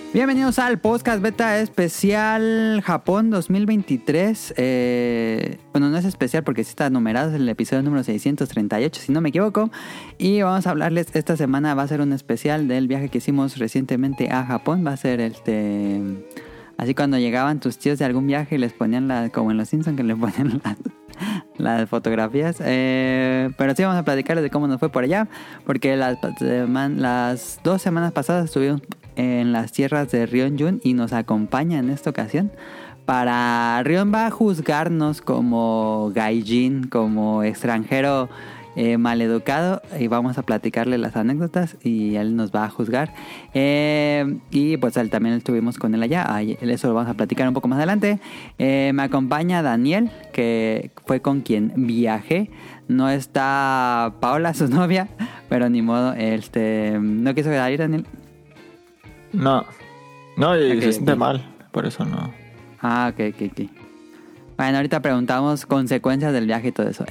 Bienvenidos al podcast beta especial Japón 2023. Bueno, no es especial porque sí está numerado, es el episodio número 638, si no me equivoco. Y vamos a hablarles, esta semana va a ser un especial del viaje que hicimos recientemente a Japón. Va a ser así cuando llegaban tus tíos de algún viaje y les ponían como en Los Simpsons, que les ponían las fotografías. Pero sí vamos a platicarles de cómo nos fue por allá, porque las 2 semanas pasadas estuvimos en las tierras de Ryonjun y nos acompaña en esta ocasión. Rion va a juzgarnos como gaijin, como extranjero maleducado, y vamos a platicarle las anécdotas y él nos va a juzgar. Y pues también estuvimos con él allá, eso lo vamos a platicar un poco más adelante. Me acompaña Daniel, que fue con quien viajé. No está Paola, su novia, pero ni modo, no quiso ir, Daniel. No, Okay, se siente mal, por eso no. Ah, ok. Bueno, ahorita preguntamos consecuencias del viaje y todo eso.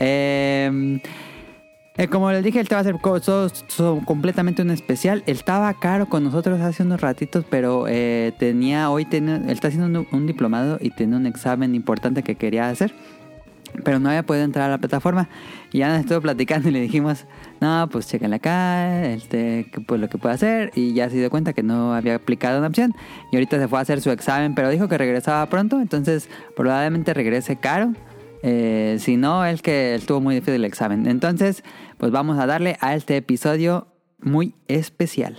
Como les dije, él te va a hacer completamente un especial. Él estaba caro con nosotros hace unos ratitos, pero él está haciendo un diplomado y tiene un examen importante que quería hacer, pero no había podido entrar a la plataforma. Y ya nos estuvo platicando y le dijimos, no, pues chéquenle acá, pues lo que puede hacer. Y ya se dio cuenta que no había aplicado una opción. Y ahorita se fue a hacer su examen, pero dijo que regresaba pronto. Entonces probablemente regrese caro. Si no, él que estuvo muy difícil el examen. Entonces, pues vamos a darle a este episodio muy especial.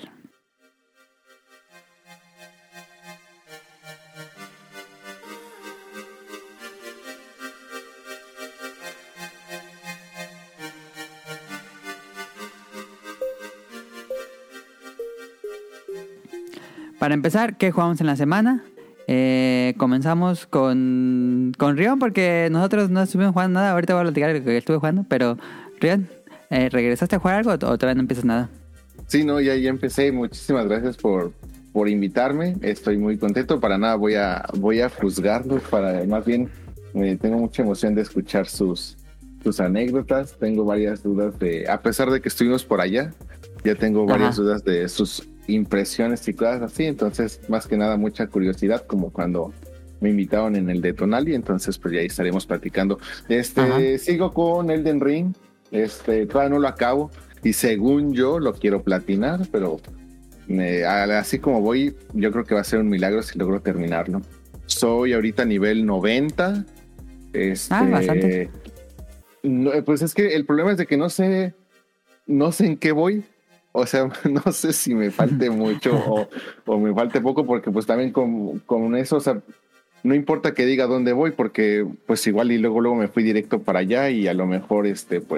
Para empezar, ¿qué jugamos en la semana? Comenzamos con Rion, porque nosotros no estuvimos jugando nada. Ahorita voy a platicar lo que estuve jugando, pero Rion, ¿regresaste a jugar algo o todavía no empiezas nada? Sí, no, ya empecé. Muchísimas gracias por invitarme. Estoy muy contento. Para nada voy a juzgarlos. Más bien, tengo mucha emoción de escuchar sus anécdotas. Tengo varias dudas a pesar de que estuvimos por allá, ya tengo varias dudas de sus impresiones y cosas así. Entonces, más que nada, mucha curiosidad, como cuando me invitaron en el de Tonali. Entonces, pues ya ahí estaremos platicando. Sigo con Elden Ring. Todavía no lo acabo. Y según yo, lo quiero platinar, pero así como voy, yo creo que va a ser un milagro si logro terminarlo. Soy ahorita nivel 90. Bastante. No, pues es que el problema es de que no sé en qué voy. O sea, no sé si me falte mucho o me falte poco, porque pues también con eso, o sea, no importa que diga dónde voy, porque pues igual y luego me fui directo para allá y a lo mejor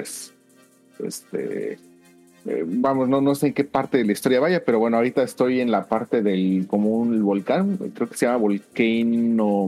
vamos, no sé en qué parte de la historia vaya, pero bueno, ahorita estoy en la parte del como un volcán, creo que se llama Volcano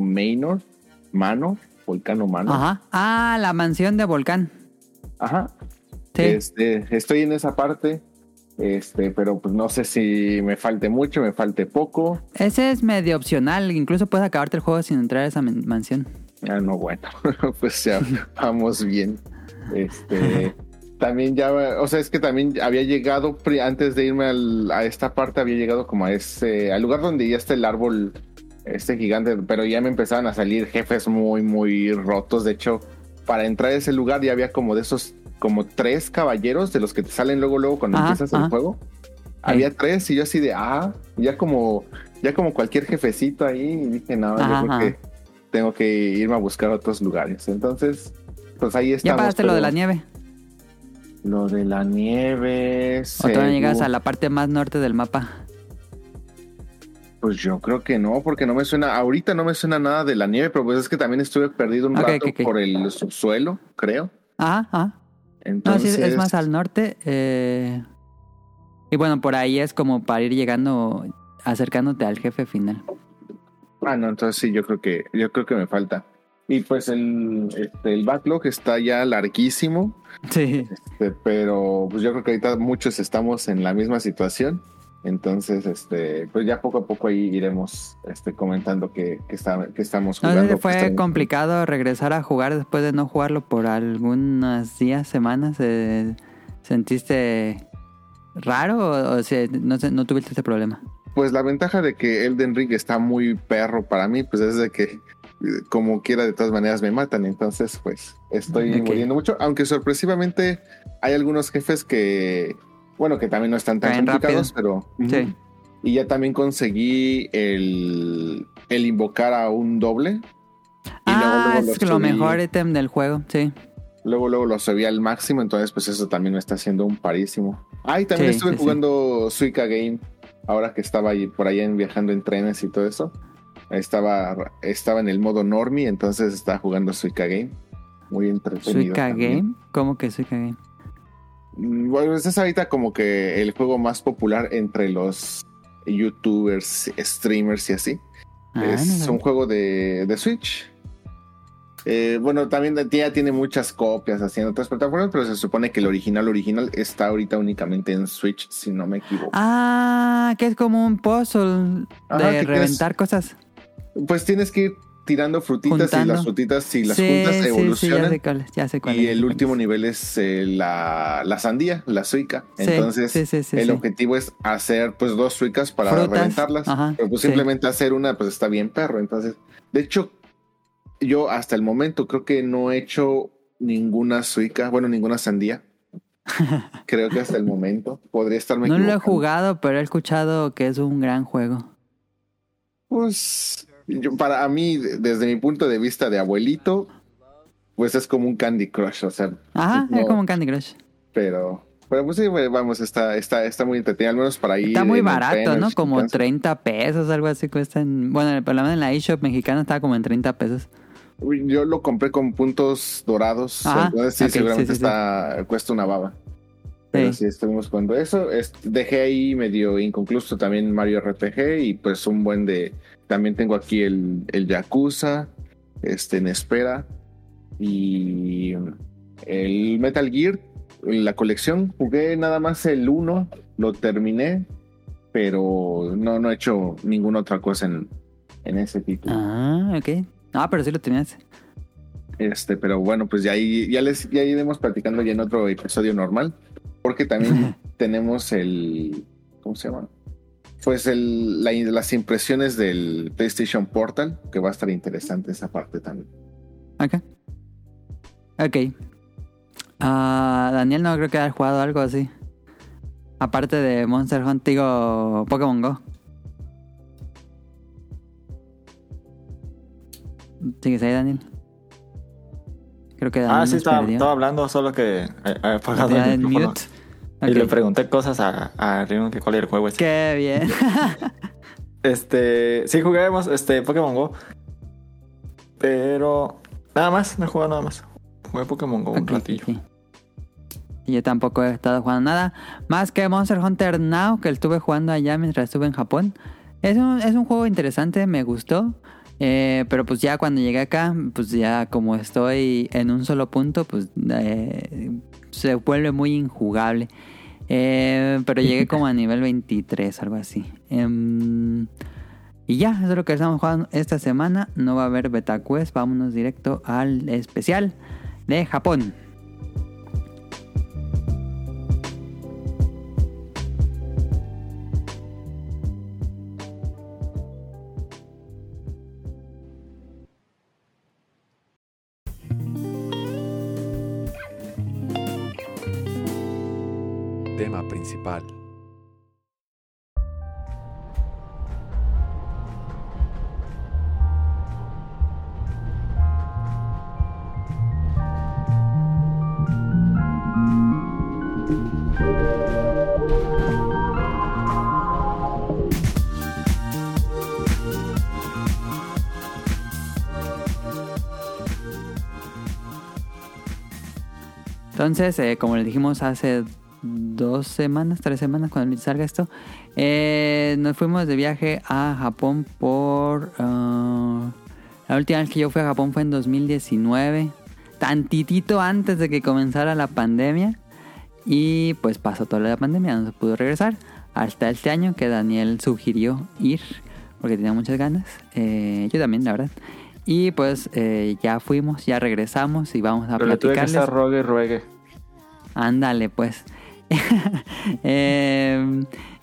Manor. Ajá. La mansión de Volcán. Ajá. Sí. Estoy en esa parte. Pero pues no sé si me falte mucho, me falte poco. Ese es medio opcional, incluso puedes acabarte el juego sin entrar a esa mansión. No, bueno, pues ya vamos bien. También ya, o sea, es que también había llegado, antes de irme a esta parte, había llegado como al lugar donde ya está el árbol, gigante, pero ya me empezaban a salir jefes muy, muy rotos. De hecho, para entrar a ese lugar ya había como de esos, como 3 caballeros de los que te salen luego cuando empiezas el juego. Había 3 y yo así de, ya como cualquier jefecito ahí, y dije, no, yo creo que tengo que irme a buscar otros lugares. Entonces, pues ahí estamos. ¿Ya pagaste lo de la nieve? Lo de la nieve... ¿O todavía llegas a la parte más norte del mapa? Pues yo creo que no, porque no me suena, ahorita no me suena nada de la nieve, pero pues es que también estuve perdido un rato por el subsuelo, creo. Entonces... No, sí, es más al norte. Y bueno, por ahí es como para ir llegando, acercándote al jefe final. No, entonces sí, yo creo que me falta. Y pues el backlog está ya larguísimo. Sí. Pero pues yo creo que ahorita muchos estamos en la misma situación. Entonces, pues ya poco a poco ahí iremos comentando que estamos jugando. ¿No sé si fue complicado regresar a jugar después de no jugarlo por algunos días, semanas? ¿Sentiste raro o no tuviste ese problema? pues la ventaja de que Elden Ring está muy perro para mí, pues es de que como quiera de todas maneras me matan, entonces pues estoy muriendo mucho, aunque sorpresivamente hay algunos jefes que, bueno, que también no están tan Caen complicados, rápido. pero... Sí. Y ya también conseguí el invocar a un doble. Y luego Es lo mejor ítem del juego, sí. Luego lo subí al máximo, entonces pues eso también me está haciendo un parísimo. Y también estuve jugando Suika Game, ahora que estaba por allá viajando en trenes y todo eso. Estaba en el modo normie, entonces estaba jugando Suika Game. Muy entretenido. ¿Suika también. Game? ¿Cómo que Suika Game? Bueno, es ahorita como que el juego más popular entre los youtubers, streamers y así. Es un juego de Switch. Bueno, también ya tiene muchas copias así en otras plataformas, pero se supone que el original está ahorita únicamente en Switch, si no me equivoco. Que es como un puzzle de reventar cosas. Pues tienes que ir tirando frutitas juntando. Y las frutitas, si las juntas, evolucionan. Ya sé cuál y el último nivel es la sandía, la suica. Entonces, el objetivo es hacer pues 2 suicas para reventarlas. Pero pues simplemente hacer una, pues está bien perro. Entonces, de hecho, yo hasta el momento creo que no he hecho ninguna suica, bueno, ninguna sandía. Creo que hasta el momento. Podría estarme equivocando. No lo he jugado, pero he escuchado que es un gran juego. Pues... para mí, desde mi punto de vista de abuelito, pues es como un Candy Crush, o sea. Es como un Candy Crush. Pero pues sí, vamos, está muy entretenido, al menos para ir. Está muy barato, ¿no? Como 30 pesos, algo así cuesta. Bueno, por lo menos en la eShop mexicana estaba como en 30 pesos. Yo lo compré con puntos dorados, entonces seguramente cuesta una baba. Pero sí, estuvimos jugando eso. Dejé ahí medio inconcluso también Mario RPG y pues un buen de... También tengo aquí el Yakuza, en espera. Y el Metal Gear, la colección, jugué nada más el 1, lo terminé, pero no he hecho ninguna otra cosa en ese título. Ok. Pero sí lo tenías. Pero bueno, pues ya iremos platicando ya en otro episodio normal. Porque también tenemos ¿cómo se llama? Pues las impresiones del PlayStation Portal, que va a estar interesante esa parte también. Ok. Daniel no creo que haya jugado algo así. Aparte de Monster Hunter o Pokémon Go. ¿Sigues ahí, Daniel? Creo que Daniel sí, estaba hablando, solo que había apagado el micrófono. Y le pregunté cosas a Rion que cuál era el juego ese. ¡Qué bien! Sí juguemos Pokémon Go. Pero nada más, no he jugado nada más. Jugué Pokémon Go un ratillo. Sí. Y yo tampoco he estado jugando nada. Más que Monster Hunter Now, que estuve jugando allá mientras estuve en Japón. Es un juego interesante, me gustó. Pero pues ya cuando llegué acá, pues ya como estoy en un solo punto, pues se vuelve muy injugable. Pero llegué como a nivel 23, algo así. Y ya, eso es lo que estamos jugando esta semana. No va a haber Beta Quest, vámonos directo al especial de Japón. Tema principal. Entonces, como les dijimos hace 3 semanas, cuando salga esto, nos fuimos de viaje a Japón por... la última vez que yo fui a Japón fue en 2019, tantitito antes de que comenzara la pandemia. Y pues pasó toda la pandemia, no se pudo regresar hasta este año que Daniel sugirió ir porque tenía muchas ganas. Yo también, la verdad. Y pues ya fuimos, ya regresamos y vamos a pero platicarles. Pero tuve que estar ruegue. Ándale, pues.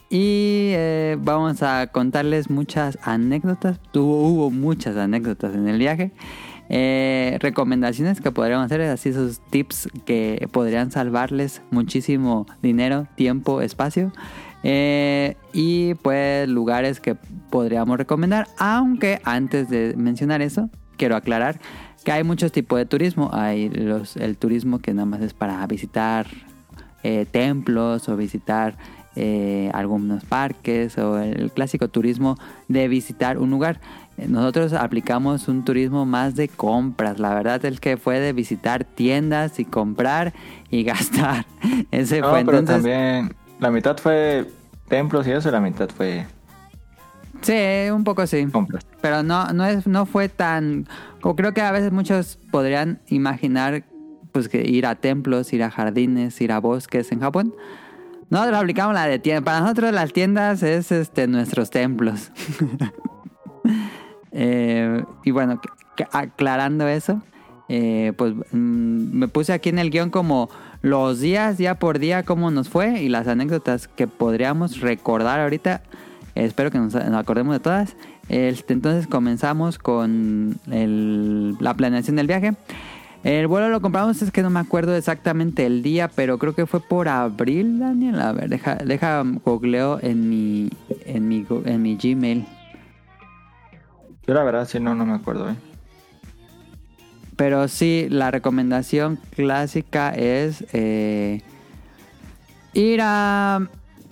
Y vamos a contarles muchas anécdotas. Hubo muchas anécdotas en el viaje. Recomendaciones que podríamos hacer, así esos tips que podrían salvarles muchísimo dinero, tiempo, espacio. Y pues lugares que podríamos recomendar. Aunque antes de mencionar eso, quiero aclarar que hay muchos tipos de turismo. Hay el turismo que nada más es para visitar templos o visitar algunos parques, o el clásico turismo de visitar un lugar. Nosotros aplicamos un turismo más de compras. La verdad es que fue de visitar tiendas y comprar y gastar. Ese fue pero entonces. También la mitad fue templos y eso, y la mitad fue. Sí, un poco sí. Compras. Pero no fue tan. Como creo que a veces muchos podrían imaginar, pues, que ir a templos, ir a jardines, ir a bosques en Japón. Nosotros aplicamos la de tiendas. Para nosotros las tiendas es nuestros templos. Y bueno, aclarando eso, pues me puse aquí en el guión como los días, día por día, cómo nos fue y las anécdotas que podríamos recordar ahorita. Espero que nos acordemos de todas. Entonces comenzamos con la planeación del viaje. El vuelo lo compramos, es que no me acuerdo exactamente el día, pero creo que fue por abril, Daniel. A ver, deja googleo en mi Gmail. Yo la verdad sí no me acuerdo, Pero sí, la recomendación clásica es ir a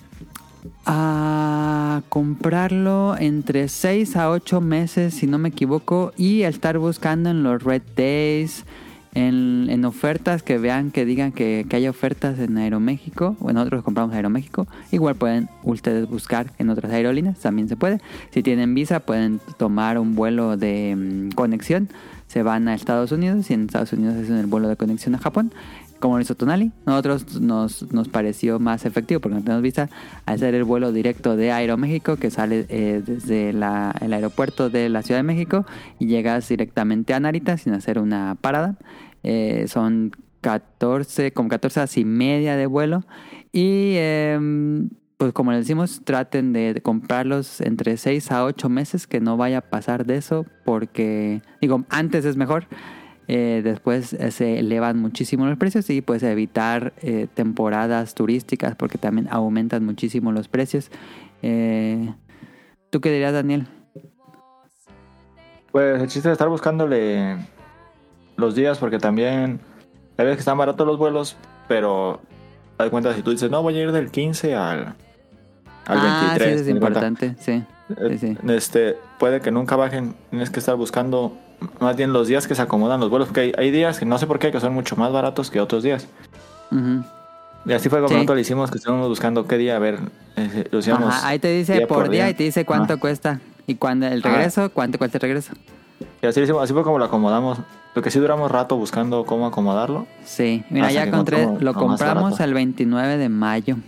comprarlo entre 6 a 8 meses, si no me equivoco, y estar buscando en los Red Days, en ofertas que vean, que digan que hay ofertas en Aeroméxico. Bueno, nosotros compramos Aeroméxico. Igual pueden ustedes buscar en otras aerolíneas, también se puede. Si tienen visa, pueden tomar un vuelo de conexión. Se van a Estados Unidos y en Estados Unidos hacen el vuelo de conexión a Japón, como lo hizo Tonali. Nosotros nos pareció más efectivo, porque no tenemos visa, hacer el vuelo directo de Aeroméxico, que sale desde el aeropuerto de la Ciudad de México y llegas directamente a Narita sin hacer una parada. Son 14 horas y media de vuelo. Y pues como les decimos, traten de comprarlos entre 6 a 8 meses, que no vaya a pasar de eso, porque antes es mejor. Después se elevan muchísimo los precios y pues evitar temporadas turísticas, porque también aumentan muchísimo los precios. ¿Tú qué dirías, Daniel? Pues el chiste de estar buscándole los días, porque también hay veces que están baratos los vuelos, pero te das cuenta, si tú dices, no, voy a ir del 15 al 23. Sí, es importante, sí. Puede que nunca bajen, tienes que estar buscando más bien los días que se acomodan los vuelos, porque hay días que no sé por qué, que son mucho más baratos que otros días. Uh-huh. Y así fue como nosotros lo hicimos, que estuvimos buscando qué día, a ver, lo hicimos. Ajá, ahí te dice por día y te dice cuánto cuesta. Y cuando el regreso, cuánto cuesta el regreso. Y así lo hicimos, así fue como lo acomodamos. Porque sí duramos rato buscando cómo acomodarlo. Sí, mira, ya encontré, lo compramos el 29 de mayo.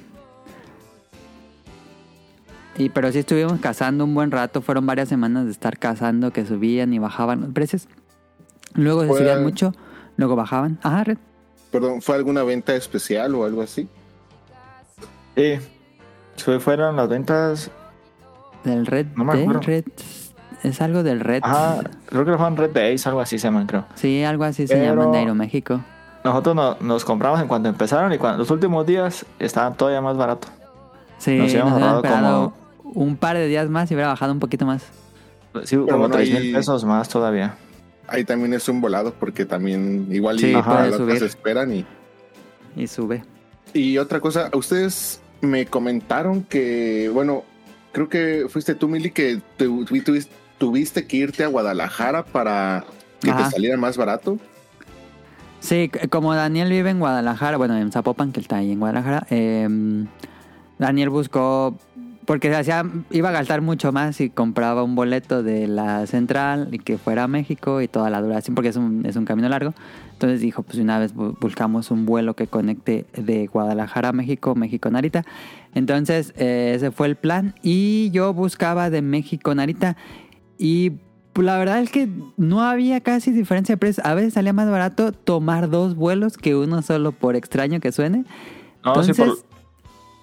Pero sí estuvimos cazando un buen rato. Fueron varias semanas de estar cazando, que subían y bajaban los precios. Luego se subían mucho, luego bajaban. Ajá, Red. Perdón, ¿fue alguna venta especial o algo así? Sí, fueron las ventas del Red. No me acuerdo. Red. Es algo del Red. Creo que fueron Red Days, algo así se llaman, creo. Sí, algo así se llaman de Aeroméxico. Nosotros nos compramos en cuanto empezaron, y los últimos días estaban todavía más barato. Sí, nos habíamos esperado un par de días más y hubiera bajado un poquito más. Sí, como 3,000 pesos más todavía. Ahí también es un volado, porque también igual puede subir. Se esperan y sube. Y otra cosa, ustedes me comentaron que, bueno, creo que fuiste tú, Mili, que tuviste que irte a Guadalajara para que te saliera más barato. Sí, como Daniel vive en Guadalajara, bueno, en Zapopan, que él está ahí en Guadalajara, Daniel buscó, porque iba a gastar mucho más si compraba un boleto de la central y que fuera a México y toda la duración, porque es un camino largo. Entonces dijo, pues una vez buscamos un vuelo que conecte de Guadalajara a México, México-Narita. Entonces ese fue el plan, y yo buscaba de México-Narita, y la verdad es que no había casi diferencia de precios. A veces salía más barato tomar 2 vuelos que uno solo, por extraño que suene. No, entonces, sí,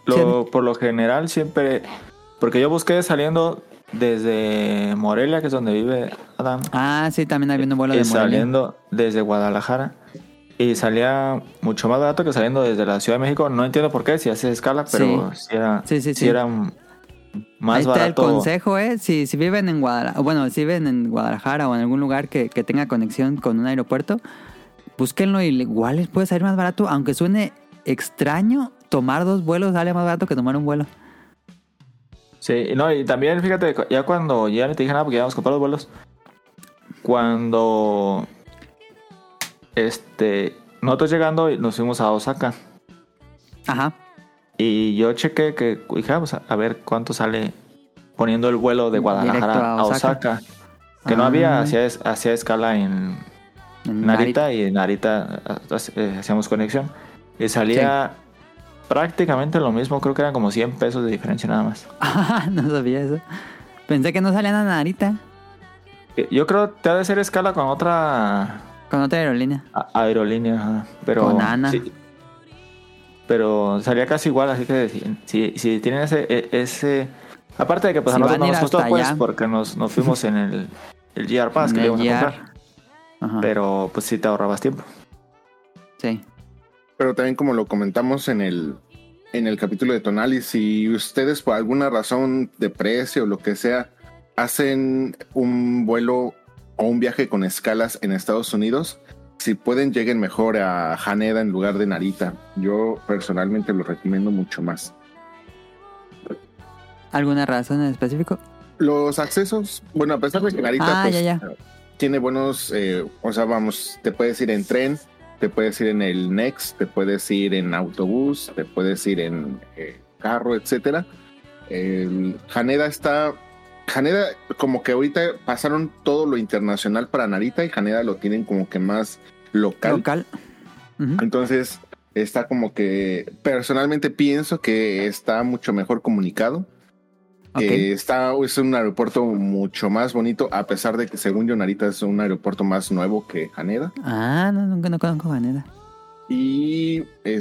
Por lo general siempre... Porque yo busqué saliendo desde Morelia, que es donde vive Adam. Ah, sí, también había un vuelo de Morelia. Saliendo desde Guadalajara. Y salía mucho más barato que saliendo desde la Ciudad de México. No entiendo por qué, si hace escala, pero sí era más ahí está barato. El consejo, si viven en Guadalajara, bueno, si viven en Guadalajara o en algún lugar que tenga conexión con un aeropuerto, búsquenlo y igual les puede salir más barato, aunque suene extraño, tomar 2 vuelos sale más barato que tomar un vuelo. Sí, no, y también fíjate, ya cuando ya no te dije nada porque ya habíamos comprado los vuelos, cuando nosotros llegando nos fuimos a Osaka. Ajá. Y yo chequé que dije, vamos a ver cuánto sale poniendo el vuelo de Guadalajara a Osaka. Que no había, hacía escala en Narita, y en Narita hacíamos conexión. Y salía prácticamente lo mismo, creo que eran como 100 pesos de diferencia nada más. No sabía eso. Pensé que no salían a Narita. Yo creo que te ha de hacer escala con otra... Con otra aerolínea. Aerolínea, ajá. Pero, con Ana. Sí, pero salía casi igual, así que si tienen ese... Aparte de que pues a nosotros no nos costó, pues, porque nos fuimos en el GR Pass que le íbamos a comprar. Ajá. Pero pues sí te ahorrabas tiempo. Sí. Pero también como lo comentamos en el capítulo de Tonali, si ustedes por alguna razón de precio o lo que sea hacen un vuelo o un viaje con escalas en Estados Unidos, si pueden lleguen mejor a Haneda en lugar de Narita. Yo personalmente lo recomiendo mucho más. ¿Alguna razón en específico? Los accesos, bueno, a pesar de que Narita tiene buenos, te puedes ir en tren, te puedes ir en el Next, te puedes ir en autobús, te puedes ir en carro, etcétera. Haneda como que ahorita pasaron todo lo internacional para Narita y Haneda lo tienen como que más local. Uh-huh. Entonces está como que personalmente pienso que está mucho mejor comunicado. Okay. Es un aeropuerto mucho más bonito, a pesar de que según yo Narita es un aeropuerto más nuevo que Haneda. No conozco Haneda. Y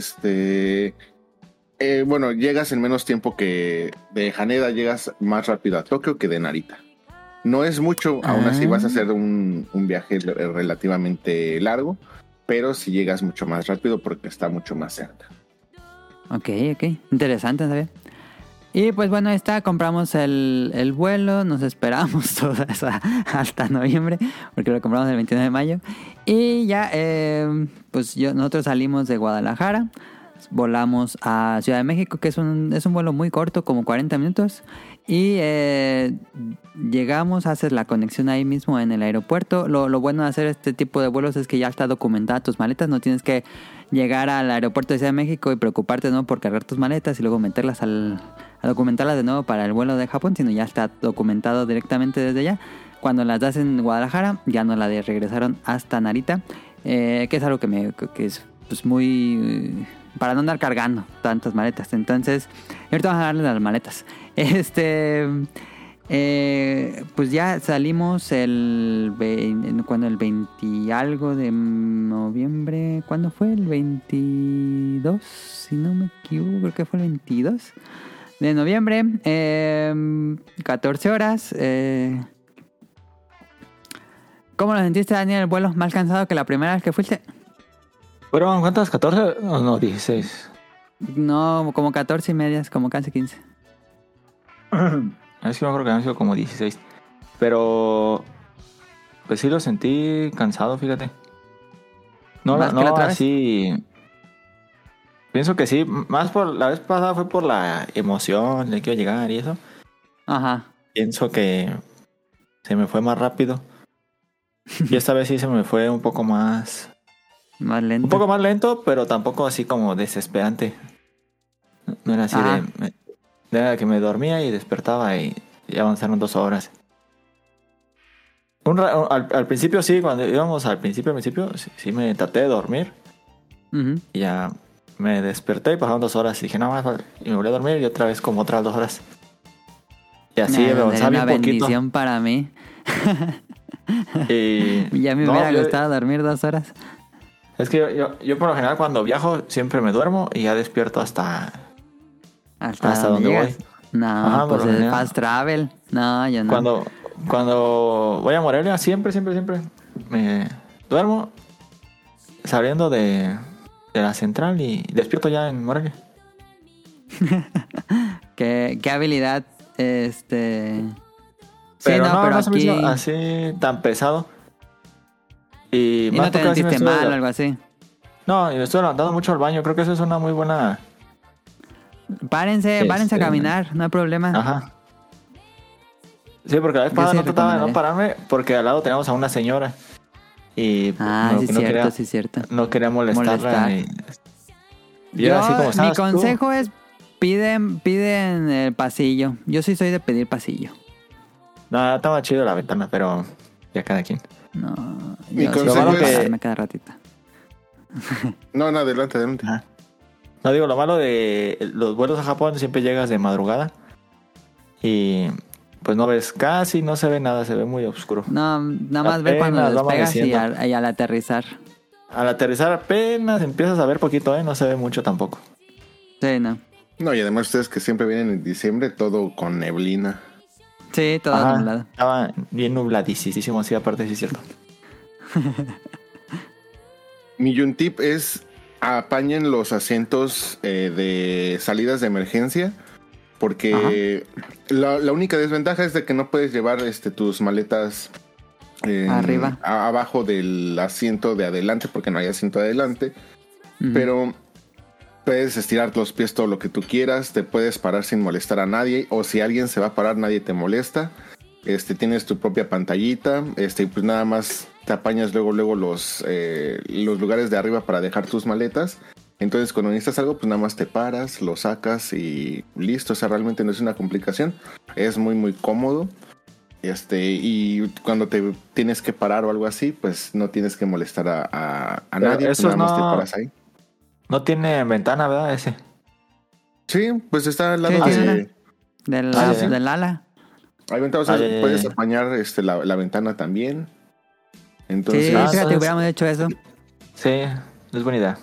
bueno, llegas en menos tiempo que de Haneda, llegas más rápido a Tokio que de Narita. No es mucho, aún así vas a hacer un viaje relativamente largo, pero sí llegas mucho más rápido porque está mucho más cerca. Ok, interesante, ¿sabes? Y pues bueno, compramos el vuelo, nos esperamos hasta noviembre, porque lo compramos el 29 de mayo. Y ya, nosotros salimos de Guadalajara, volamos a Ciudad de México, que es un vuelo muy corto, como 40 minutos. Y llegamos, haces la conexión ahí mismo en el aeropuerto. Lo bueno de hacer este tipo de vuelos es que ya está documentada tus maletas, no tienes que llegar al aeropuerto de Ciudad de México y preocuparte por cargar tus maletas y luego meterlas a documentarlas de nuevo para el vuelo de Japón, sino ya está documentado directamente desde allá. Cuando las das en Guadalajara, ya nos la regresaron hasta Narita, que es algo que es pues muy... para no andar cargando tantas maletas. Entonces, ahorita vamos a darle las maletas. Pues ya salimos el 20 y algo de noviembre. ¿Cuándo fue? El 22, si no me equivoco, creo que fue el 22 de noviembre. 14 horas. ¿Cómo lo sentiste, Daniel? ¿El vuelo más cansado que la primera vez que fuiste? ¿Fueron cuántas? ¿14? No, 16. No, como 14 y medias, como casi 15. Es que yo creo que han sido como 16. Pero pues sí lo sentí cansado, fíjate. No así. Pienso que sí. Más por la vez pasada fue por la emoción de que iba a llegar y eso. Ajá. Pienso que se me fue más rápido. Y esta vez sí se me fue un poco más lento. Un poco más lento, pero tampoco así como desesperante. No era así de que me dormía y despertaba y ya avanzaron 2 horas. Al principio sí, cuando íbamos al principio sí me traté de dormir. Uh-huh. Y ya me desperté y pasaron 2 horas y dije, no más, y me volví a dormir y otra vez como otras 2 horas. Y así me avanzaba bien poquito. Una bendición para mí. Ya me hubiera gustado dormir 2 horas. Es que yo por lo general cuando viajo siempre me duermo y ya despierto hasta ¿Hasta donde voy? No, ajá, pues es fast travel. No, yo no. Cuando voy a Morelia, siempre me duermo saliendo de la central y despierto ya en Morelia. ¿Qué habilidad? Pero sí, no, pero se aquí... me hizo así tan pesado. Y no te sentiste mal o algo así. No, y me estoy levantando mucho al baño. Creo que eso es una muy buena... Párense a caminar, no hay problema. Ajá. Sí, porque la vez pasada no trataba de no pararme porque al lado teníamos a una señora. Y sí, cierto. No quería molestarla. Y así como mi consejo es piden el pasillo. Yo sí soy de pedir pasillo. No, estaba chido la ventana, pero ya cada quien. No, mi consejo es cada ratito. No, adelante. Ajá. No, digo, lo malo de los vuelos a Japón, siempre llegas de madrugada y pues no ves casi, no se ve nada, se ve muy oscuro. No, nada más ver cuando despegas y al aterrizar. Al aterrizar apenas empiezas a ver poquito, no se ve mucho tampoco. Sí, no. No, y además ustedes que siempre vienen en diciembre, todo con neblina. Sí, todo nublado. Estaba bien nubladísimo, sí, aparte sí es cierto. Mi Yuntip es apañen los asientos de salidas de emergencia, porque la única desventaja es de que no puedes llevar tus maletas arriba, abajo del asiento de adelante, porque no hay asiento de adelante. Pero puedes estirar los pies todo lo que tú quieras, te puedes parar sin molestar a nadie, o si alguien se va a parar nadie te molesta. Tienes tu propia pantallita, pues nada más te apañas luego los lugares de arriba para dejar tus maletas. Entonces cuando necesitas algo, pues nada más te paras, lo sacas y listo. O sea, realmente no es una complicación. Es muy, muy cómodo. Y cuando te tienes que parar o algo así, pues no tienes que molestar a nadie. Eso pues nada más te paras ahí. No tiene ventana, ¿verdad? Ese. Sí, pues está al lado del ala. Hay ventanas, puedes apañar la ventana también. Entonces, sí, fíjate, hubiéramos hecho eso. Sí, es buena idea.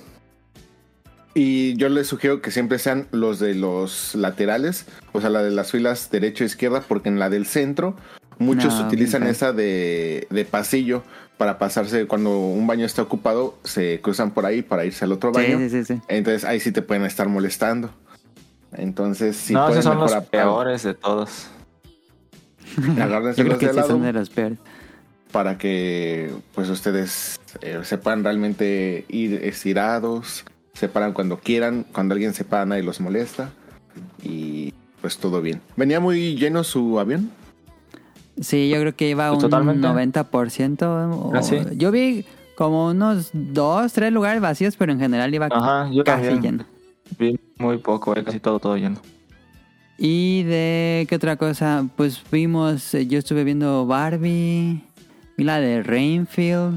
Y yo les sugiero que siempre sean los de los laterales, o sea, la de las filas derecha e izquierda, porque en la del centro muchos utilizan esa de pasillo para pasarse. Cuando un baño está ocupado, se cruzan por ahí para irse al otro baño. Sí. Entonces ahí sí te pueden estar molestando. Entonces sí, no, esos son los peores de todos. Agárrense los de lado, son de los peores, para que pues ustedes se puedan realmente ir estirados, se paran cuando quieran, cuando alguien se para nadie los molesta y pues todo bien. ¿Venía muy lleno su avión? Sí, yo creo que iba un totalmente. 90%. ¿Sí? Yo vi como unos 2-3 lugares vacíos, pero en general iba casi lleno. Vi muy poco, casi todo lleno. ¿Y de qué otra cosa? Pues vimos, yo estuve viendo Barbie, vi la de Rainfield,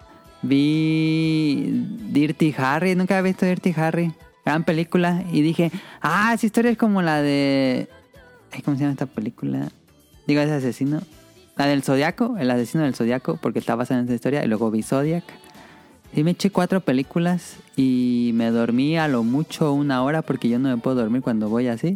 vi Dirty Harry, nunca había visto Dirty Harry, gran película, y dije, esa historia es como la de... ¿Cómo se llama esta película? Digo, ese asesino, la del Zodiaco, el asesino del Zodiaco, porque está basada en esa historia, y luego vi Zodiac. Y me eché 4 películas y me dormí a lo mucho 1 hora, porque yo no me puedo dormir cuando voy así.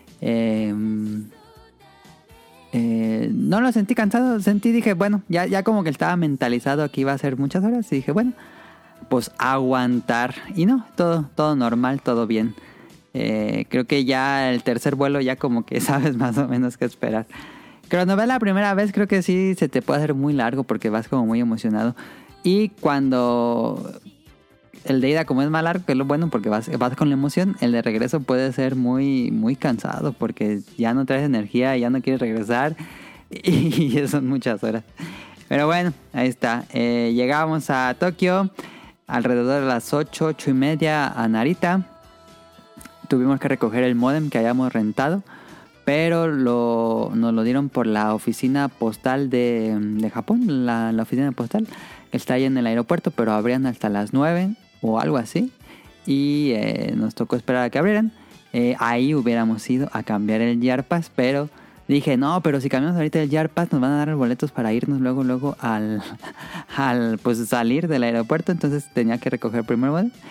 No lo sentí cansado, dije, bueno, ya como que estaba mentalizado que iba a ser muchas horas, y dije, bueno, pues aguantar. Y no, todo normal, todo bien. Creo que ya el tercer vuelo ya como que sabes más o menos qué esperar. Cuando ves la primera vez creo que sí se te puede hacer muy largo porque vas como muy emocionado. Y cuando el de ida como es más largo, que es lo bueno porque vas con la emoción, el de regreso puede ser muy, muy cansado porque ya no traes energía, ya no quieres regresar y son muchas horas. Pero bueno, ahí está. Llegamos a Tokio alrededor de las 8:30 a Narita. Tuvimos que recoger el módem que habíamos rentado, pero nos lo dieron por la oficina postal de Japón, la oficina postal. Está ahí en el aeropuerto, pero abrían hasta las 9 o algo así. Y nos tocó esperar a que abrieran. Ahí hubiéramos ido a cambiar el YARPAS, pero dije, no, pero si cambiamos ahorita el YARPAS nos van a dar los boletos para irnos luego al pues salir del aeropuerto. Entonces tenía que recoger primero.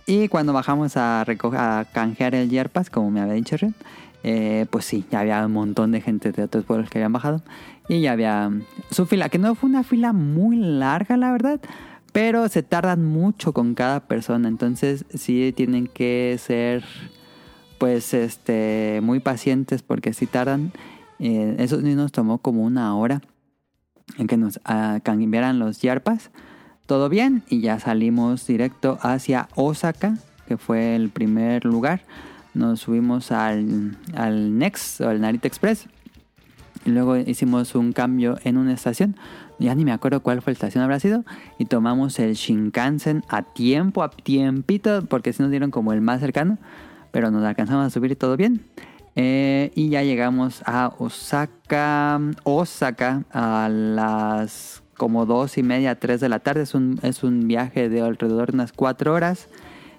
Y cuando bajamos a canjear el Year Pass, como me había dicho Ren, pues sí, ya había un montón de gente de otros pueblos que habían bajado. Y ya había su fila, que no fue una fila muy larga, la verdad. Pero se tardan mucho con cada persona. Entonces sí tienen que ser, pues, muy pacientes porque sí tardan. Eso sí nos tomó como 1 hora en que nos cambiaran los Year Pass. Todo bien y ya salimos directo hacia Osaka, que fue el primer lugar. Nos subimos al Next o al Narita Express. Y luego hicimos un cambio en una estación. Ya ni me acuerdo cuál fue la estación habrá sido. Y tomamos el Shinkansen a tiempito, porque sí nos dieron como el más cercano. Pero nos alcanzamos a subir y todo bien. Y ya llegamos a Osaka a las como 2:30, 3 de la tarde. Es un viaje de alrededor de unas 4 horas.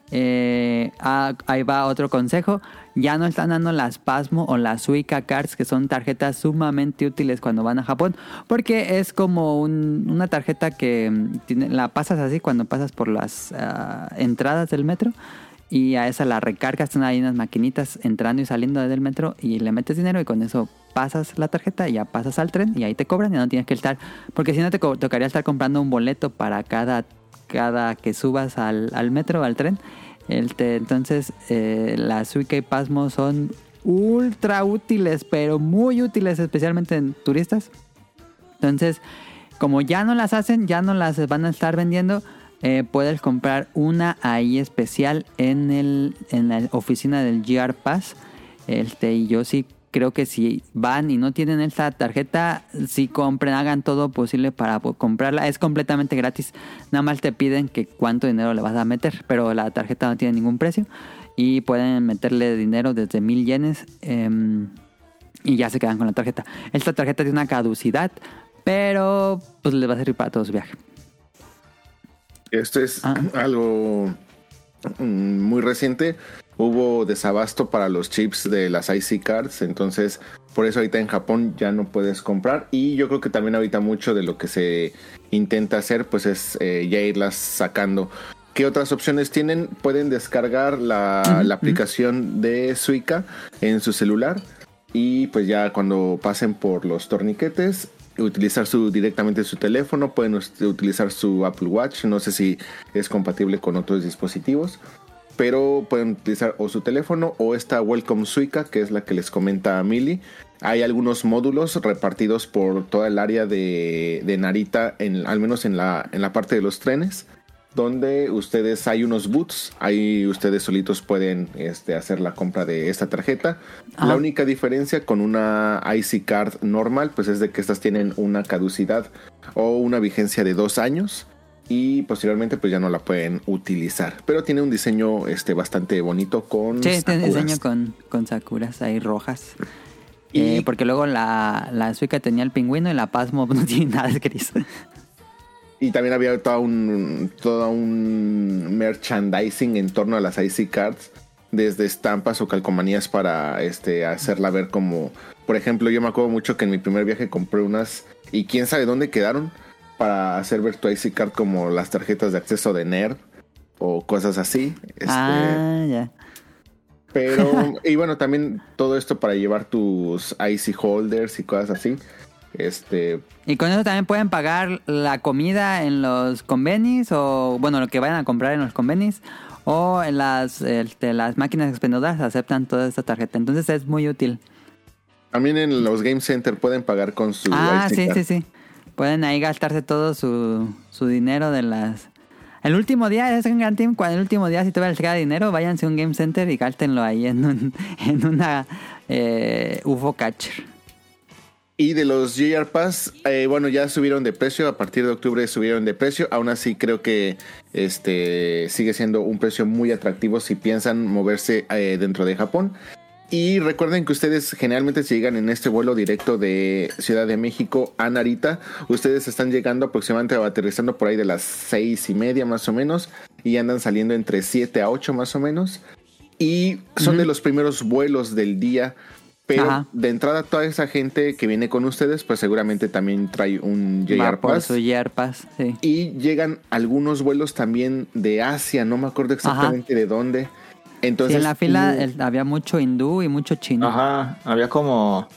Ahí va otro consejo. Ya no están dando las Pasmo o las Suica Cards, que son tarjetas sumamente útiles cuando van a Japón, porque es como una tarjeta que la pasas así cuando pasas por las entradas del metro, y a esa la recargas. Están ahí unas maquinitas entrando y saliendo del metro y le metes dinero y con eso pasas la tarjeta y ya pasas al tren y ahí te cobran. Ya no tienes que estar, porque si no te tocaría estar comprando un boleto para cada que subas al metro o al tren. Entonces las Suica y Pasmo son ultra útiles, pero muy útiles, especialmente en turistas. Entonces, como ya no las hacen, ya no las van a estar vendiendo, puedes comprar una ahí especial en la oficina del Year Pass. Y yo sí creo que si van y no tienen esta tarjeta, sí compren, hagan todo posible para comprarla. Es completamente gratis. Nada más te piden que cuánto dinero le vas a meter, pero la tarjeta no tiene ningún precio. Y pueden meterle dinero desde 1,000 yenes y ya se quedan con la tarjeta. Esta tarjeta tiene una caducidad, pero pues les va a servir para todo su viaje. Esto es algo muy reciente. Hubo desabasto para los chips de las IC Cards, entonces por eso ahorita en Japón ya no puedes comprar. Y yo creo que también ahorita mucho de lo que se intenta hacer pues es ya irlas sacando. ¿Qué otras opciones tienen? Pueden descargar la aplicación de Suica en su celular y pues ya cuando pasen por los torniquetes utilizar directamente su teléfono. Pueden utilizar su Apple Watch, no sé si es compatible con otros dispositivos, pero pueden utilizar o su teléfono o esta Welcome Suica, que es la que les comenta Mili. Hay algunos módulos repartidos por toda el área de Narita, al menos en la parte de los trenes, donde hay unos booths, ahí ustedes solitos pueden hacer la compra de esta tarjeta. La única diferencia con una IC Card normal, pues es de que estas tienen una caducidad o una vigencia de 2 años. Y posteriormente pues ya no la pueden utilizar. Pero tiene un diseño bastante bonito con sakuras. Tiene diseño con sakuras ahí rojas. Porque luego la Suica tenía el pingüino y la Pasmo no tiene nada de gris. Y también había todo un merchandising en torno a las IC Cards. Desde estampas o calcomanías para hacerla ver como... Por ejemplo, yo me acuerdo mucho que en mi primer viaje compré unas... Y quién sabe dónde quedaron... para hacer ver tu IC Card como las tarjetas de acceso de Nerd o cosas así. Ya. Pero, y bueno, también todo esto para llevar tus IC holders y cosas así. Y con eso también pueden pagar la comida en los convenis, o bueno, lo que vayan a comprar en los convenis, o en las máquinas expendedoras aceptan toda esta tarjeta. Entonces es muy útil. También en los Game Center pueden pagar con su IC Card. Sí. Pueden ahí gastarse todo su dinero de las... El último día es un gran team. Cuando el último día, si todavía les queda dinero, váyanse a un Game Center y gástenlo ahí en una UFO Catcher. Y de los Year Pass, bueno, ya subieron de precio. A partir de octubre subieron de precio. Aún así creo que sigue siendo un precio muy atractivo si piensan moverse dentro de Japón. Y recuerden que ustedes generalmente si llegan en este vuelo directo de Ciudad de México a Narita, ustedes están llegando aproximadamente o aterrizando por ahí de las 6:30 más o menos, y andan saliendo entre 7 a 8 más o menos, y son de los primeros vuelos del día Pero de entrada toda esa gente que viene con ustedes, pues seguramente también trae un JR Pass. Su JR Pass, sí. Y llegan algunos vuelos también de Asia, no me acuerdo exactamente de dónde. Entonces, sí, en la fila había mucho hindú y mucho chino. Ajá, había como...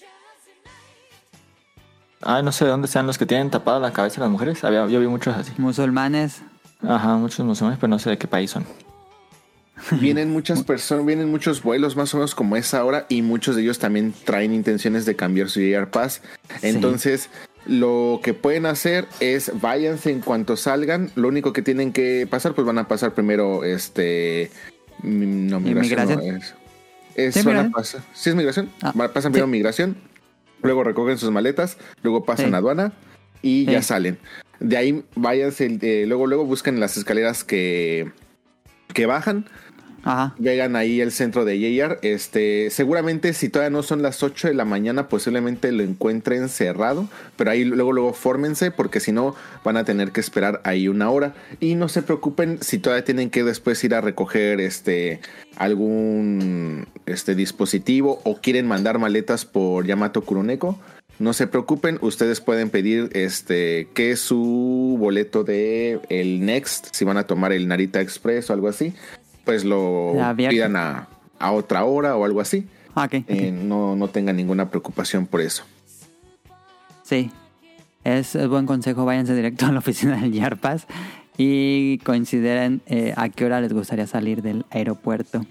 no sé de dónde sean los que tienen tapada la cabeza las mujeres. Yo vi muchos así. Musulmanes. Ajá, muchos musulmanes, pero no sé de qué país son. Vienen muchas personas, vienen muchos vuelos más o menos como esa hora y muchos de ellos también traen intenciones de cambiar su JR Pass. Entonces, lo que pueden hacer es váyanse en cuanto salgan. Lo único que tienen que pasar, pues van a pasar primero ¿Inmigración? ¿Sí es migración? Pasan primero migración, luego recogen sus maletas, luego pasan aduana y ya salen. De ahí váyanse, luego buscan las escaleras que bajan. Llegan ahí al centro de JR. Seguramente si todavía no son las 8 de la mañana, posiblemente lo encuentren cerrado, pero ahí luego fórmense, porque si no van a tener que esperar ahí una hora. Y no se preocupen si todavía tienen que después ir a recoger algún dispositivo o quieren mandar maletas por Yamato Kuroneko. No se preocupen, ustedes pueden pedir que su boleto de el Next, si van a tomar el Narita Express o algo así, pues lo pidan a otra hora o algo así. No tengan ninguna preocupación por eso. Sí, es buen consejo. Váyanse directo a la oficina del JR Pass y consideren a qué hora les gustaría salir del aeropuerto.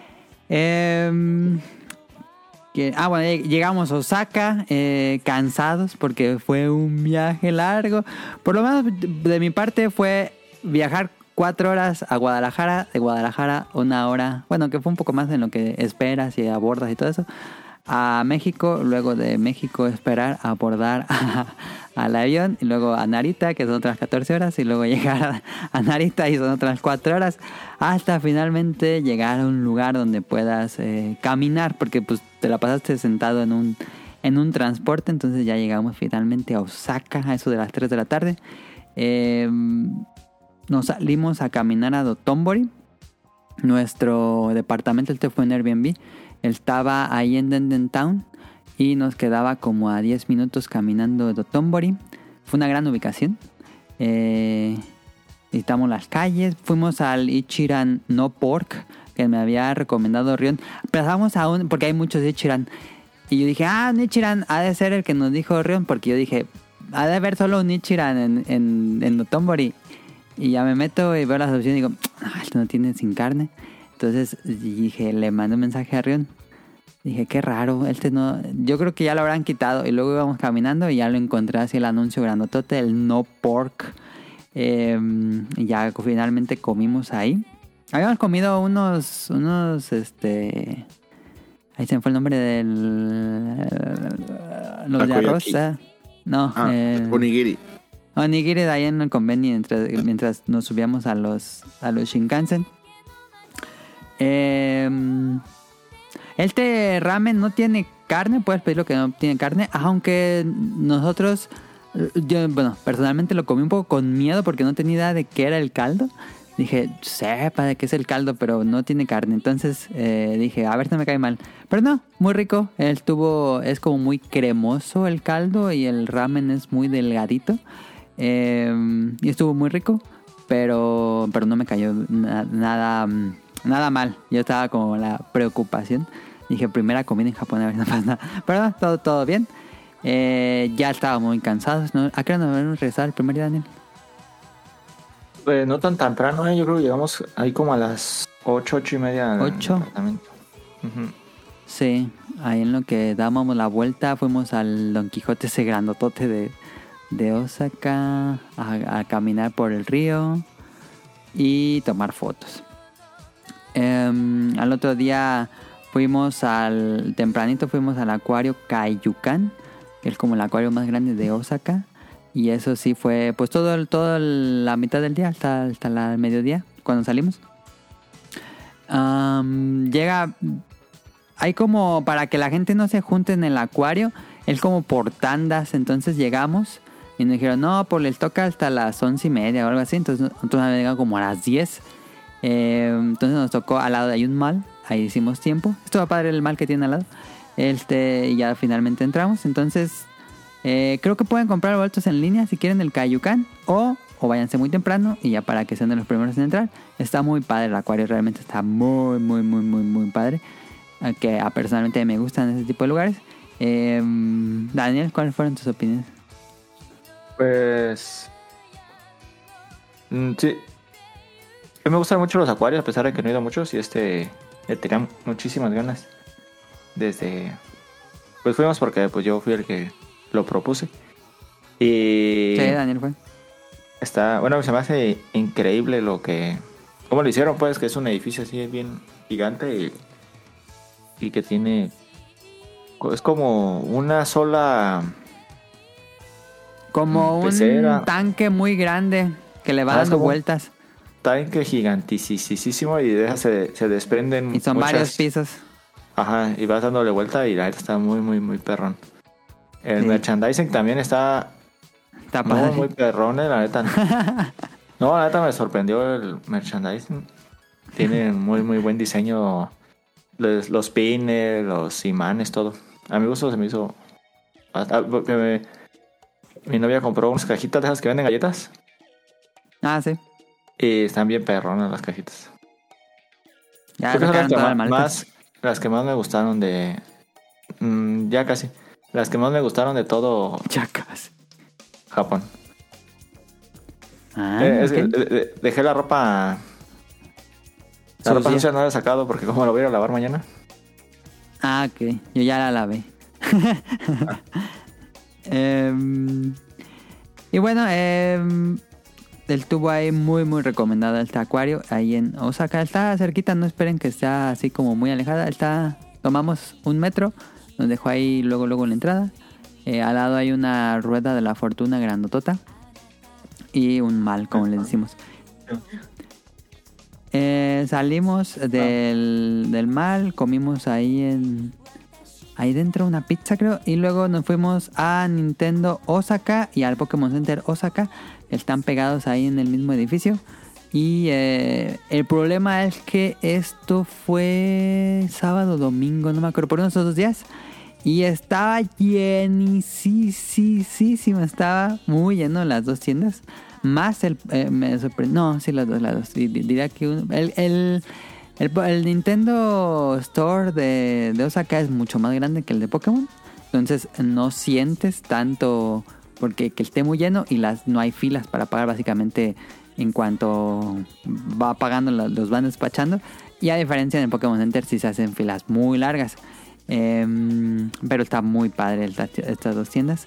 Llegamos a Osaka cansados porque fue un viaje largo. Por lo menos de mi parte fue viajar 4 horas a Guadalajara, de Guadalajara 1 hora, bueno, que fue un poco más de lo que esperas y abordas y todo eso, a México, luego de México esperar a abordar al avión, y luego a Narita, que son otras 14 horas, y luego llegar a Narita y son otras 4 horas, hasta finalmente llegar a un lugar donde puedas caminar, porque pues te la pasaste sentado en un transporte. Entonces ya llegamos finalmente a Osaka, a eso de las 3 de la tarde. Nos salimos a caminar a Dotonbori. Nuestro departamento, fue en Airbnb, estaba ahí en Denden Town y nos quedaba como a 10 minutos caminando de Dotonbori. Fue una gran ubicación. Visitamos las calles, fuimos al Ichiran No Pork que me había recomendado Rion. Pasamos porque hay muchos Ichiran. Y yo dije, un Ichiran ha de ser el que nos dijo Rion, porque yo dije, ha de haber solo un Ichiran en Dotonbori. Y ya me meto y veo las opciones y digo, esto no tiene sin carne. Entonces dije, le mandé un mensaje a Rion. Dije, qué raro, no, yo creo que ya lo habrán quitado. Y luego íbamos caminando y ya lo encontré así el anuncio grandotote, el No Pork. Y ya finalmente comimos ahí. Habíamos comido unos ahí se me fue el nombre los de arroz. Onigiri. Onigiri de ahí en el convenio mientras nos subíamos a los Shinkansen. Ramen no tiene carne, puedes pedir lo que no tiene carne, aunque nosotros, yo personalmente lo comí un poco con miedo porque no tenía idea de qué era el caldo. Dije, sepa de qué es el caldo, pero no tiene carne. Entonces dije, a ver si no me cae mal. Pero no, muy rico. Es como muy cremoso el caldo y el ramen es muy delgadito. Y estuvo muy rico, pero no me cayó nada mal. Yo estaba como la preocupación. Dije, primera comida en Japón, a ver si no pasa nada. Pero no, todo bien. Ya estaba muy cansados, ¿no? ¿A qué hora nos habíamos regresado el primer día, Daniel? No tan temprano, yo creo que llegamos ahí como a las 8:30. ¿8? Uh-huh. Sí, ahí en lo que dábamos la vuelta fuimos al Don Quijote, ese grandotote de Osaka, a caminar por el río y tomar fotos. Al otro día fuimos al acuario Kaiyukan, que es como el acuario más grande de Osaka. Y eso sí fue pues todo la mitad del día, hasta el mediodía, cuando salimos. Hay como, para que la gente no se junte en el acuario, es como por tandas. Entonces llegamos y nos dijeron, no, pues les toca hasta las 11:30 o algo así. Entonces nosotros nos llegamos como a las 10. Entonces nos tocó al lado de hay un mall, ahí hicimos tiempo. Estuvo padre el mall que tiene al lado. Y ya finalmente entramos. Entonces, creo que pueden comprar boletos en línea si quieren el Cayucán. O váyanse muy temprano y ya para que sean de los primeros en entrar. Está muy padre el acuario, realmente está muy, muy, muy, muy, muy padre. Que personalmente me gustan ese tipo de lugares. Daniel, ¿cuáles fueron tus opiniones? Pues... sí. A mí me gustan mucho los acuarios, a pesar de que no he ido a muchos. Y tenía muchísimas ganas. Desde... Pues fuimos porque pues yo fui el que lo propuse. Y... Sí, Daniel fue. Bueno, se me hace increíble cómo lo hicieron, pues, que es un edificio así bien gigante y que tiene... Es como una sola... Como pecera. Un tanque muy grande que le va dando vueltas. Tanque gigantísimo y se desprenden. Y son varios pisos. Ajá, y vas dándole vuelta y la neta está muy, muy, muy perrón. El merchandising también está muy, muy perrón, la neta. No, la neta me sorprendió el merchandising. Tiene muy, muy buen diseño. Los pines, los imanes, todo. A mi gusto se me hizo... Mi novia compró unas cajitas de esas que venden galletas. Ah, sí. Y están bien perronas las cajitas. Ya las que más me gustaron ya casi. Las que más me gustaron de todo... Ya casi. Japón. Okay. Dejé la ropa... La ropa sucia no la he sacado porque como la voy a ir a lavar mañana. Ah, ok. Yo ya la lavé. Y bueno, él tuvo ahí muy muy recomendado este acuario ahí en Osaka. Está cerquita, no esperen que sea así como muy alejada. Tomamos un metro, nos dejó ahí luego en la entrada. Al lado hay una rueda de la fortuna grandotota y un mall, como le decimos. Salimos del mall, comimos ahí dentro una pizza, creo, y luego nos fuimos a Nintendo Osaka y al Pokémon Center Osaka. Están pegados ahí en el mismo edificio. Y el problema es que esto fue sábado, domingo, no me acuerdo, por unos 2 días. Y estaba llenísimo, estaba muy lleno las dos tiendas. Más me sorprendió, no, sí, las dos. Diría que el Nintendo Store de Osaka es mucho más grande que el de Pokémon. Entonces no sientes tanto porque que esté muy lleno y no hay filas para pagar básicamente en cuanto va pagando los van despachando. Y a diferencia en el Pokémon Center sí se hacen filas muy largas. Pero está muy padre estas dos tiendas.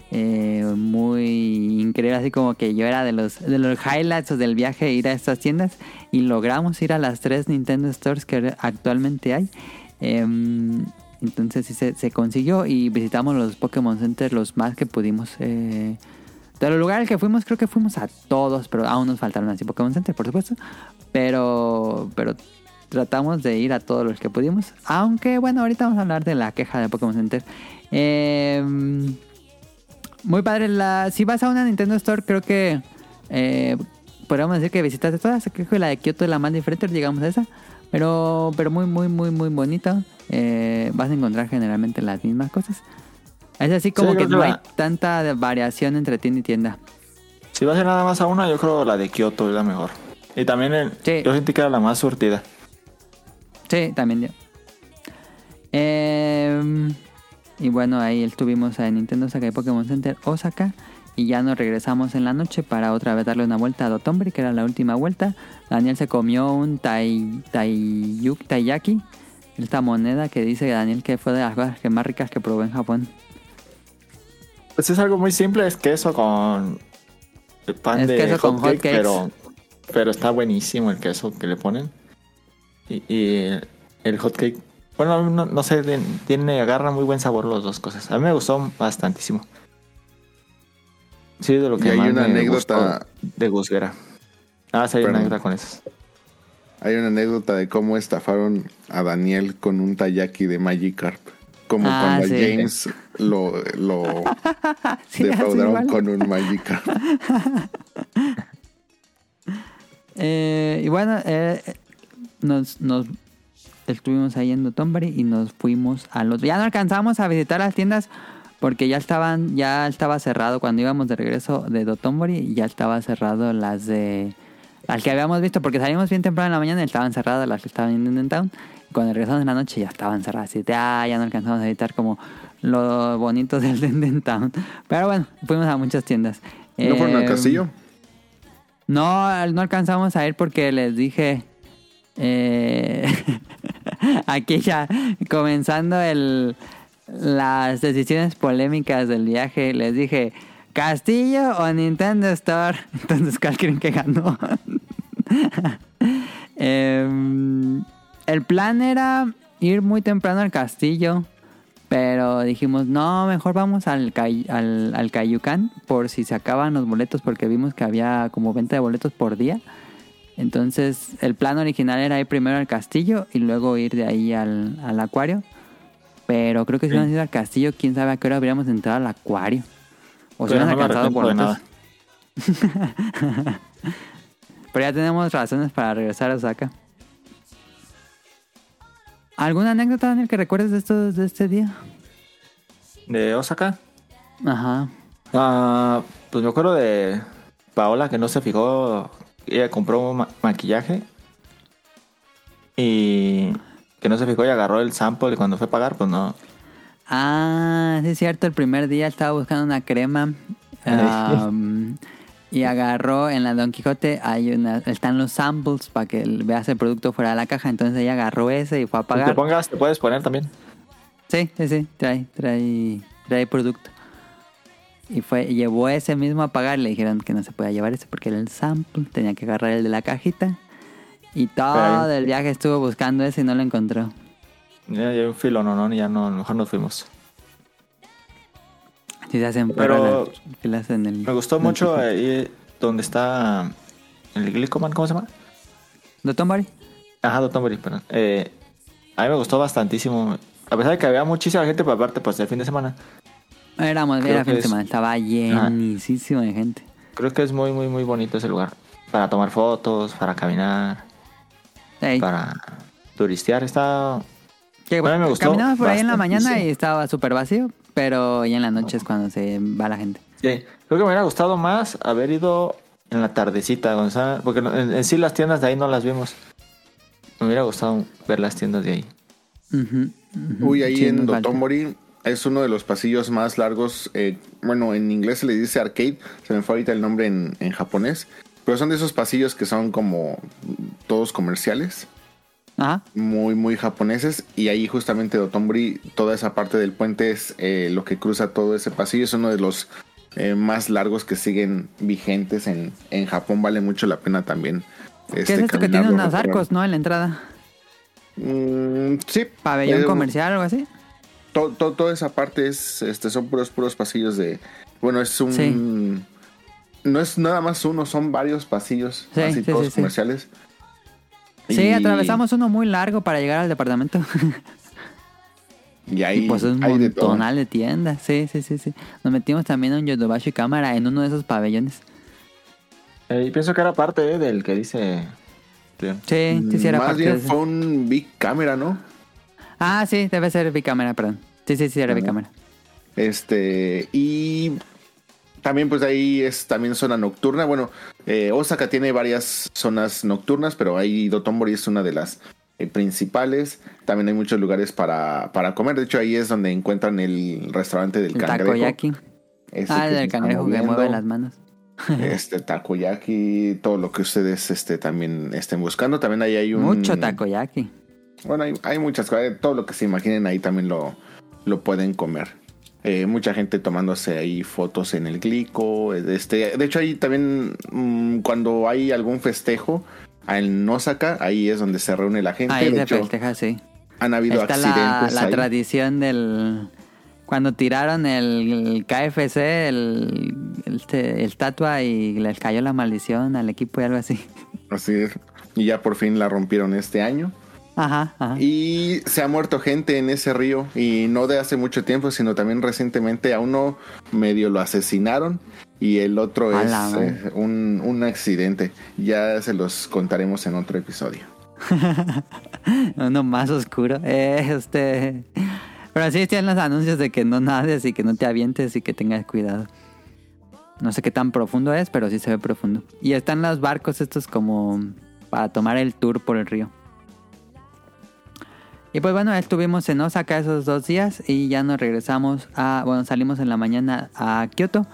Muy increíble, así como que yo era de los highlights del viaje ir a estas tiendas y logramos ir a las 3 Nintendo Stores que actualmente hay. Entonces sí se consiguió y visitamos los Pokémon Center los más que pudimos. De los lugares que fuimos, creo que fuimos a todos, pero aún nos faltaron así Pokémon Center, por supuesto. Pero tratamos de ir a todos los que pudimos. Aunque bueno, ahorita vamos a hablar de la queja de Pokémon Center. Muy padre. Si vas a una Nintendo Store, creo que podríamos decir que visitaste todas. Creo que la de Kyoto es la más diferente. Llegamos a esa. Pero muy, muy, muy, muy bonita. Vas a encontrar generalmente las mismas cosas. Es así como que no hay tanta variación entre tienda y tienda. Si vas a ir nada más a una, yo creo la de Kyoto es la mejor. Y también yo sentí que era la más surtida. Sí, también yo. Y bueno, ahí estuvimos en Nintendo Osaka y Pokémon Center Osaka. Y ya nos regresamos en la noche para otra vez darle una vuelta a Dotonbori, que era la última vuelta. Daniel se comió un taiyaki, esta moneda que dice Daniel que fue de las cosas más ricas que probé en Japón. Pues es algo muy simple, es queso con pan de hot cake, pero está buenísimo el queso que le ponen. Y el hot cake, bueno, no sé, agarra muy buen sabor las dos cosas. A mí me gustó bastantísimo. Sí, de lo que hay más una me anécdota de Gusguera. Sí, hay una anécdota con eso. Hay una anécdota de cómo estafaron a Daniel con un taiyaki de Magikarp. Como cuando sí. James lo sí, defraudaron con un Magikarp. Y bueno, estuvimos ahí en Dotonbori y nos fuimos al otro. Ya no alcanzamos a visitar las tiendas porque ya estaba cerrado. Cuando íbamos de regreso de Dotonbori, ya estaba cerrado las que habíamos visto, porque salimos bien temprano en la mañana y estaban cerradas las que estaban en Indian Town. Y cuando regresamos en la noche ya estaban cerradas. Así ya no alcanzamos a visitar como lo bonito del Indian Town. Pero bueno, fuimos a muchas tiendas. ¿No fueron al castillo? No alcanzamos a ir porque les dije... aquí ya comenzando las decisiones polémicas del viaje, les dije ¿Castillo o Nintendo Store? Entonces ¿cuál creen que ganó? El plan era ir muy temprano al castillo, pero dijimos no, mejor vamos al Cayucán por si se acaban los boletos, porque vimos que había como venta de boletos por día. Entonces el plan original era ir primero al castillo y luego ir de ahí al acuario. Pero creo que si hubiéramos ido al castillo, quién sabe a qué hora habríamos entrado al acuario. O si hubieran alcanzado boletos. Pero ya tenemos razones para regresar a Osaka. ¿Alguna anécdota, Daniel, que recuerdes de este día? ¿De Osaka? Ajá. Pues me acuerdo de Paola, que no se fijó. Ella compró maquillaje y que no se fijó y agarró el sample, y cuando fue a pagar, pues no. Ah, sí es cierto, el primer día estaba buscando una crema y agarró en la Don Quijote, están los samples para que veas el producto fuera de la caja, entonces ella agarró ese y fue a pagar. Si te puedes poner también. Sí, trae producto. Y llevó ese mismo a pagar. Le dijeron que no se podía llevar ese porque era el sample. Tenía que agarrar el de la cajita. Y todo el viaje estuvo buscando ese y no lo encontró. Ya un filo, no, y ya no, mejor nos fuimos. Sí, se hacen pero las filas en el... Me gustó mucho ahí donde está el Glicoman, ¿cómo se llama? ¿Dotonbori? Ajá, Dotonbori, perdón. A mí me gustó bastantísimo. A pesar de que había muchísima gente, por aparte, pues el fin de semana. Era fin de semana, estaba llenísimo de gente. Creo que es muy, muy, muy bonito ese lugar. Para tomar fotos, para caminar, para turistear. Está... Bueno, me gustó. Caminamos por ahí en la mañana y estaba súper vacío, pero ya en la noche es cuando se va la gente. Sí, creo que me hubiera gustado más haber ido en la tardecita, porque en sí las tiendas de ahí no las vimos. Me hubiera gustado ver las tiendas de ahí. Uy, ahí sí, en Dotonbori es uno de los pasillos más largos. Bueno, en inglés se le dice arcade. Se me fue ahorita el nombre en japonés. Pero son de esos pasillos que son como todos comerciales. Ajá. Muy, muy japoneses. Y ahí justamente Dotonbori, toda esa parte del puente es lo que cruza todo ese pasillo. Es uno de los más largos que siguen vigentes en Japón. Vale mucho la pena también. ¿Qué es esto que tiene unos arcos, no? En la entrada. Sí. ¿Pabellón comercial o algo así? Toda esa parte son puros pasillos de... Bueno, es un... Sí. No es nada más uno, son varios pasillos, así todos comerciales. Sí, atravesamos uno muy largo para llegar al departamento. Y pues es un montonal de tiendas. Sí. Nos metimos también a un Yodobashi Cámara en uno de esos pabellones. Pienso que era parte del que dice... Sí, era más parte bien fue un Big Camera, ¿no? Ah, sí, debe ser Big Camera, perdón. Sí, era Big Camera. Y también pues ahí es también zona nocturna. Bueno, Osaka tiene varias zonas nocturnas, pero ahí Dotonbori es una de las principales. También hay muchos lugares para comer. De hecho, ahí es donde encuentran el restaurante del cangrejo. Takoyaki. Del cangrejo que mueve las manos. Takoyaki, todo lo que ustedes también estén buscando. También ahí hay mucho takoyaki. Bueno, hay muchas cosas. Todo lo que se imaginen ahí también lo pueden comer. Mucha gente tomándose ahí fotos en el Glico. De hecho, ahí también cuando hay algún festejo en Osaka, ahí es donde se reúne la gente. Ahí de se hecho, festeja, sí. Han habido accidentes. La tradición del... Cuando tiraron el KFC, el estatua y les cayó la maldición al equipo y algo así. Así es. Y ya por fin la rompieron este año. Ajá. Y se ha muerto gente en ese río. Y no de hace mucho tiempo, sino también recientemente. A uno medio lo asesinaron. Y el otro es un accidente. Ya se los contaremos en otro episodio. Uno más oscuro. Pero sí tienen los anuncios de que no nades y que no te avientes y que tengas cuidado. No sé qué tan profundo es, pero sí se ve profundo. Y están los barcos estos como para tomar el tour por el río. Y pues bueno, estuvimos en Osaka esos 2 días y ya nos regresamos salimos en la mañana a Kioto.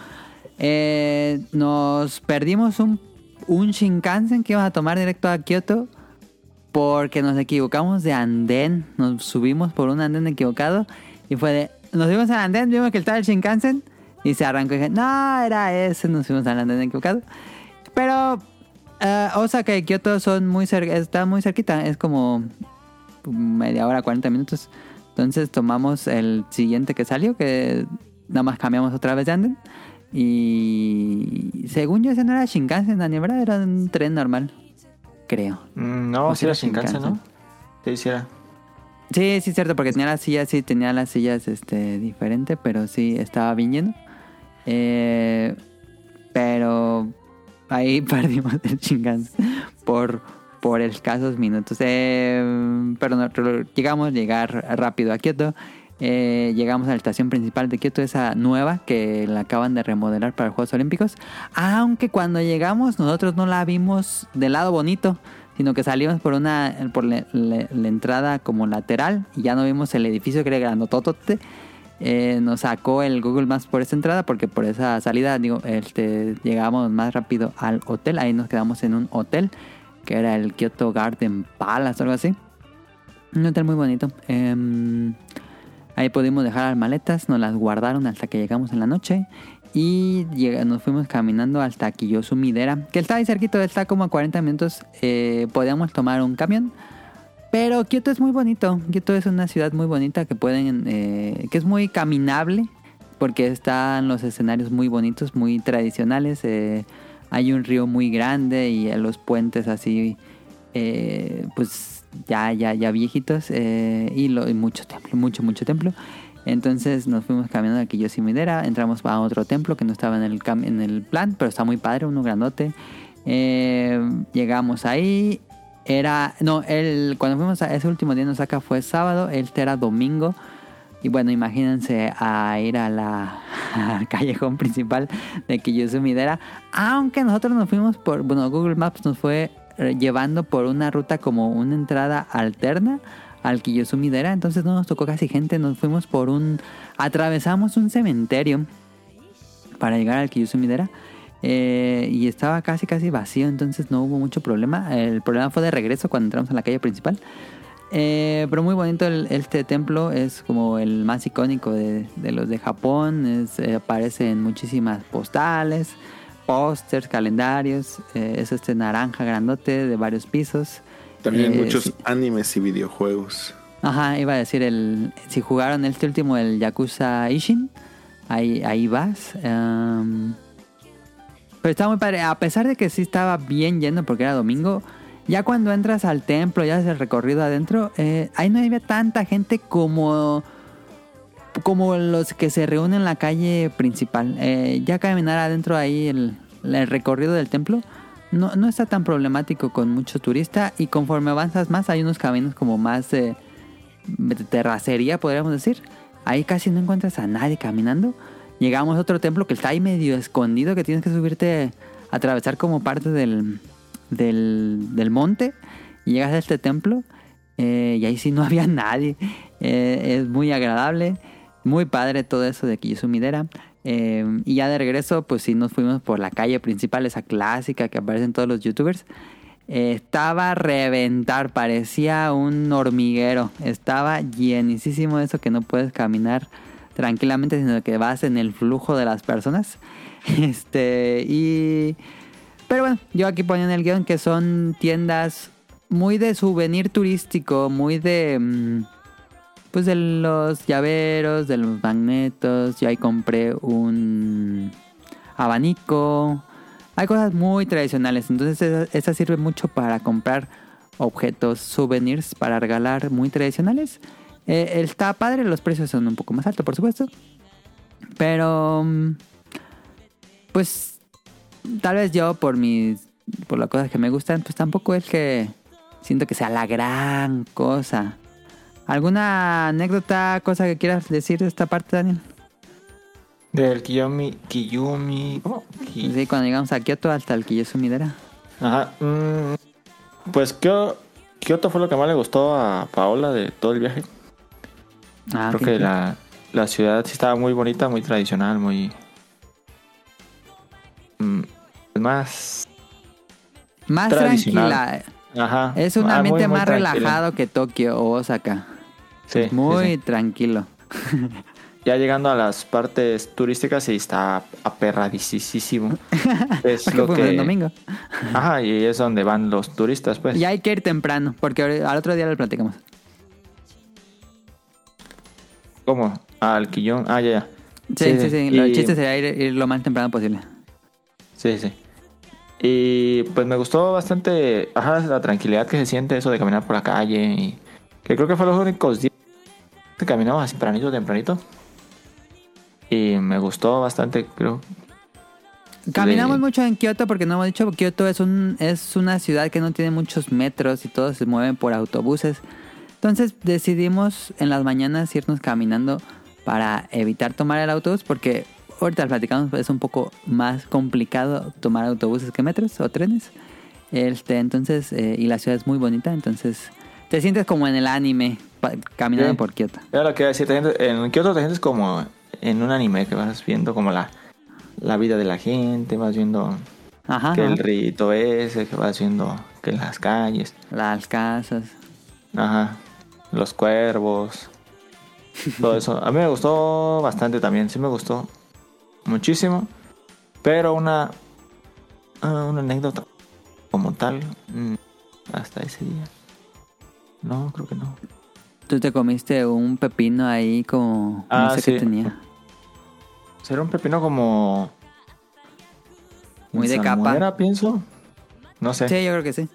Nos perdimos un Shinkansen que íbamos a tomar directo a Kioto porque nos equivocamos de andén. Nos subimos por un andén equivocado y nos subimos al andén, vimos que estaba el Shinkansen y se arrancó y dije, no, era ese, nos fuimos al andén equivocado. Pero Osaka y Kioto está muy cerquita, es como media hora, 40 minutos. Entonces tomamos el siguiente que salió, que nada más cambiamos otra vez de anden. Y según yo ese no era Shinkansen, Dani, ¿verdad? Era un tren normal, creo. No, sí era Shinkansen, ¿no? Sí, sí era. Sí, es cierto, porque tenía las sillas diferente, pero sí estaba bien lleno. Pero ahí perdimos el Shinkansen por escasos minutos. Pero no, llegar rápido a Kioto. Llegamos a la estación principal de Kioto, esa nueva que la acaban de remodelar para los Juegos Olímpicos. Aunque cuando llegamos nosotros no la vimos del lado bonito, sino que salimos por la entrada como lateral y ya no vimos el edificio que era grandototote. Nos sacó el Google Maps por esa entrada porque por esa salida llegamos más rápido al hotel. Ahí nos quedamos en un hotel que era el Kyoto Garden Palace o algo así. Un hotel muy bonito. Ahí pudimos dejar las maletas, nos las guardaron hasta que llegamos en la noche. Y nos fuimos caminando hasta Kiyosu Midera, que está ahí cerquito, está como a 40 minutos. Podíamos tomar un camión. Pero Kyoto es muy bonito. Kyoto es una ciudad muy bonita que es muy caminable. Porque están los escenarios muy bonitos, muy tradicionales. Hay un río muy grande y los puentes así, pues ya viejitos. Y mucho templo, mucho templo. Entonces nos fuimos caminando a Kiyosu Midera. Entramos a otro templo que no estaba en el plan, pero está muy padre, uno grandote. Llegamos ahí. Cuando fuimos a ese último día en Osaka fue sábado, este era domingo. Y bueno, imagínense a ir al callejón principal de Kiyosu Midera. Aunque nosotros nos fuimos Google Maps nos fue llevando por una ruta como una entrada alterna al Kiyosu Midera. Entonces no nos tocó casi gente. Nos fuimos atravesamos un cementerio para llegar al Kiyosu Midera. Y estaba casi vacío, entonces no hubo mucho problema. El problema fue de regreso cuando entramos a la calle principal. Pero muy bonito este templo, es como el más icónico de los de Japón. Aparece en muchísimas postales, pósters, calendarios. Es naranja grandote de varios pisos. También muchos animes y videojuegos. Ajá, iba a decir si jugaron este último, el Yakuza Ishin, ahí vas. Pero estaba muy padre, a pesar de que sí estaba bien lleno porque era domingo. Ya cuando entras al templo, ya haces el recorrido adentro, ahí no había tanta gente como los que se reúnen en la calle principal. Ya caminar adentro ahí, el recorrido del templo, no está tan problemático con mucho turista. Y conforme avanzas más, hay unos caminos como más de terracería, podríamos decir. Ahí casi no encuentras a nadie caminando. Llegamos a otro templo que está ahí medio escondido, que tienes que subirte, atravesar como parte del monte. Y llegas a este templo y ahí sí no había nadie. Es muy agradable, muy padre todo eso de Kiyosu Midera. Y ya de regreso, pues sí nos fuimos por la calle principal, esa clásica que aparece en todos los youtubers. Estaba a reventar, parecía un hormiguero. Estaba llenísimo, eso que no puedes caminar tranquilamente, sino que vas en el flujo de las personas. Pero bueno, yo aquí ponía en el guión que son tiendas muy de souvenir turístico, muy de pues de los llaveros, de los magnetos. Yo ahí compré un abanico. Hay cosas muy tradicionales, entonces esa sirve mucho para comprar objetos, souvenirs para regalar muy tradicionales. Está padre, los precios son un poco más altos, por supuesto. Pero pues tal vez yo por las cosas que me gustan, pues tampoco es que siento que sea la gran cosa. ¿Alguna anécdota, cosa que quieras decir de esta parte, Daniel? Del Kiyumi, ¿cómo? Sí, cuando llegamos a Kioto hasta el Kiyosu-Midera. Ajá. Pues Kioto fue lo que más le gustó a Paola de todo el viaje. Creo que la ciudad sí estaba muy bonita, muy tradicional, muy... más tranquila. Ajá. Es un ambiente muy más relajado que Tokio o Osaka. Sí. Muy sí. tranquilo. Ya llegando a las partes turísticas sí está aperradísimo. Es lo que... el domingo. Ajá, y es donde van los turistas, pues. Y hay que ir temprano, porque al otro día lo platicamos. ¿Cómo? Al Quillón. Ya. Sí. El chiste sería ir lo más temprano posible. Sí. Y pues me gustó bastante, la tranquilidad que se siente, eso de caminar por la calle. Y que creo que fue los únicos días que caminamos tempranito. Y me gustó bastante, creo. Caminamos mucho en Kioto porque no hemos dicho, Kioto es una ciudad que no tiene muchos metros y todos se mueven por autobuses. Entonces decidimos en las mañanas irnos caminando para evitar tomar el autobús porque ahorita platicamos, es un poco más complicado tomar autobuses que metros o trenes. Entonces, y la ciudad es muy bonita, entonces te sientes como en el anime caminando por Kioto. Era lo que iba a decir, en Kioto te sientes como en un anime, que vas viendo como la vida de la gente, vas viendo el rito ese, que vas viendo que las calles, las casas, los cuervos, todo eso. A mí me gustó bastante también, sí me gustó muchísimo, pero una anécdota como tal hasta ese día no, creo que no. ¿Tú te comiste un pepino ahí como no sé qué tenía? Era un pepino como muy de capa, pienso, no sé. Sí, yo creo que sí.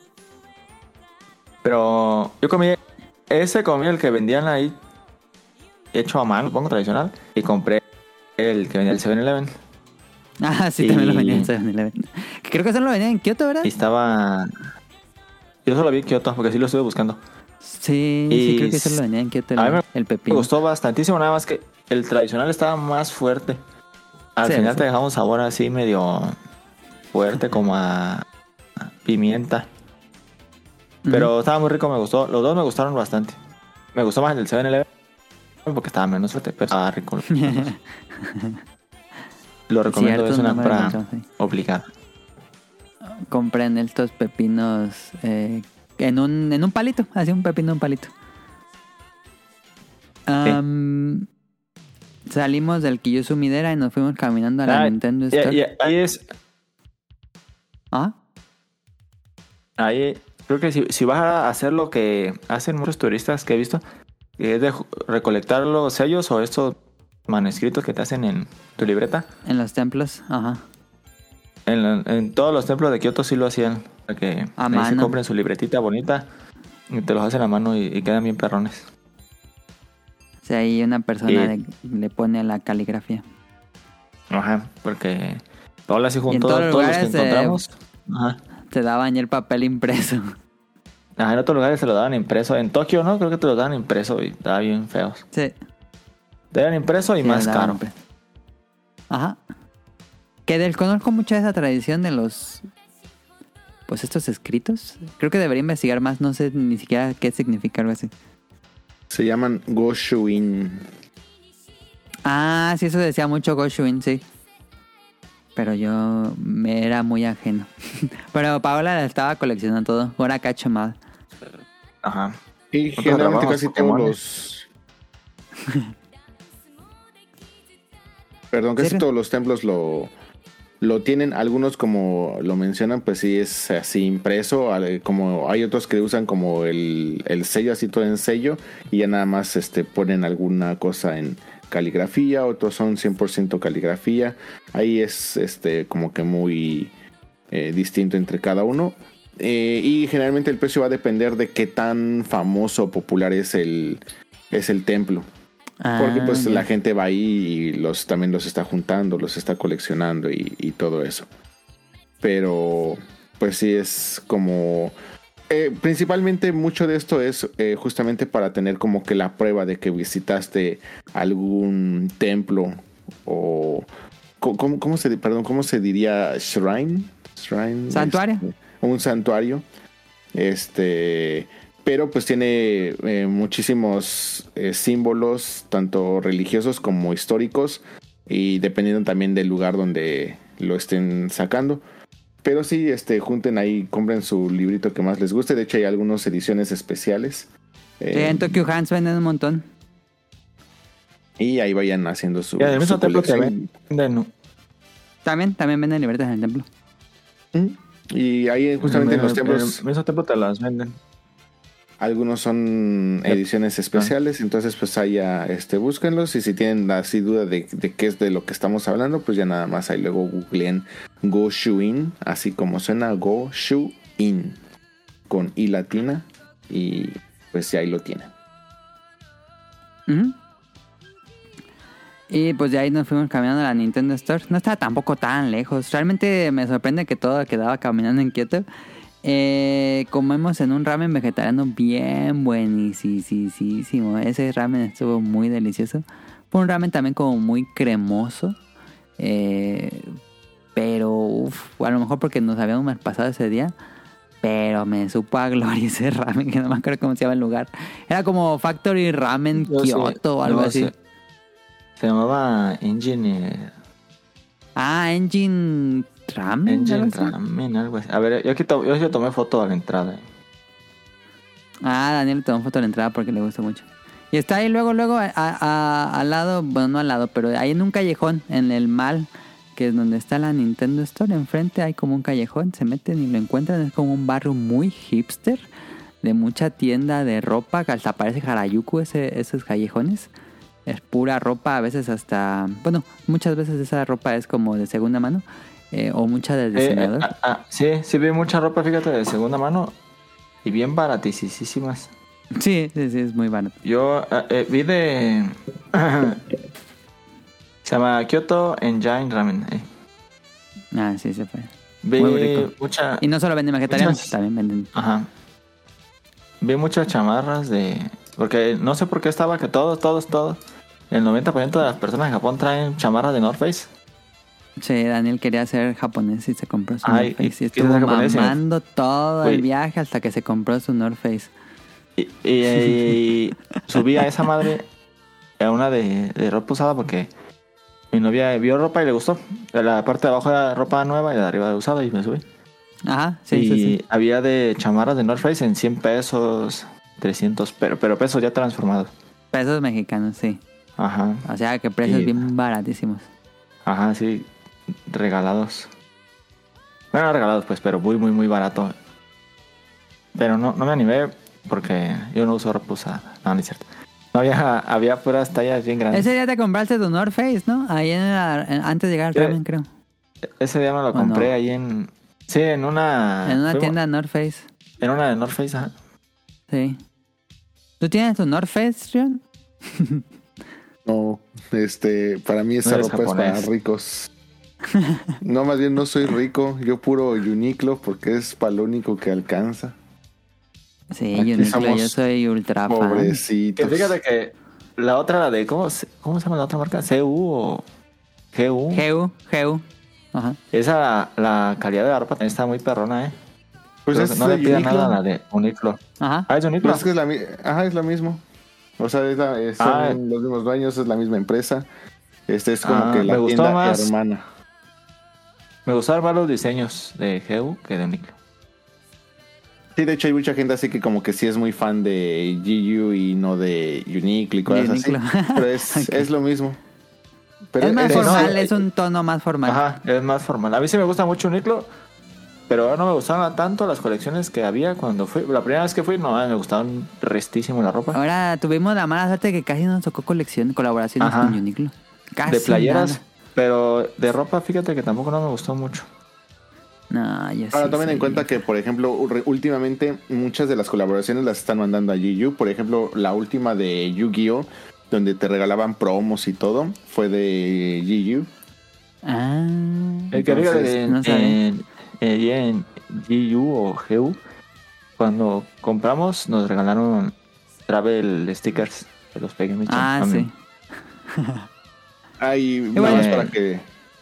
Pero yo comí el que vendían ahí hecho a mano, supongo, tradicional, y compré el que venía del 7-Eleven. Sí, también lo vendían en 7-Eleven. Creo que eso lo vendían en Kioto, ¿verdad? Y estaba... Yo solo vi en Kioto, porque sí lo estuve buscando. Sí, creo que eso lo vendían en Kioto, el pepino. Me gustó bastantísimo, nada más que el tradicional estaba más fuerte. Al final te dejaba un sabor así medio fuerte, como a pimienta. Pero estaba muy rico, me gustó. Los dos me gustaron bastante. Me gustó más el del 7-Eleven porque estaba menos fuerte, pero estaba rico. Lo recomiendo, es una compra obligada. Compren estos pepinos en un palito, así un pepino en un palito. Salimos del Kiyosu-Midera y nos fuimos caminando a la Nintendo Store. Ahí es... Ahí creo que si vas a hacer lo que hacen muchos turistas que he visto, que es de recolectar los sellos o estos manuscritos que te hacen en tu libreta. En los templos, En todos los templos de Kioto sí lo hacían. Para que se compren su libretita bonita y te los hacen a mano y quedan bien perrones. O sea, ahí una persona le pone la caligrafía. Porque Paola sí juntó todos los que encontramos. Te daban el papel impreso. En otros lugares se lo daban impreso. En Tokio, ¿no? Creo que te lo daban impreso y estaba bien feos. Sí. Te daban impreso y más caro. Que desconozco mucho esa tradición de los... Pues estos escritos. Creo que debería investigar más. No sé ni siquiera qué significa algo así. Se llaman Goshuin. Sí, eso decía mucho Goshuin, sí. Pero yo me era muy ajeno. Pero Paola la estaba coleccionando todo. Ahora cacho mal. Y generalmente casi todos los... Perdón, casi todos los templos lo tienen. Algunos, como lo mencionan, pues sí es así impreso. Como hay otros que usan como el sello, así todo en sello. Y ya nada más ponen alguna cosa en caligrafía. Otros son 100% caligrafía. Ahí es como que muy distinto entre cada uno. Y generalmente el precio va a depender de qué tan famoso o popular es el templo. Porque pues la gente va ahí y también los está juntando, los está coleccionando y todo eso. Pero pues sí es como... Principalmente mucho de esto es justamente para tener como que la prueba de que visitaste algún templo o ¿cómo se diría? Shrine, santuario, un santuario, pero pues tiene muchísimos símbolos tanto religiosos como históricos y dependiendo también del lugar donde lo estén sacando. Pero sí, junten ahí, compren su librito que más les guste. De hecho, hay algunas ediciones especiales. En Tokyo Hands venden un montón. Y ahí vayan haciendo su. Y en el mismo templo que venden. También venden libretas en el templo. Y ahí justamente en los templos. En el mismo templo te las venden. Algunos son ediciones especiales, entonces pues ahí ya búsquenlos y si tienen así duda de qué es de lo que estamos hablando, pues ya nada más ahí luego googleen Goshuin, así como suena Goshuin, con I latina y pues ya ahí lo tienen. Y pues de ahí nos fuimos caminando a la Nintendo Store. No estaba tampoco tan lejos. Realmente me sorprende que todo quedaba caminando en Kioto. Comemos en un ramen vegetariano bien buenísimo. Ese ramen estuvo muy delicioso. Fue un ramen también como muy cremoso. Pero a lo mejor porque nos habíamos pasado ese día. Pero me supo a gloria ese ramen, que no me acuerdo cómo se llama el lugar. Era como Factory Ramen Kyoto o algo así. Se llamaba Engine. Engine Ramen. Engine Ramen, algo así. A ver, yo tomé foto a la entrada. Daniel le tomó foto a la entrada porque le gustó mucho. Y está ahí luego al lado, bueno, no al lado, pero ahí en un callejón, en el mall, que es donde está la Nintendo Store, enfrente hay como un callejón, se meten y lo encuentran, es como un barrio muy hipster, de mucha tienda de ropa, que hasta parece Harajuku esos callejones. Es pura ropa, a veces hasta, bueno, muchas veces esa ropa es como de segunda mano, o mucha de diseñador. Sí, vi mucha ropa, fíjate, de segunda mano y bien baratísimas. Sí, es muy barato. Yo vi de... se llama Kyoto Engine Ramen. Sí, se fue. Vi muy rico. mucha... Y no solo venden vegetarianos, también venden... Ajá. Vi muchas chamarras de... Porque no sé por qué estaba que todos, el 90% de las personas en Japón traen chamarras de North Face. Sí, Daniel quería ser japonés y se compró su North Face. Y estuvo mamando todo el viaje hasta que se compró su North Face. Y subí a esa madre a una de ropa usada porque mi novia vio ropa y le gustó. La parte de abajo era ropa nueva y la de arriba de usada y me subí. Ajá, sí. Había de chamarras de North Face en 100 pesos, 300, pero pesos ya transformados. Pesos mexicanos, sí. Ajá. O sea que precios bien baratísimos. Ajá, sí. Regalados. Bueno, no regalados pues, pero muy, muy, muy barato. Pero no me animé porque yo no uso ropa usada. No es cierto. No había puras tallas bien grandes. Ese día te compraste tu North Face, ¿no? Ahí antes de llegar al ramen, creo. Ese día me lo compré ahí en... Sí, en una tienda North Face. En una de North Face, ajá. Sí. ¿Tú tienes tu North Face, Rion? No, para mí esa ropa japonés. Es para ricos. No, más bien no soy rico. Yo puro Uniqlo porque es para lo único que alcanza. Sí, Uniqlo, yo soy ultra fan. Pobrecitos. Que fíjate que la otra, de ¿cómo se llama la otra marca? ¿CU o GU? GU. Ajá. Esa, la calidad de la ropa también está muy perrona, Pues no le pida nada a la de Uniqlo. Ajá. Es Uniqlo. Pues es que es lo mismo. O sea, son los mismos dueños, es la misma empresa. Es como que la tienda hermana. Me gustaron más los diseños de GU que de Uniqlo. Sí, de hecho hay mucha gente así que como que sí es muy fan de GU y no de Uniqlo y cosas así. Pero es lo mismo. Pero es más formal, es un tono más formal. Ajá, es más formal. A mí sí me gusta mucho Uniqlo, pero no me gustaban tanto las colecciones que había cuando fui. La primera vez que fui, no, me gustaban restísimo la ropa. Ahora tuvimos la mala suerte que casi nos tocó colaboraciones con Uniqlo. Casi de playeras, nada. Pero de ropa, fíjate que tampoco no me gustó mucho. No, yo Ahora tomen en cuenta que, por ejemplo, últimamente muchas de las colaboraciones las están mandando a GU. Por ejemplo, la última de Yu-Gi-Oh, donde te regalaban promos y todo, fue de GU. El que diga en GU o GU cuando compramos nos regalaron travel stickers de los Peguemichan. Ah, sí. Ay, nada más para que...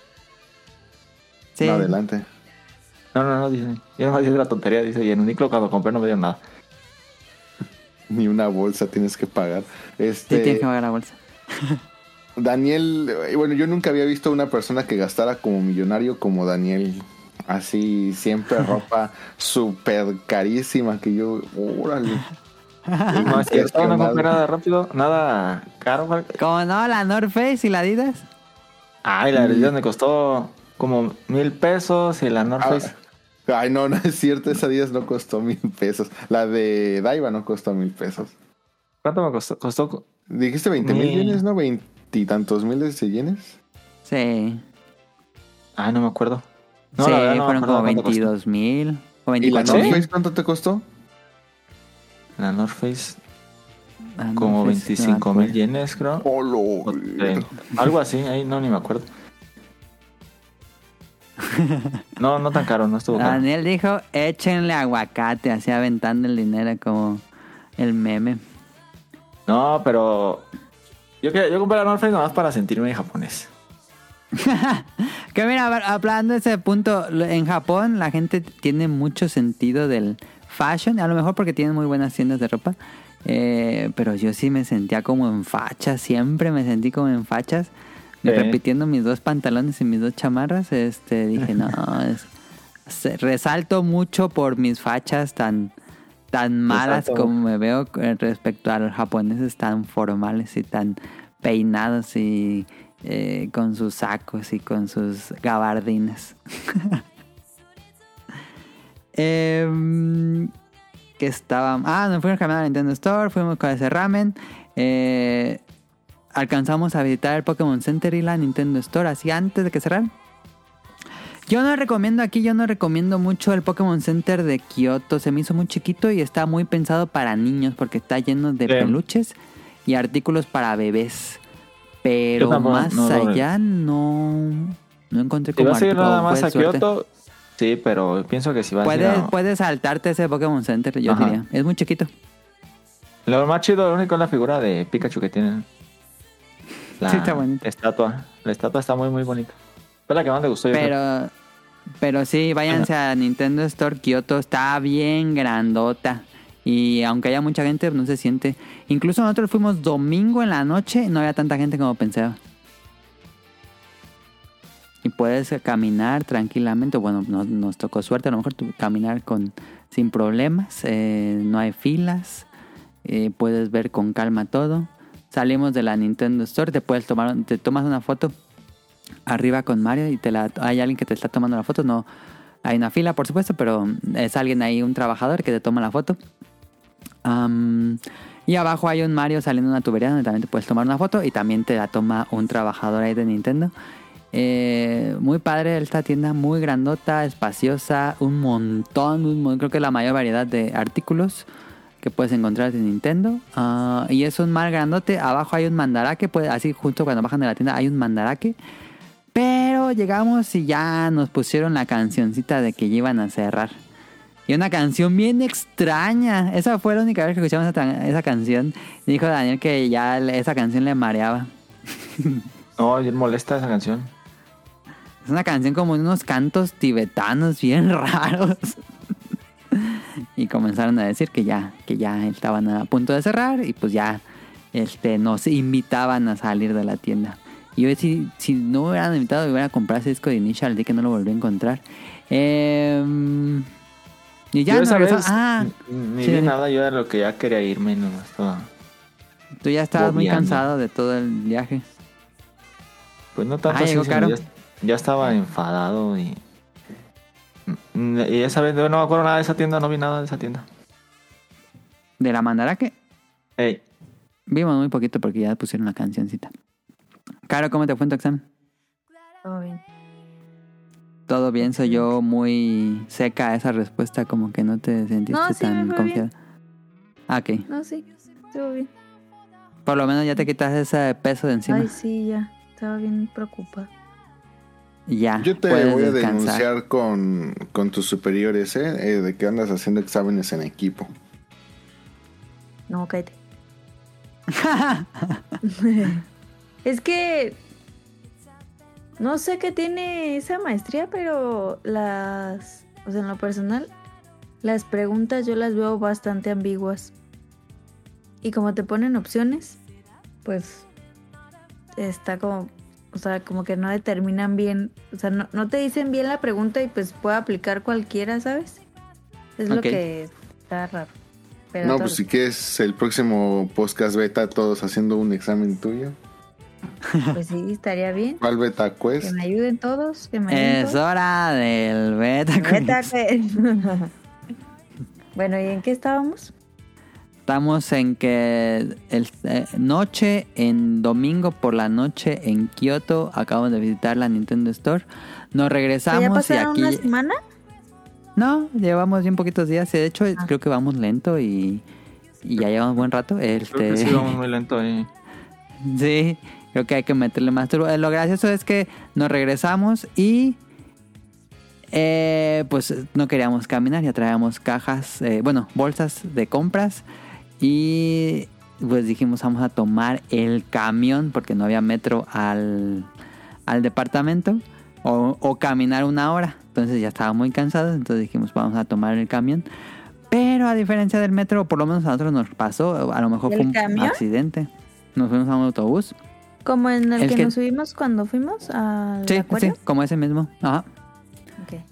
Sí. No, adelante. No, dice. Yo no me dije la tontería, dice. Y en Uniqlo cuando compré no me dieron nada. Ni una bolsa tienes que pagar. Sí, tienes que pagar la bolsa. Daniel, bueno, yo nunca había visto una persona que gastara como millonario como Daniel. Así, siempre ropa súper carísima que yo... ¡Órale! No, es que no compré nada rápido, nada caro. ¿Cómo no? ¿La North Face y la Adidas? Ay, la Adidas me costó como $1,000 y la North Face. Ay, no es cierto, esa Adidas no costó $1,000. La de Daiwa no costó $1,000. ¿Cuánto me costó? Dijiste 20,000 yenes, ¿no? 20 y tantos miles de yenes. Sí. Ay, no me acuerdo. No, sí, no fueron como 22,000 o 24,000. ¿Y la North Face cuánto te costó? La North Face como 25,000 yenes, creo. Algo así, ahí no, ni me acuerdo. No tan caro, no estuvo caro. Daniel dijo, échenle aguacate, así aventando el dinero como el meme. No, pero yo compré la North Face nomás para sentirme japonés. Que mira, hablando de ese punto, en Japón la gente tiene mucho sentido del fashion, a lo mejor porque tienen muy buenas tiendas de ropa, pero yo sí me sentía como en fachas, siempre me sentí como en fachas, repitiendo mis 2 pantalones y mis 2 chamarras. Dije, no, resalto mucho por mis fachas tan malas como me veo respecto a los japoneses tan formales y tan peinados y con sus sacos y con sus gabardines. Que estaban... nos fuimos caminando a Nintendo Store, fuimos con ese ramen, alcanzamos a visitar el Pokémon Center y la Nintendo Store así antes de que cerraran. Yo no recomiendo mucho el Pokémon Center de Kioto, se me hizo muy chiquito y está muy pensado para niños porque está lleno de peluches y artículos para bebés. Pero más allá no encontré como artículo. Si vas a ir nada más a suerte. Kioto, sí, pero pienso que si vas a ir puedes saltarte ese Pokémon Center, yo diría. Es muy chiquito. Lo más chido, lo único es la figura de Pikachu que tienen. Sí, está bonita. Estatua. La estatua está muy, muy bonita. Fue la que más me gustó. Pero sí, váyanse a Nintendo Store Kyoto, está bien grandota. Y aunque haya mucha gente, no se siente. Incluso nosotros fuimos domingo en la noche, no había tanta gente como pensaba. Y puedes caminar tranquilamente. Bueno, nos tocó suerte, a lo mejor caminar sin problemas. No hay filas. Puedes ver con calma todo. Salimos de la Nintendo Store, te tomas una foto arriba con Mario y hay alguien que te está tomando la foto. No hay una fila, por supuesto, pero es alguien ahí, un trabajador que te toma la foto. Y abajo hay un Mario saliendo de una tubería donde también te puedes tomar una foto y también te la toma un trabajador ahí de Nintendo. Muy padre esta tienda, muy grandota, espaciosa, un montón, creo que la mayor variedad de artículos que puedes encontrar de Nintendo. Y es un mar grandote. Abajo hay un Mandarake, así justo cuando bajan de la tienda hay un Mandarake. Pero llegamos y ya nos pusieron la cancioncita de que ya iban a cerrar. Y una canción bien extraña. Esa fue la única vez que escuchamos esa canción. Y dijo Daniel que ya esa canción le mareaba. No, bien molesta esa canción. Es una canción como de unos cantos tibetanos bien raros. Y comenzaron a decir que ya estaban a punto de cerrar. Y pues ya nos invitaban a salir de la tienda. Y yo si no me hubieran invitado, me hubiera comprado ese disco de Initial D que no lo volví a encontrar. Y ya yo esa vez ni vi nada, yo era lo que ya quería irme. No estaba. Tú ya estabas muy cansado de todo el viaje. Pues no tanto así, ya estaba enfadado y esa vez yo no me acuerdo nada de esa tienda, no vi nada de esa tienda. ¿De la Mandarake? Hey. Vimos muy poquito porque ya pusieron la cancioncita. Caro, ¿cómo te fue en tu examen? Todo bien. Todo bien, soy yo muy seca esa respuesta, como que no te sentiste tan confiada. Ok. No, sí, estuvo bien. Por lo menos ya te quitas ese peso de encima. Ay, sí, ya. Estaba bien preocupada. Ya. Yo te puedes voy a descansar. denunciar con tus superiores, de que andas haciendo exámenes en equipo. No, cállate. Es que no sé qué tiene esa maestría, pero o sea, en lo personal, las preguntas yo las veo bastante ambiguas. Y como te ponen opciones, pues está como, o sea, como que no determinan bien, o sea, no te dicen bien la pregunta y pues puede aplicar cualquiera, ¿sabes? Es lo que está raro. Pero No, todo- pues si quieres el próximo podcast beta, todos haciendo un examen tuyo. Pues sí, estaría bien. ¿Cuál beta Que quest? me ayuden todos, que me ayuden Es todos. hora del Beta Beta Quiz. Quiz. Bueno, ¿y en qué estábamos? Estamos en que domingo por la noche en Kioto acabamos de visitar la Nintendo Store. Nos regresamos ¿Ya y pasaron aquí... una semana? No, llevamos bien poquitos días. De hecho, creo que vamos lento y ya llevamos buen rato. Creo que sí, vamos muy lento ahí. Sí, creo que hay que meterle más turbo. Lo gracioso es que nos regresamos y pues no queríamos caminar, ya traíamos cajas, bolsas de compras y pues dijimos vamos a tomar el camión porque no había metro al departamento o caminar una hora. Entonces ya estaba muy cansados, entonces dijimos vamos a tomar el camión. Pero a diferencia del metro, por lo menos a nosotros nos pasó, a lo mejor fue un camión? accidente. Nos fuimos a un autobús. Como en el El que que- nos subimos cuando fuimos al Sí, acuario. sí, como ese mismo. Ajá. Ok.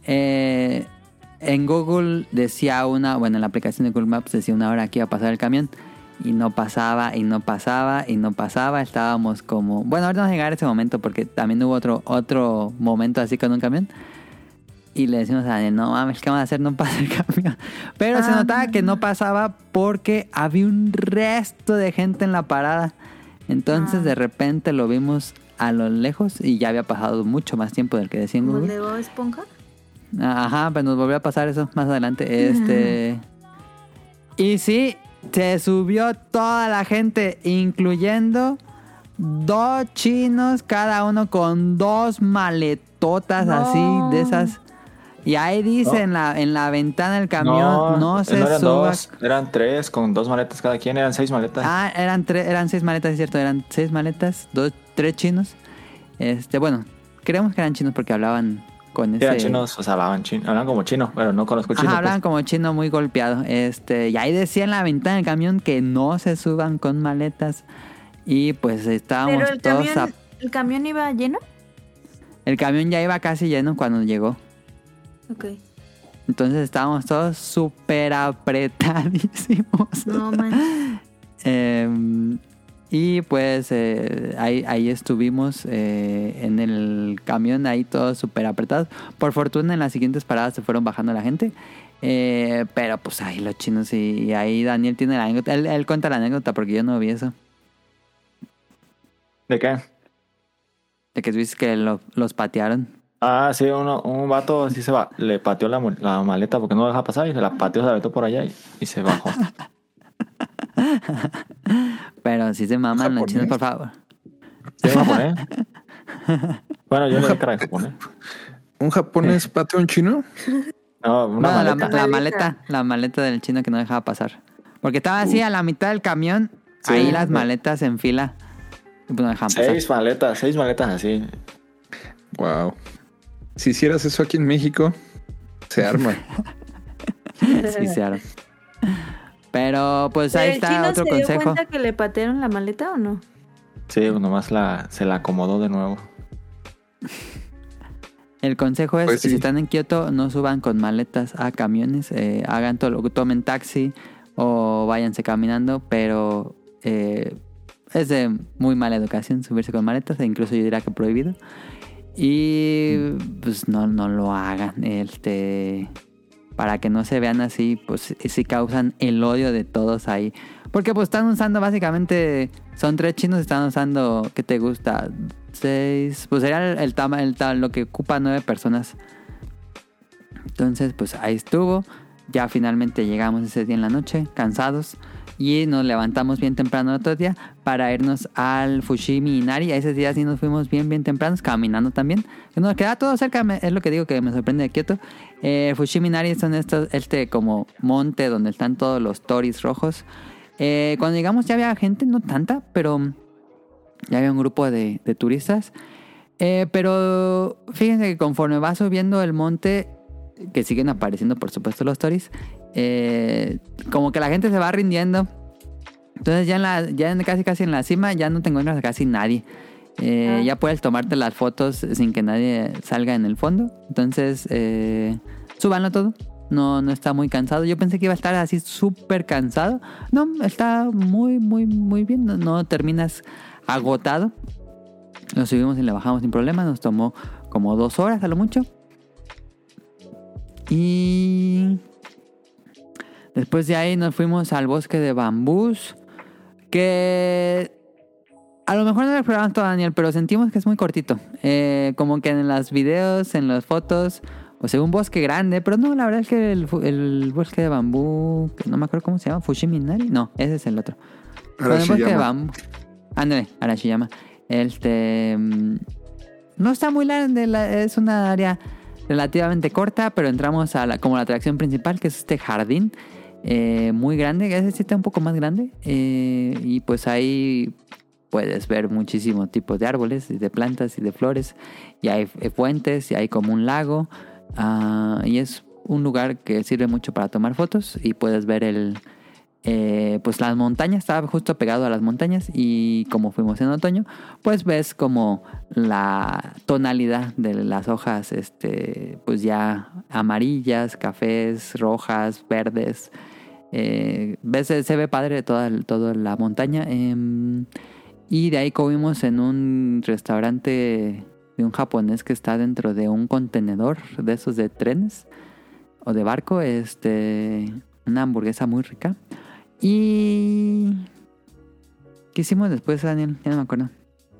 En Google decía en la aplicación de Google Maps decía una hora que iba a pasar el camión. Y no pasaba, y no pasaba, y no pasaba. Estábamos como... Bueno, ahorita vamos a llegar a ese momento porque también hubo otro momento así con un camión. Y le decimos a Daniel, no mames, ¿qué vamos a hacer? No pasa el camión. Pero se notaba que no pasaba porque había un resto de gente en la parada. Entonces de repente lo vimos a lo lejos y ya había pasado mucho más tiempo del que decía en ¿Como el Google. de Bob Esponja? Ajá, pero nos volvió a pasar eso más adelante. Y sí, se subió toda la gente, incluyendo 2 chinos, cada uno con 2 maletotas así de esas. Y ahí dice en la ventana del camión, no se eran suba. 2, eran 3 con 2 maletas cada quien, eran 6 maletas. Ah, eran 6 maletas, es cierto, eran 6 maletas, 3 chinos. Bueno, creemos que eran chinos porque hablaban con ese... Eran chinos, o sea, hablaban como chino, pero no conozco chino. Ajá, hablaban como chino muy golpeado. Y ahí decía en la ventana del camión que no se suban con maletas. Y pues estábamos Pero el camión iba lleno. El camión ya iba casi lleno cuando llegó. Ok. Entonces estábamos todos súper apretadísimos. No manches. Y pues ahí estuvimos en el camión, ahí todos súper apretados. Por fortuna en las siguientes paradas se fueron bajando la gente. Pero pues ahí los chinos y ahí Daniel tiene la anécdota. Él cuenta la anécdota porque yo no vi eso. ¿De qué? De que tú dices que los patearon. Ah, sí, un vato así le pateó la maleta porque no deja pasar y se la pateó, se la aventó por allá y se bajó. Pero sí se maman los chinos, por favor. ¿Sí, japonés? Bueno, yo le di cara de japonés. ¿Un japonés pateó a un chino? No, una Bueno, maleta. la maleta del chino que no dejaba pasar. Porque estaba así a la mitad del camión, Sí. ahí las maletas en fila. Y pues no dejaban pasar. 6 maletas así. Wow. Si hicieras eso aquí en México, se arma. Sí, claro. Pero pues ahí está otro ¿El chino se dio consejo. cuenta que le patearon la maleta o no? Sí, nomás se la acomodó de nuevo. El consejo es, Pues sí. si están en Kioto, no suban con maletas a camiones. Hagan tomen taxi o váyanse caminando, pero es de muy mala educación subirse con maletas, e incluso yo diría que prohibido. Y pues no lo hagan, para que no se vean así, pues sí causan el odio de todos ahí. Porque pues están usando básicamente, son 3 chinos, están usando, ¿qué te gusta? 6, pues sería lo que ocupa 9 personas. Entonces pues ahí estuvo. Ya finalmente llegamos ese día en la noche, cansados. Y nos levantamos bien temprano el otro día para irnos al Fushimi Inari. A ese día sí nos fuimos bien tempranos, caminando también. Nos queda todo cerca, es lo que digo que me sorprende de Kioto. Fushimi Inari son como monte donde están todos los toris rojos. Cuando llegamos ya había gente, no tanta, pero ya había un grupo de turistas. Pero fíjense que conforme va subiendo el monte, que siguen apareciendo por supuesto los toris, como que la gente se va rindiendo. Entonces ya casi en la cima ya no te encuentras a casi nadie. Ya puedes tomarte las fotos sin que nadie salga en el fondo. Entonces súbanlo todo. No está muy cansado. Yo pensé que iba a estar así súper cansado. No, está muy bien. No terminas agotado. Lo subimos y le bajamos sin problema. Nos tomó como 2 horas a lo mucho. Y después de ahí nos fuimos al bosque de bambús, que a lo mejor no lo exploramos todo, Daniel, pero sentimos que es muy cortito. Como que en los videos, en las fotos, o sea, un bosque grande, pero no, la verdad es que el bosque de bambú, que no me acuerdo cómo se llama, Fushimi Inari, no, ese es el otro. Pero el bosque de bambú, ándale, Arashiyama. No está muy grande, es una área relativamente corta, pero entramos a como la atracción principal, que es este jardín muy grande. Ese sí está un poco más grande, y pues ahí puedes ver muchísimos tipos de árboles y de plantas y de flores, y hay fuentes y hay como un lago, y es un lugar que sirve mucho para tomar fotos, y puedes ver pues las montañas. Estaba justo pegado a las montañas, y como fuimos en otoño, pues ves como la tonalidad de las hojas, pues ya amarillas, cafés, rojas, verdes. Se ve padre toda la montaña. Y de ahí comimos en un restaurante de un japonés que está dentro de un contenedor de esos de trenes o de barco. Una hamburguesa muy rica. ¿Y qué hicimos después, Daniel? Ya no me acuerdo.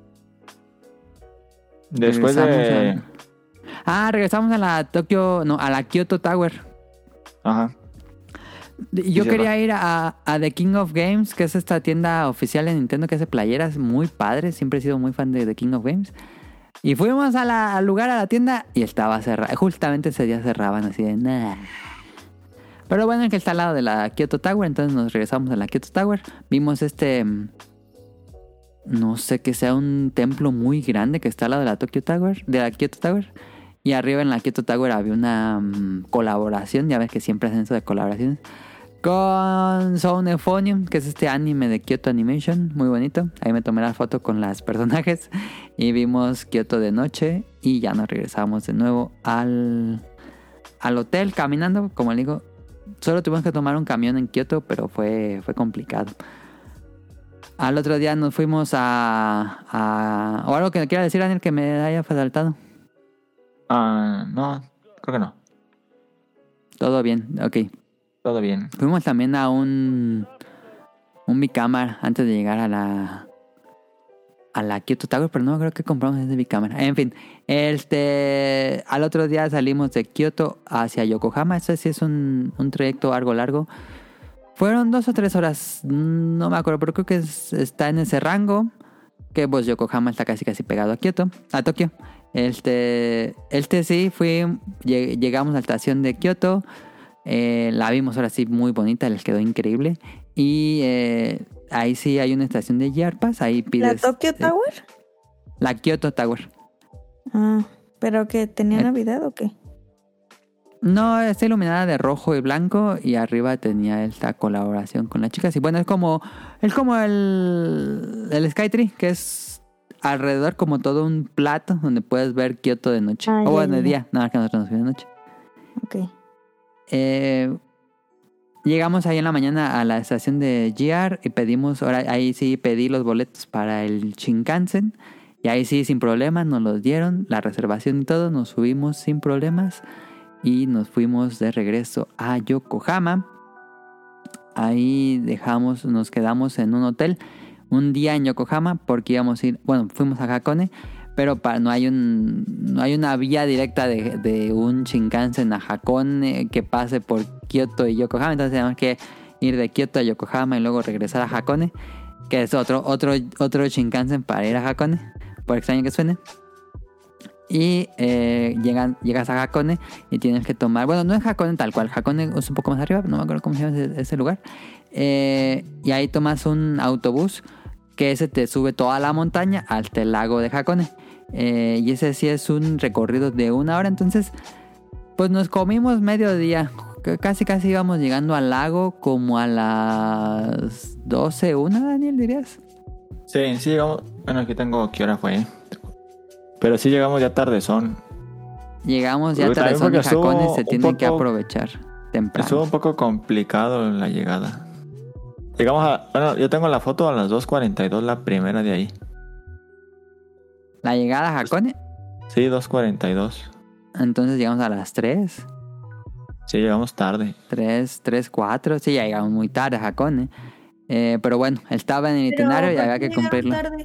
Después regresamos a la Kyoto Tower. Ajá. Yo quería ir a The King of Games, que es esta tienda oficial de Nintendo que hace playeras muy padres. Siempre he sido muy fan de The King of Games. Y fuimos al lugar, a la tienda, y estaba cerrada. Justamente ese día cerraban, así de nada. Pero bueno, que está al lado de la Kyoto Tower, entonces nos regresamos a la Kyoto Tower. Vimos no sé, que sea un templo muy grande que está al lado de la Kyoto Tower. Y arriba en la Kyoto Tower había una colaboración, ya ves que siempre hacen eso de colaboraciones, con Sound Euphonium, que es este anime de Kyoto Animation, muy bonito. Ahí me tomé la foto con los personajes y vimos Kyoto de noche, y ya nos regresamos de nuevo al hotel caminando, como le digo. Solo tuvimos que tomar un camión en Kyoto, pero fue complicado. Al otro día nos fuimos o algo que quiera decir, Daniel, que me haya faltado. No, creo que no. Todo bien, ok. Todo bien. Fuimos también a un bicámara antes de llegar a la Kyoto Tower, pero no creo que compramos ese bicámara. En fin, al otro día salimos de Kyoto hacia Yokohama. Este sí es un trayecto algo largo. Fueron 2 o 3 horas, no me acuerdo, pero creo que está en ese rango. Que pues Yokohama está casi pegado a Tokio. Sí, llegamos a la estación de Kyoto. La vimos ahora sí muy bonita, les quedó increíble. Y ahí sí hay una estación de JR Pass. Ahí pides, ¿La Tokyo Tower? La Kyoto Tower. ¿Pero que tenía Navidad o qué? No, está iluminada de rojo y blanco, y arriba tenía esta colaboración con las chicas. Y bueno, es como el Skytree, que es alrededor como todo un plato donde puedes ver Kyoto de noche. O bueno, de día, nada que nosotros nos vimos de noche. Ok. Llegamos ahí en la mañana a la estación de JR y pedimos, ahí sí pedí los boletos para el Shinkansen, y ahí sí sin problemas nos los dieron, la reservación y todo, nos subimos sin problemas y nos fuimos de regreso a Yokohama. Ahí nos quedamos en un hotel un día en Yokohama porque fuimos a Hakone, pero no hay una vía directa de un Shinkansen a Hakone que pase por Kyoto y Yokohama, entonces tenemos que ir de Kioto a Yokohama y luego regresar a Hakone, que es otro Shinkansen para ir a Hakone, por extraño que suene. Y llegas a Hakone y tienes que tomar... Bueno, no es Hakone tal cual. Hakone es un poco más arriba. No me acuerdo cómo se llama ese lugar. Y ahí tomas un autobús que ese te sube toda la montaña hasta el lago de Hakone. Y ese sí es un recorrido de 1 hora. Entonces, pues nos comimos mediodía. Casi íbamos llegando al lago como a las 12, 1, Daniel, ¿dirías? Sí llegamos... Bueno, aquí tengo qué hora fue. Pero sí llegamos ya tardezón. Llegamos ya tardezón y Hakone se tiene que aprovechar temprano. Estuvo un poco complicado la llegada. Llegamos bueno, yo tengo la foto a las 2:42, la primera de ahí. ¿La llegada a Hakone? Sí, 2:42. Entonces llegamos a las 3. Sí, llegamos tarde. 4. Sí, ya llegamos muy tarde a Hakone. Pero bueno, estaba en el itinerario y había que cumplirlo. Tarde?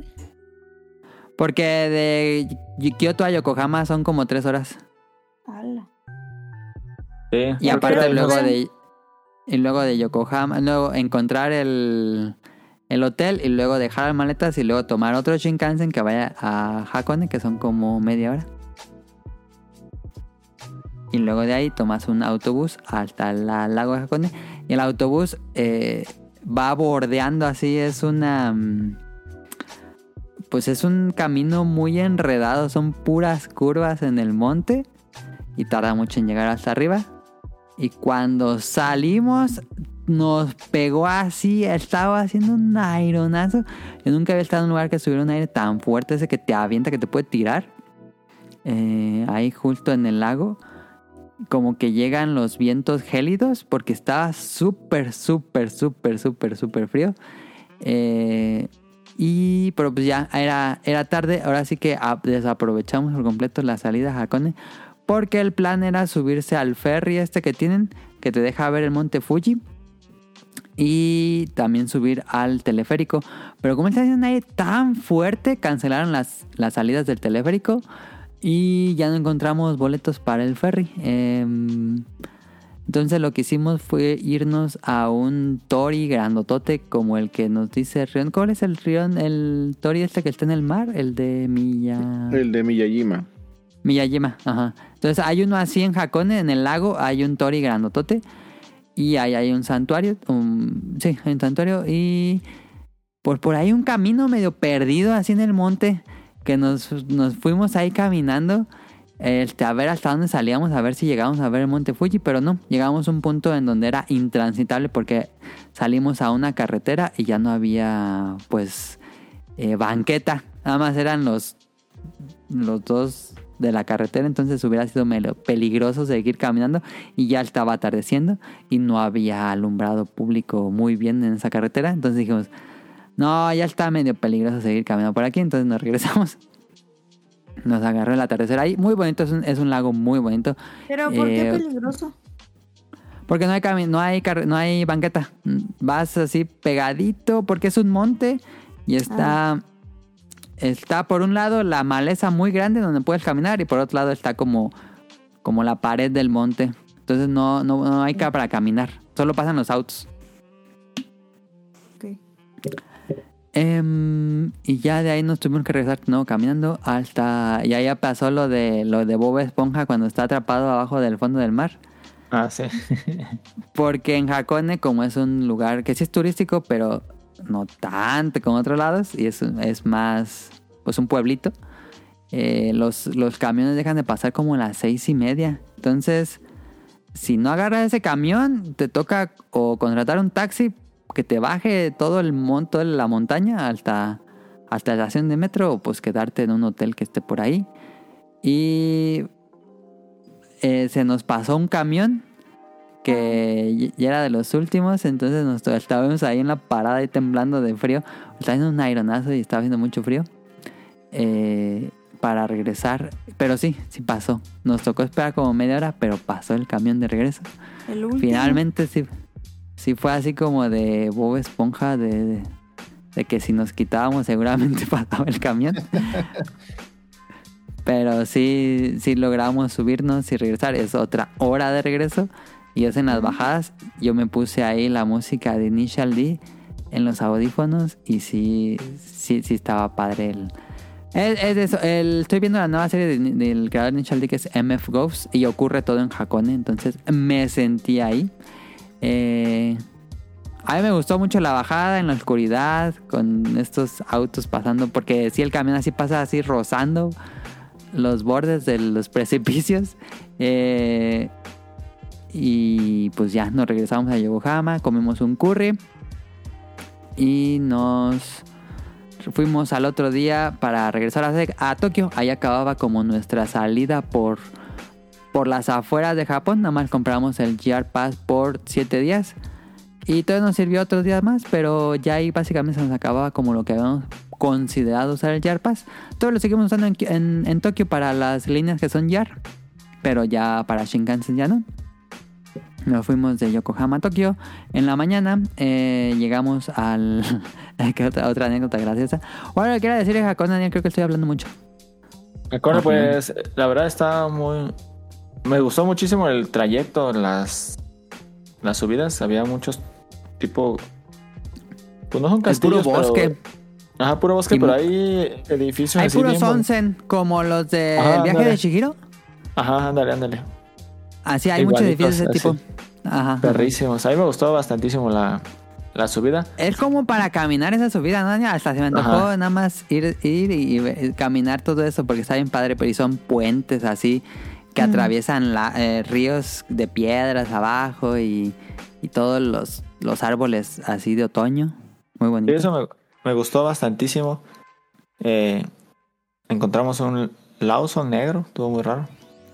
Porque de Kioto a Yokohama son como 3 horas. ¡Hala! Sí, y aparte luego de Yokohama, luego encontrar el hotel y luego dejar las maletas y luego tomar otro Shinkansen que vaya a Hakone, que son como media hora. Y luego de ahí tomas un autobús hasta el lago de Hakone. Y el autobús va bordeando así, es una... Pues es un camino muy enredado, son puras curvas en el monte y tarda mucho en llegar hasta arriba. Y cuando salimos nos pegó así, estaba haciendo un aironazo. Yo nunca había estado en un lugar que subiera un aire tan fuerte, ese que te avienta, que te puede tirar. Ahí justo en el lago, como que llegan los vientos gélidos porque estaba súper frío. Pero pues ya era tarde. Ahora sí que desaprovechamos por completo la salida a Hakone, porque el plan era subirse al ferry que tienen, que te deja ver el monte Fuji, y también subir al teleférico. Pero como está haciendo un aire tan fuerte, cancelaron las salidas del teleférico y ya no encontramos boletos para el ferry. Entonces lo que hicimos fue irnos a un tori grandotote como el que nos dice Rion. ¿Cuál es el Rion? El tori que está en el mar, el de Miyajima. Miyajima, ajá. Entonces hay uno así en Hakone, en el lago, hay un tori grandotote y ahí hay un santuario. Sí, hay un santuario y por ahí un camino medio perdido así en el monte que nos fuimos ahí caminando. A ver hasta dónde salíamos, a ver si llegábamos a ver el monte Fuji, pero no, llegamos a un punto en donde era intransitable porque salimos a una carretera y ya no había pues banqueta, nada más eran los dos de la carretera, entonces hubiera sido medio peligroso seguir caminando y ya estaba atardeciendo y no había alumbrado público muy bien en esa carretera, entonces dijimos, no, ya está medio peligroso seguir caminando por aquí, entonces nos regresamos. Nos agarró el atardecer ahí. Muy bonito, es un lago muy bonito. ¿Pero por qué peligroso? Porque no hay banqueta. Vas así pegadito porque es un monte y está por un lado la maleza muy grande donde puedes caminar y por otro lado está como la pared del monte. Entonces no hay para caminar. Solo pasan los autos. Y ya de ahí nos tuvimos que regresar caminando hasta... Y ahí ya pasó lo de Bob Esponja cuando está atrapado abajo del fondo del mar. Ah, sí. Porque en Hakone, como es un lugar que sí es turístico, pero no tanto como otros lados, y es más pues un pueblito, los camiones dejan de pasar como a las 6:30. Entonces, si no agarras ese camión, te toca o contratar un taxi que te baje todo el monte de la montaña hasta la estación de metro, o pues quedarte en un hotel que esté por ahí. Y se nos pasó un camión que ya era de los últimos, entonces estábamos ahí en la parada y temblando de frío. Estaba haciendo un aironazo y estaba haciendo mucho frío para regresar, pero sí pasó. Nos tocó esperar como media hora, pero pasó el camión de regreso. ¿El último? Finalmente sí fue así como de Bob Esponja, de que si nos quitábamos seguramente pasaba el camión. Pero sí logramos subirnos y regresar. Es otra hora de regreso. Y es en las bajadas, yo me puse ahí la música de Initial D en los audífonos y sí estaba padre. Es eso, estoy viendo la nueva serie del creador de Initial D que es MF Ghost y ocurre todo en Hakone, entonces me sentí ahí. A mí me gustó mucho la bajada en la oscuridad con estos autos pasando, porque sí, el camión así pasa así rozando los bordes de los precipicios. Y pues ya nos regresamos a Yokohama, comimos un curry y nos fuimos al otro día para regresar a Tokio. Ahí acababa como nuestra salida por las afueras de Japón. Nada más compramos el JR Pass por 7 días y todavía nos sirvió otros días más, pero ya ahí básicamente se nos acababa como lo que habíamos considerado usar el JR Pass. Todo lo seguimos usando en Tokio para las líneas que son JR, pero ya para Shinkansen ya no. Nos fuimos de Yokohama a Tokio. En la mañana llegamos al... otra anécdota graciosa. Bueno, lo que quiero decir es Hakone, Daniel, creo que estoy hablando mucho. Hakone, pues, la verdad está muy... Me gustó muchísimo el trayecto, las subidas. Había muchos tipo... Pues no son castillos, puro bosque. Pero... Ajá, puro bosque, pero hay edificios hay así puros onsen, como los del viaje de Chihiro. Ajá, ándale. Así hay muchos edificios de ese tipo. Ajá. Perrísimos. A mí me gustó bastantísimo la subida. Es como para caminar esa subida, ¿no? Hasta se me antojó nada más ir y caminar todo eso porque está bien padre, pero y son puentes así que atraviesan ríos de piedras abajo y todos los árboles así de otoño. Muy bonito. Sí, eso me gustó bastantísimo. Encontramos un Lawson negro, estuvo muy raro.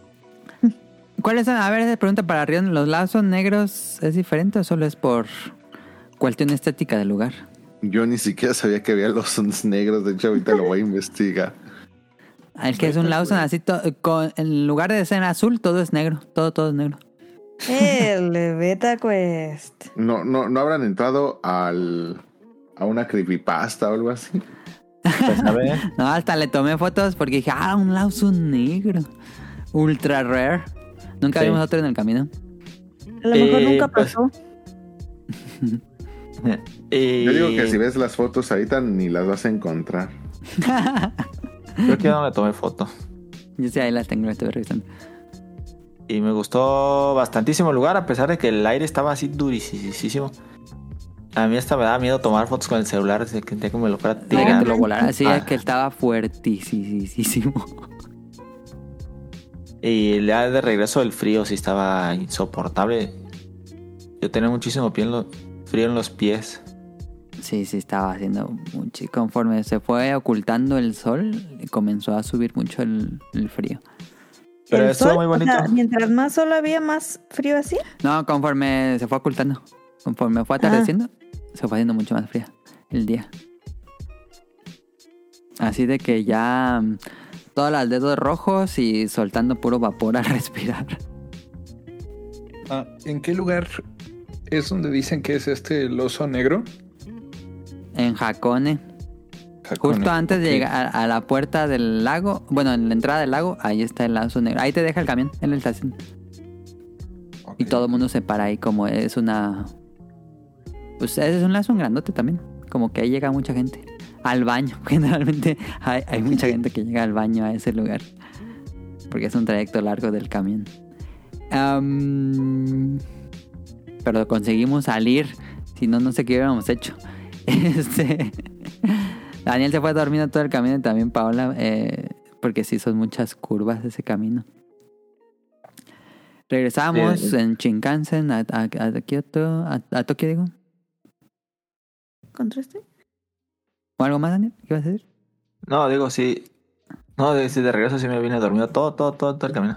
¿Cuáles son? A ver, esa pregunta para Rion. ¿Los Lawson negros es diferente o solo es por cuestión estética del lugar? Yo ni siquiera sabía que había Lawsons negros. De hecho, ahorita lo voy a investigar. El que es un Lawson así, en lugar de ser azul, todo es negro. Todo es negro. El Beta Quest. No habrán entrado a una creepypasta o algo así. Pues a ver. No, hasta le tomé fotos porque dije, un Lawson negro. Ultra rare. Nunca vimos otro en el camino. A lo mejor nunca pasó. Yo digo que si ves las fotos ahorita ni las vas a encontrar. Creo que yo no le tomé foto. Yo sí, ahí las tengo, las estoy revisando. Y me gustó bastantísimo el lugar, a pesar de que el aire estaba así durísimo. A mí hasta me daba miedo tomar fotos con el celular, así que me lo fuera tirando. Que te lo volara, así es que estaba fuertísimo. Y ya de regreso el frío sí estaba insoportable. Yo tenía muchísimo frío en los pies. Sí, estaba haciendo mucho. Conforme se fue ocultando el sol, comenzó a subir mucho el frío. Pero estuvo muy bonito. O sea, mientras más sol había, más frío así. No, conforme se fue ocultando. Conforme fue atardeciendo, se fue haciendo mucho más fría el día. Así de que ya... todos los dedos rojos y soltando puro vapor al respirar. ¿En qué lugar es donde dicen que es el oso negro? En Hakone. Justo antes de llegar a la puerta del lago, bueno, en la entrada del lago, ahí está el oso negro. Ahí te deja el camión en la estación. Okay. Y todo el mundo se para ahí como es una... Pues es un lazo grandote también. Como que ahí llega mucha gente. Al baño. Generalmente hay mucha gente que llega al baño a ese lugar. Porque es un trayecto largo del camión. Pero conseguimos salir. Si no, no sé qué hubiéramos hecho. Daniel se fue dormido todo el camino y también Paola. Porque sí son muchas curvas ese camino. Regresamos en Shinkansen a Kyoto. A Tokio, digo. ¿Encontraste? ¿O algo más, Daniel? ¿Qué vas a decir? No, digo, sí. No, de regreso sí me vine dormido todo el camino.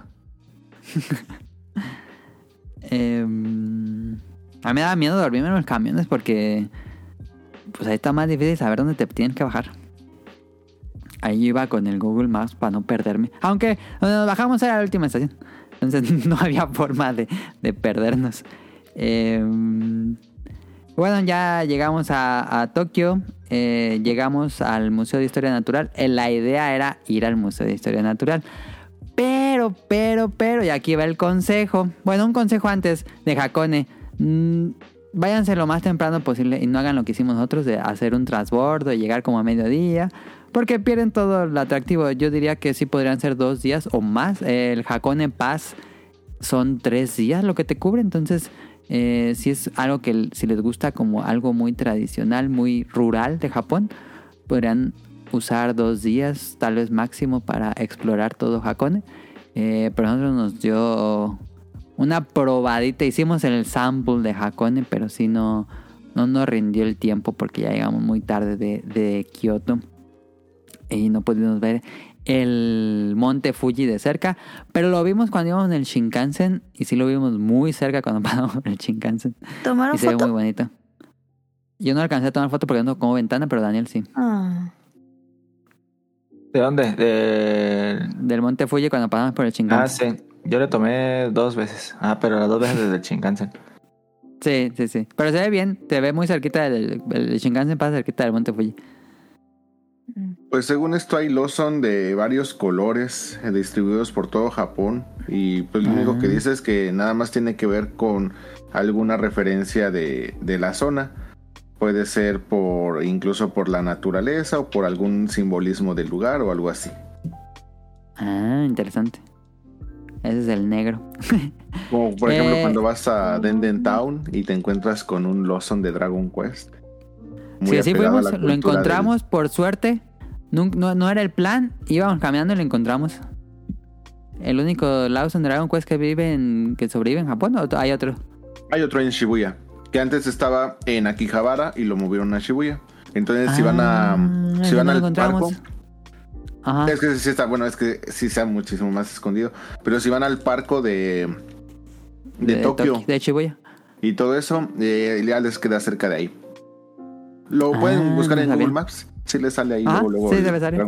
A mí me da miedo dormirme en los camiones porque pues ahí está más difícil saber dónde te tienen que bajar. Ahí iba con el Google Maps para no perderme. Aunque donde nos bajamos era la última estación. Entonces no había forma de perdernos. Bueno, ya llegamos a Tokio. Llegamos al Museo de Historia Natural. La idea era ir al Museo de Historia Natural. Pero, y aquí va el consejo. Bueno, un consejo antes de Hakone. Váyanse lo más temprano posible y no hagan lo que hicimos nosotros de hacer un transbordo y llegar como a mediodía, porque pierden todo el atractivo. Yo diría que sí podrían ser 2 días o más. El Hakone Pass son 3 días lo que te cubre, entonces si es algo que si les gusta como algo muy tradicional, muy rural de Japón, podrían usar 2 días, tal vez máximo, para explorar todo Hakone. Pero a nosotros nos dio una probadita. Hicimos el sample de Hakone, pero sí no nos rindió el tiempo porque ya llegamos muy tarde de Kioto y no pudimos ver el monte Fuji de cerca, pero lo vimos cuando íbamos en el Shinkansen y sí lo vimos muy cerca cuando pasamos por el Shinkansen. ¿Tomaron y foto? Se ve muy bonito. Yo no alcancé a tomar foto porque ando como ventana, pero Daniel sí. ¿De dónde? Del monte Fuji cuando pasamos por el Shinkansen. Sí. Yo le tomé 2 veces. Pero las 2 veces desde el Shinkansen. Sí. Pero se ve bien. Te ve muy cerquita el Shinkansen, pasa cerquita del monte Fuji. Pues según esto hay Lawson de varios colores distribuidos por todo Japón. Y pues lo único que dice es que nada más tiene que ver con alguna referencia de la zona. Puede ser incluso por la naturaleza o por algún simbolismo del lugar o algo así. Interesante. Ese es el negro. Como por ejemplo cuando vas a Denden Town y te encuentras con un Lawson de Dragon Quest. Sí, así fuimos, lo encontramos por suerte. No era el plan, íbamos caminando y lo encontramos. ¿El único Lawson de Dragon Quest que sobrevive en Japón o hay otro? Hay otro en Shibuya, que antes estaba en Akihabara y lo movieron a Shibuya. Entonces si van al parco... Ajá. Es que sí está, bueno, es que sí está muchísimo más escondido. Pero si van al parco de Tokio, de Shibuya y todo eso, ya les queda cerca de ahí. Lo pueden buscar en Google Maps. Sí les sale ahí luego. Sí, debe salir.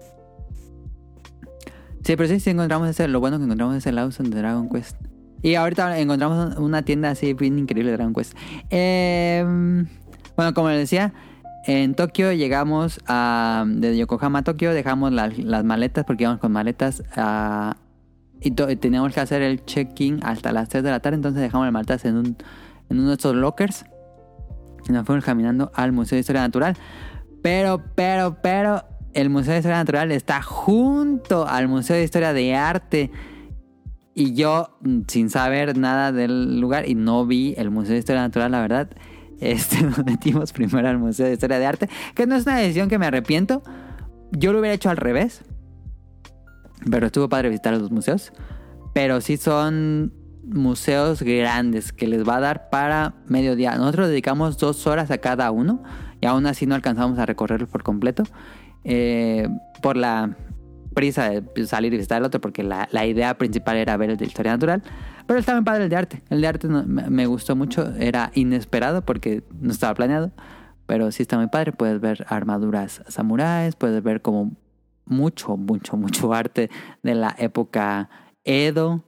Sí, pero sí encontramos lo bueno que encontramos es el Lawson de Dragon Quest. Y ahorita encontramos una tienda así bien increíble de Dragon Quest. Bueno, como les decía, en Tokio llegamos de Yokohama a Tokio, dejamos las maletas porque íbamos con maletas y teníamos que hacer el check-in hasta las 3 de la tarde, entonces dejamos las maletas en uno de estos lockers y nos fuimos caminando al Museo de Historia Natural. Pero el Museo de Historia Natural está junto al Museo de Historia de Arte y yo, sin saber nada del lugar y no vi el Museo de Historia Natural, la verdad, nos metimos primero al Museo de Historia de Arte, que no es una decisión que me arrepiento. Yo lo hubiera hecho al revés, pero estuvo padre visitar los museos. Pero sí son museos grandes que les va a dar para mediodía. Nosotros dedicamos 2 horas a cada uno y aún así no alcanzamos a recorrerlos por completo por la prisa de salir y visitar el otro, porque la idea principal era ver el de Historia Natural. Pero está muy padre el de arte. El de arte me gustó mucho. Era inesperado porque no estaba planeado. Pero sí está muy padre. Puedes ver armaduras samuráis. Puedes ver como mucho arte de la época Edo.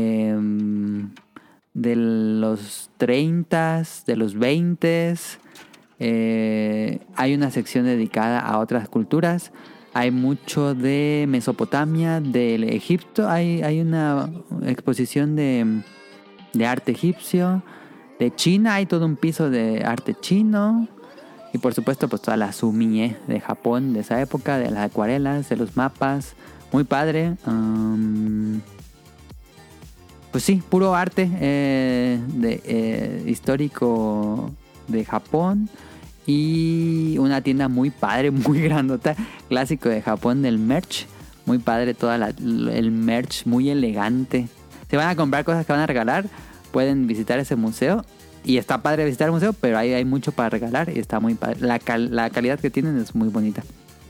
De los 30s, de los 20s. Hay una sección dedicada a otras culturas. Hay mucho de Mesopotamia, del Egipto. Hay una exposición de arte egipcio. De China hay todo un piso de arte chino. Y por supuesto pues toda la sumie de Japón de esa época, de las acuarelas, de los mapas. Muy padre. Pues sí, puro arte histórico de Japón. Y una tienda muy padre, muy grandota, clásico de Japón, del merch. Muy padre el merch, muy elegante. Si van a comprar cosas que van a regalar, pueden visitar ese museo. Y está padre visitar el museo, pero ahí hay mucho para regalar y está muy padre. La calidad que tienen es muy bonita.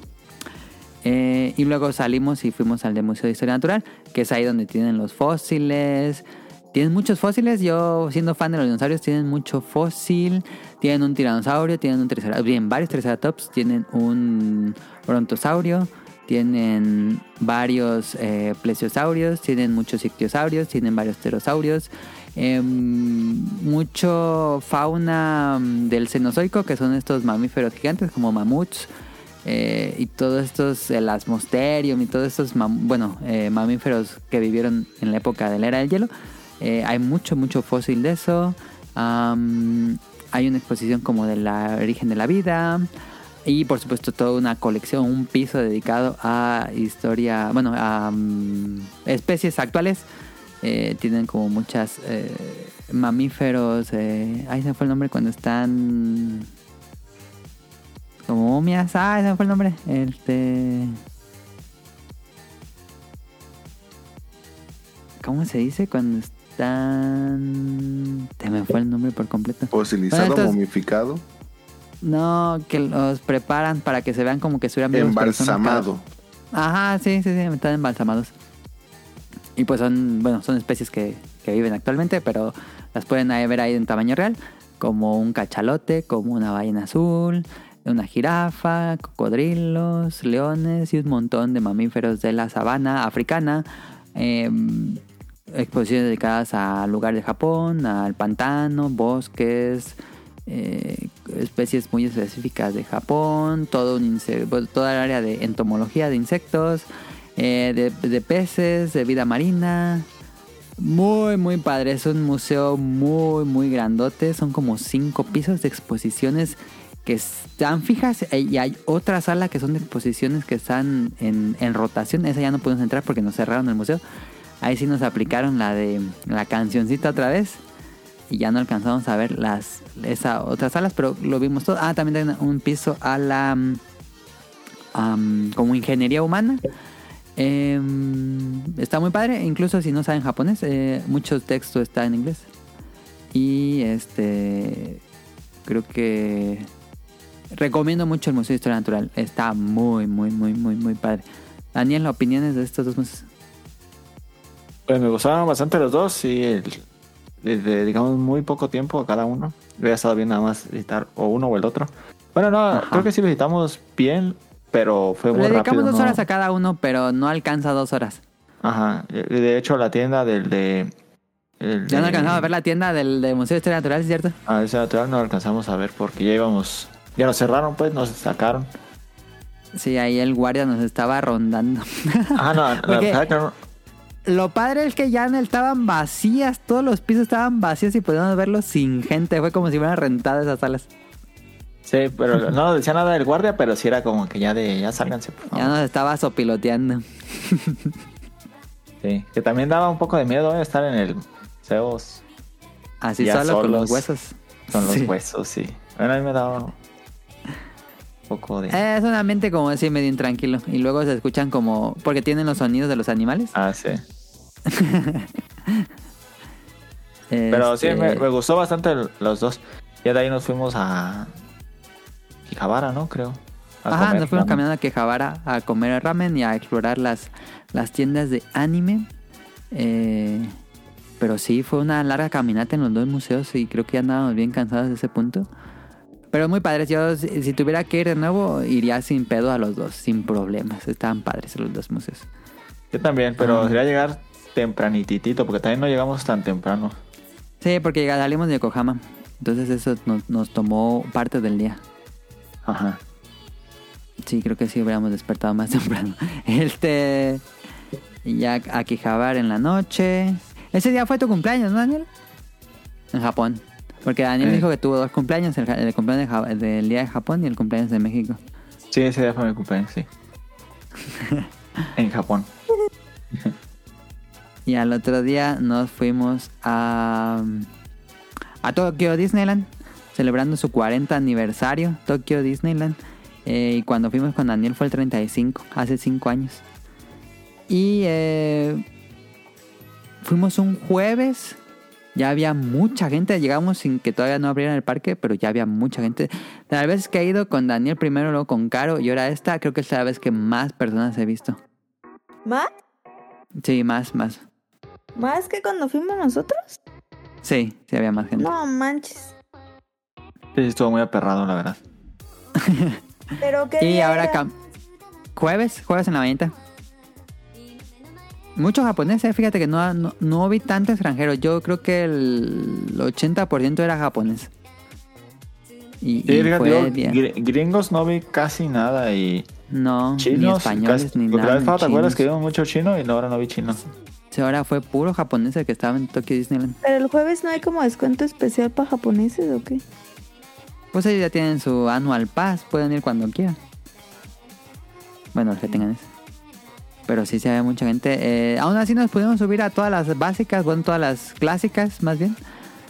Y luego salimos y fuimos al de Museo de Historia Natural, que es ahí donde tienen los fósiles. Tienen muchos fósiles. Yo, siendo fan de los dinosaurios, tienen mucho fósil. Tienen un tiranosaurio, tienen un triceratops, bien, varios triceratops. Tienen un brontosaurio. Tienen varios plesiosaurios. Tienen muchos ictiosaurios. Tienen varios pterosaurios. Mucho fauna del Cenozoico, que son estos mamíferos gigantes como mamuts. y todos estos, el Asmosterium y todos estos mamíferos que vivieron en la época de la era del hielo. Hay mucho fósil de eso. Hay una exposición como del origen de la vida. Y por supuesto toda una colección, un piso dedicado a historia, a especies actuales. Tienen como muchas mamíferos. Ahí se fue el nombre cuando están como momias. Se me fue el nombre. ¿Cómo se dice cuando están? Se me fue el nombre por completo. Fosilizado, momificado. No, que los preparan para que se vean como que estuvieran vivos. Embalsamado. Ajá, sí, están embalsamados. Y pues son especies que viven actualmente, pero las pueden ver ahí en tamaño real, como un cachalote, como una ballena azul, una jirafa, cocodrilos, leones y un montón de mamíferos de la sabana africana. Exposiciones dedicadas al lugar de Japón, al pantano, bosques, especies muy específicas de Japón, toda el área de entomología de insectos, de peces, de vida marina. Muy padre. Es un museo muy grandote. Son como 5 pisos de exposiciones que están fijas, y hay otra sala que son de exposiciones que están en rotación. Esa ya no pudimos entrar porque nos cerraron el museo. Ahí sí nos aplicaron la de la cancioncita otra vez y ya no alcanzamos a ver esas otras salas, pero lo vimos todo. También hay un piso a la como ingeniería humana. Está muy padre, incluso si no saben japonés, mucho texto está en inglés. Y creo que recomiendo mucho el Museo de Historia Natural. Está muy padre. Daniel, ¿opiniones de estos dos museos? Pues me gustaron bastante los dos y desde, digamos, muy poco tiempo a cada uno. Hubiera estado bien nada más visitar o uno o el otro. Bueno, no, ajá, creo que sí lo visitamos bien, pero fue muy rápido. Le dedicamos 2 horas a cada uno, pero no alcanza 2 horas. Ajá, de hecho la tienda ya no alcanzamos a ver la tienda del Museo de Historia Natural, ¿cierto? De Historia Natural no alcanzamos a ver porque ya nos cerraron, pues, nos sacaron. Sí, ahí el guardia nos estaba rondando. No. Lo padre es que ya estaban vacías, todos los pisos estaban vacíos y podíamos verlos sin gente. Fue como si hubieran rentado esas salas. Sí, pero no decía nada del guardia, pero sí era como que ya sálganse. Ya nos estaba sopiloteando. Sí, que también daba un poco de miedo estar en el museo. Así solo con los huesos. Con los huesos, sí. Bueno, a mí me daba un poco de... Es un ambiente como así medio intranquilo. Y luego se escuchan como... porque tienen los sonidos de los animales. Sí. Pero sí, me gustó bastante los dos. Ya de ahí nos fuimos a Quijabara, ¿no? Creo. Nos fuimos caminando a Quijabara a comer ramen y a explorar las tiendas de anime. Pero sí, fue una larga caminata en los 2 museos y creo que ya andábamos bien cansados de ese punto. Pero muy padres. Yo, si tuviera que ir de nuevo, iría sin pedo a los 2, sin problemas. Estaban padres los 2 museos. Yo también, pero sería llegar tempranitito, porque también no llegamos tan temprano. Sí, porque salimos de Yokohama. Entonces eso nos tomó parte del día. Ajá. Sí, creo que sí hubiéramos despertado más temprano. Ya a Quijabara en la noche. Ese día fue tu cumpleaños, ¿no, Daniel? En Japón. Porque Daniel dijo que tuvo 2 cumpleaños, el cumpleaños del día de Japón y el cumpleaños de México. Sí, ese día fue mi cumpleaños, sí. En Japón. Y al otro día nos fuimos a Tokyo Disneyland, celebrando su 40 aniversario, Tokyo Disneyland. Y cuando fuimos con Daniel fue el 35, hace 5 años. Y fuimos un jueves. Ya había mucha gente. Llegamos sin que todavía no abrieran el parque, pero ya había mucha gente. De las veces que he ido con Daniel primero, luego con Caro y ahora esta, creo que es la vez que más personas he visto. ¿Más? Sí, más. ¿Más que cuando fuimos nosotros? Sí, había más gente. No manches. Sí, estuvo muy aperrado, la verdad. ¿Pero qué? Y ahora jueves en la mañana. Mucho japonés, fíjate que no vi tanto extranjero. Yo creo que el 80% era japonés. Y fíjate, gringos no vi casi nada y... No, chinos, ni españoles, casi, ni porque nada. La vez pasada, ¿te acuerdas que vimos mucho chino y ahora no vi chino? Sí, ahora fue puro japonés el que estaba en Tokyo Disneyland. Pero el jueves no hay como descuento especial para japoneses, ¿o qué? Pues ellos ya tienen su annual pass, pueden ir cuando quieran. Bueno, los que tengan eso. Pero sí se ve mucha gente. Aún así nos pudimos subir a todas las básicas, bueno, todas las clásicas más bien.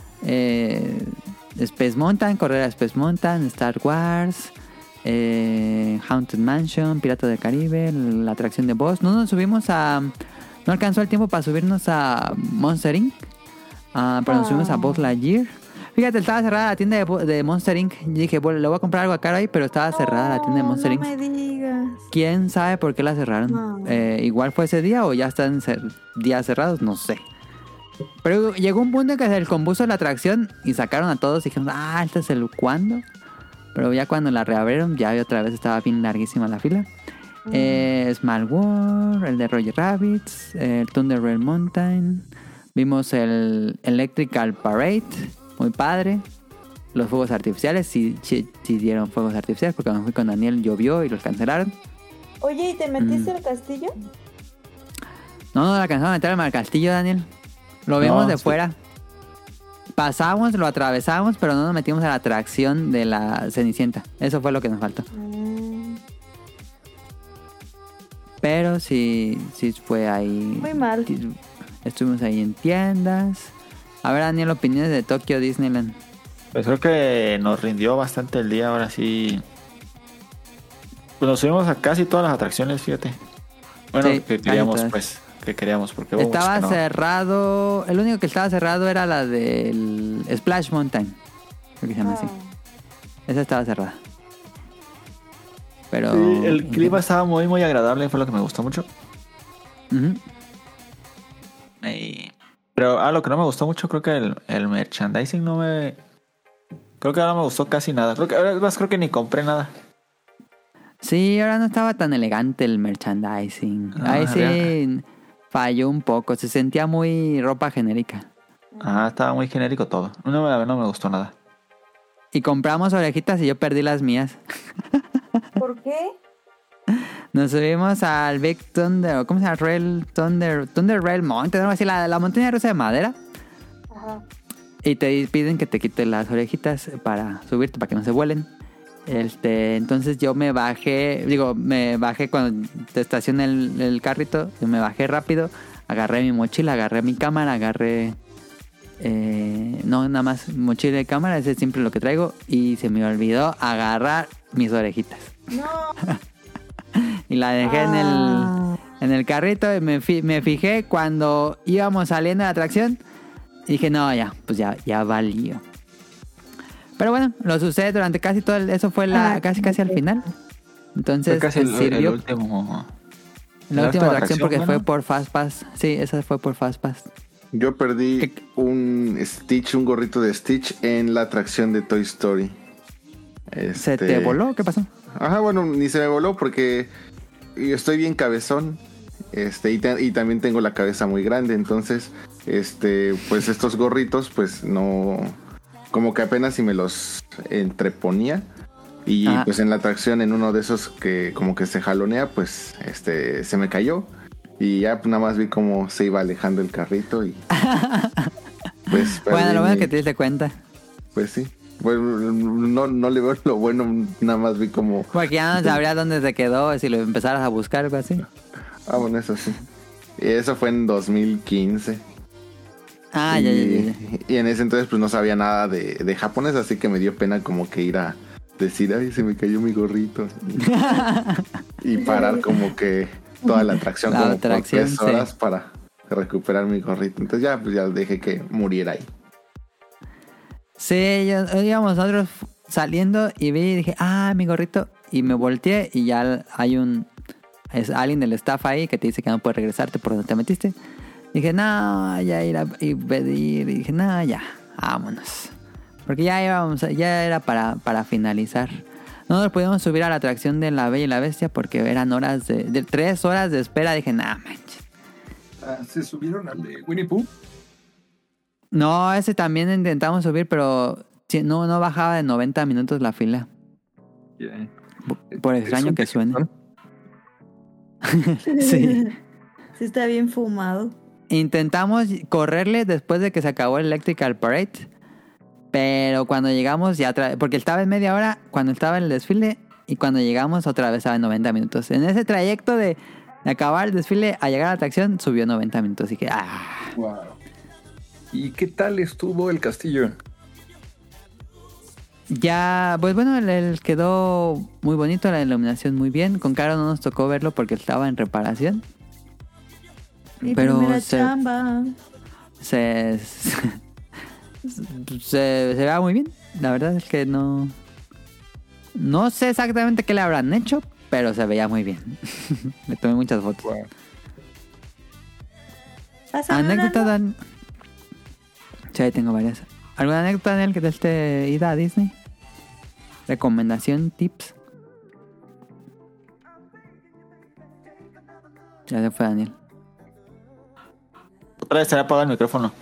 Space Mountain, correr a Space Mountain, Star Wars, Haunted Mansion, Piratas del Caribe, la atracción de Buzz. No nos subimos a... No alcanzó el tiempo para subirnos a Monster Inc. Pero nos subimos a Buzz Lightyear. Fíjate, estaba cerrada la tienda de Monster Inc. Y dije, bueno, le voy a comprar algo a caro ahí, pero estaba cerrada la tienda de Monster Inc. No me digas. ¿Quién sabe por qué la cerraron? Igual fue ese día o ya están días cerrados, no sé. Pero llegó un punto en que se descompuso la atracción y sacaron a todos y dijeron, este es el cuándo. Pero ya cuando la reabrieron, ya otra vez estaba bien larguísima la fila. Small World, el de Roger Rabbits, el Thunder Rail Mountain. Vimos el Electrical Parade, muy padre. Los fuegos artificiales, sí dieron fuegos artificiales porque cuando fui con Daniel llovió y los cancelaron. Oye, ¿y te metiste al castillo? No alcanzamos a meter al castillo, Daniel. Lo vimos de fuera. Pasamos, lo atravesamos, pero no nos metimos a la atracción de la Cenicienta. Eso fue lo que nos faltó. Pero sí fue ahí. Muy mal. Estuvimos ahí en tiendas. A ver, Daniel, opiniones de Tokyo Disneyland. Pues creo que nos rindió bastante el día, ahora sí. Pues nos subimos a casi todas las atracciones, fíjate. Bueno, sí, que queríamos, pues. Que queríamos, porque estaba cerrado. El único que estaba cerrado era la del Splash Mountain, creo que se llama así. Esa estaba cerrada. Pero sí, el clima estaba muy muy agradable, fue lo que me gustó mucho. Pero lo que no me gustó mucho, creo que el merchandising no me... Creo que ahora me gustó casi nada. Creo que ni compré nada. Sí, ahora no estaba tan elegante el merchandising. Ahí sí falló un poco. Se sentía muy ropa genérica. Estaba muy genérico todo. No me gustó nada. Y compramos orejitas y yo perdí las mías. ¿Por qué? Nos subimos al Big Thunder, ¿cómo se llama? Thunder Rail Mountain, algo así, la montaña rusa de madera. Ajá. Y te piden que te quites las orejitas para subirte, para que no se vuelen. Entonces yo me bajé cuando te estacioné el carrito, yo me bajé rápido, agarré mi mochila, agarré mi cámara, nada más mochila y cámara, ese es siempre lo que traigo, y se me olvidó agarrar mis orejitas. No. Y la dejé en el carrito y me fijé cuando íbamos saliendo de la atracción y dije, no, ya valió. Pero bueno, lo sucede durante casi todo eso fue casi al final. Entonces casi sirvió. el último. La última atracción porque fue por Fast Pass. Sí, esa fue por Fast Pass. Yo perdí un gorrito de Stitch en la atracción de Toy Story. ¿Se te voló? ¿Qué pasó? Ajá, bueno, ni se me voló porque yo estoy bien cabezón. Y también tengo la cabeza muy grande. Entonces, pues estos gorritos, pues no... Como que apenas si me los entreponía. Y pues en la atracción, en uno de esos que como que se jalonea, pues se me cayó. Y ya pues, nada más vi cómo se iba alejando el carrito y... pues, bueno, lo bueno es que te diste cuenta. Pues sí. Bueno, no le veo lo bueno, nada más vi como... Porque ya no sabría dónde se quedó si lo empezaras a buscar o algo así. Bueno, eso sí. Y eso fue en 2015. Ya. Y en ese entonces pues no sabía nada de japonés, así que me dio pena como que ir a decir, ay, se me cayó mi gorrito. Y parar como que toda la atracción por 3 horas para recuperar mi gorrito. Entonces ya dejé que muriera ahí. Sí, íbamos nosotros saliendo y vi y dije, mi gorrito. Y me volteé y ya hay es alguien del staff ahí que te dice que no puedes regresarte por donde te metiste. Dije, no, ya ir a pedir. Y dije, no, ya, vámonos. Porque ya era para finalizar. No nos pudimos subir a la atracción de La Bella y la Bestia porque eran horas de 3 horas de espera. Dije, nah, manches. ¿Se subieron al de Winnie Pooh? No, ese también intentamos subir, pero no bajaba de 90 minutos la fila. Yeah. Por extraño que suene. Sí. Sí, está bien fumado. Intentamos correrle después de que se acabó el Electrical Parade. Pero cuando llegamos porque estaba en media hora cuando estaba en el desfile. Y cuando llegamos otra vez estaba en 90 minutos. En ese trayecto de acabar el desfile a llegar a la atracción subió 90 minutos. Así que Wow. ¿Y qué tal estuvo el castillo? Ya, pues bueno, él quedó muy bonito, la iluminación muy bien. Con Caro no nos tocó verlo porque estaba en reparación. Mi pero primera chamba. Se veía muy bien. La verdad es que no sé exactamente qué le habrán hecho, pero se veía muy bien. Le tomé muchas fotos. Wow. Anécdota, Dan. Sí, ahí tengo varias. ¿Alguna anécdota, Daniel, que te esté ida a Disney? Recomendación, tips. Ya se fue Daniel. Otra vez se le apaga el micrófono.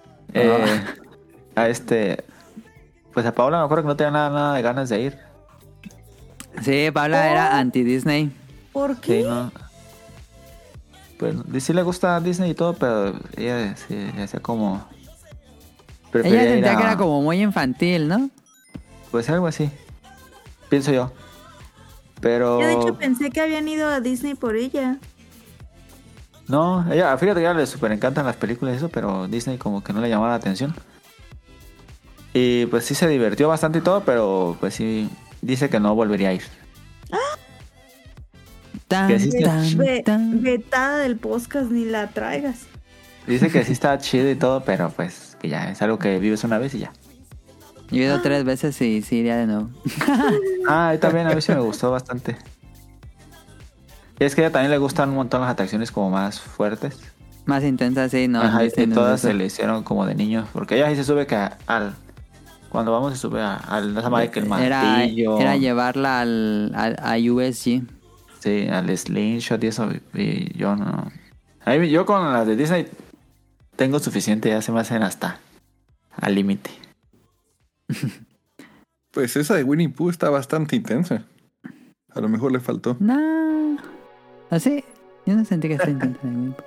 Pues a Paula me acuerdo que no tenía nada de ganas de ir. Sí, Paula era anti-Disney. ¿Por qué? Sí, no. Pues sí le gusta Disney y todo, pero ella sí hacía como... Ella sentía que era como muy infantil, ¿no? Pues algo así. Pienso yo. Pero... Yo de hecho pensé que habían ido a Disney por ella. No, ella, fíjate que a ella le súper encantan las películas y eso, pero Disney como que no le llamaba la atención. Y pues sí se divirtió bastante y todo, pero pues sí dice que no volvería a ir. Vetada del podcast, ni la traigas. Dice que sí está chido y todo, pero pues que ya es algo que vives una vez y ya. Yo he ido 3 veces y sí iría de nuevo. Y también a mí sí me gustó bastante. Y es que a ella también le gustan un montón las atracciones como más fuertes. Más intensas, sí, ¿no? Ajá, y todas se le hicieron como de niños. Porque ella sí se sube que cuando vamos se sube al el martillo. Era llevarla a USG. Sí, al slingshot y eso. Y yo no. Yo con las de Disney tengo suficiente, ya se me hacen hasta al límite. Pues esa de Winnie Pooh está bastante intensa. A lo mejor le faltó. No. ¿Así? Yo no sentí que esté intensa de Winnie Pooh.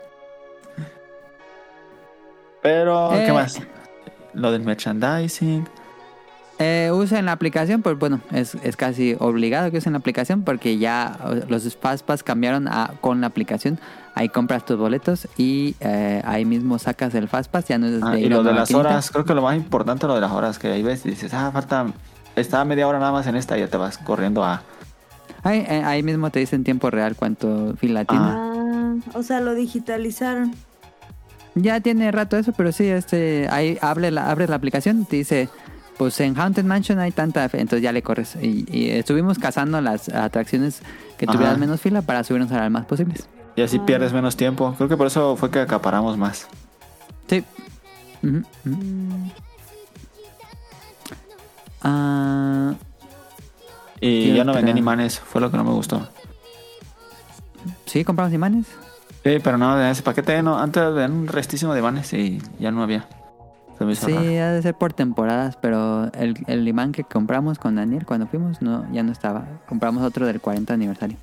Pero, ¿qué más? Lo del merchandising. Usen la aplicación, pues bueno, es casi obligado que usen la aplicación porque ya los Fastpass cambiaron con la aplicación. Ahí compras tus boletos y ahí mismo sacas el Fastpass. Ya no es y lo de las horas, creo que lo más importante es lo de las horas, que ahí ves y dices, está media hora nada más en esta y ya te vas corriendo a... Ahí mismo te dicen en tiempo real cuánto fila tiene. O sea, lo digitalizaron. Ya tiene rato eso, pero sí, ahí abres la aplicación, te dice... Pues en Haunted Mansion hay tanta... Entonces ya le corres. Y estuvimos cazando las atracciones que tuvieran menos fila para subirnos a las más posibles. Y así pierdes menos tiempo. Creo que por eso fue que acaparamos más. Sí. Y ya no vendían imanes. Fue lo que no me gustó. ¿Sí? ¿Compramos imanes? Sí, pero no, en ese paquete no. Antes vendían un restísimo de imanes y ya no había. Sí, ha de ser por temporadas, pero el imán que compramos con Daniel cuando fuimos ya no estaba. Compramos otro del 40 aniversario.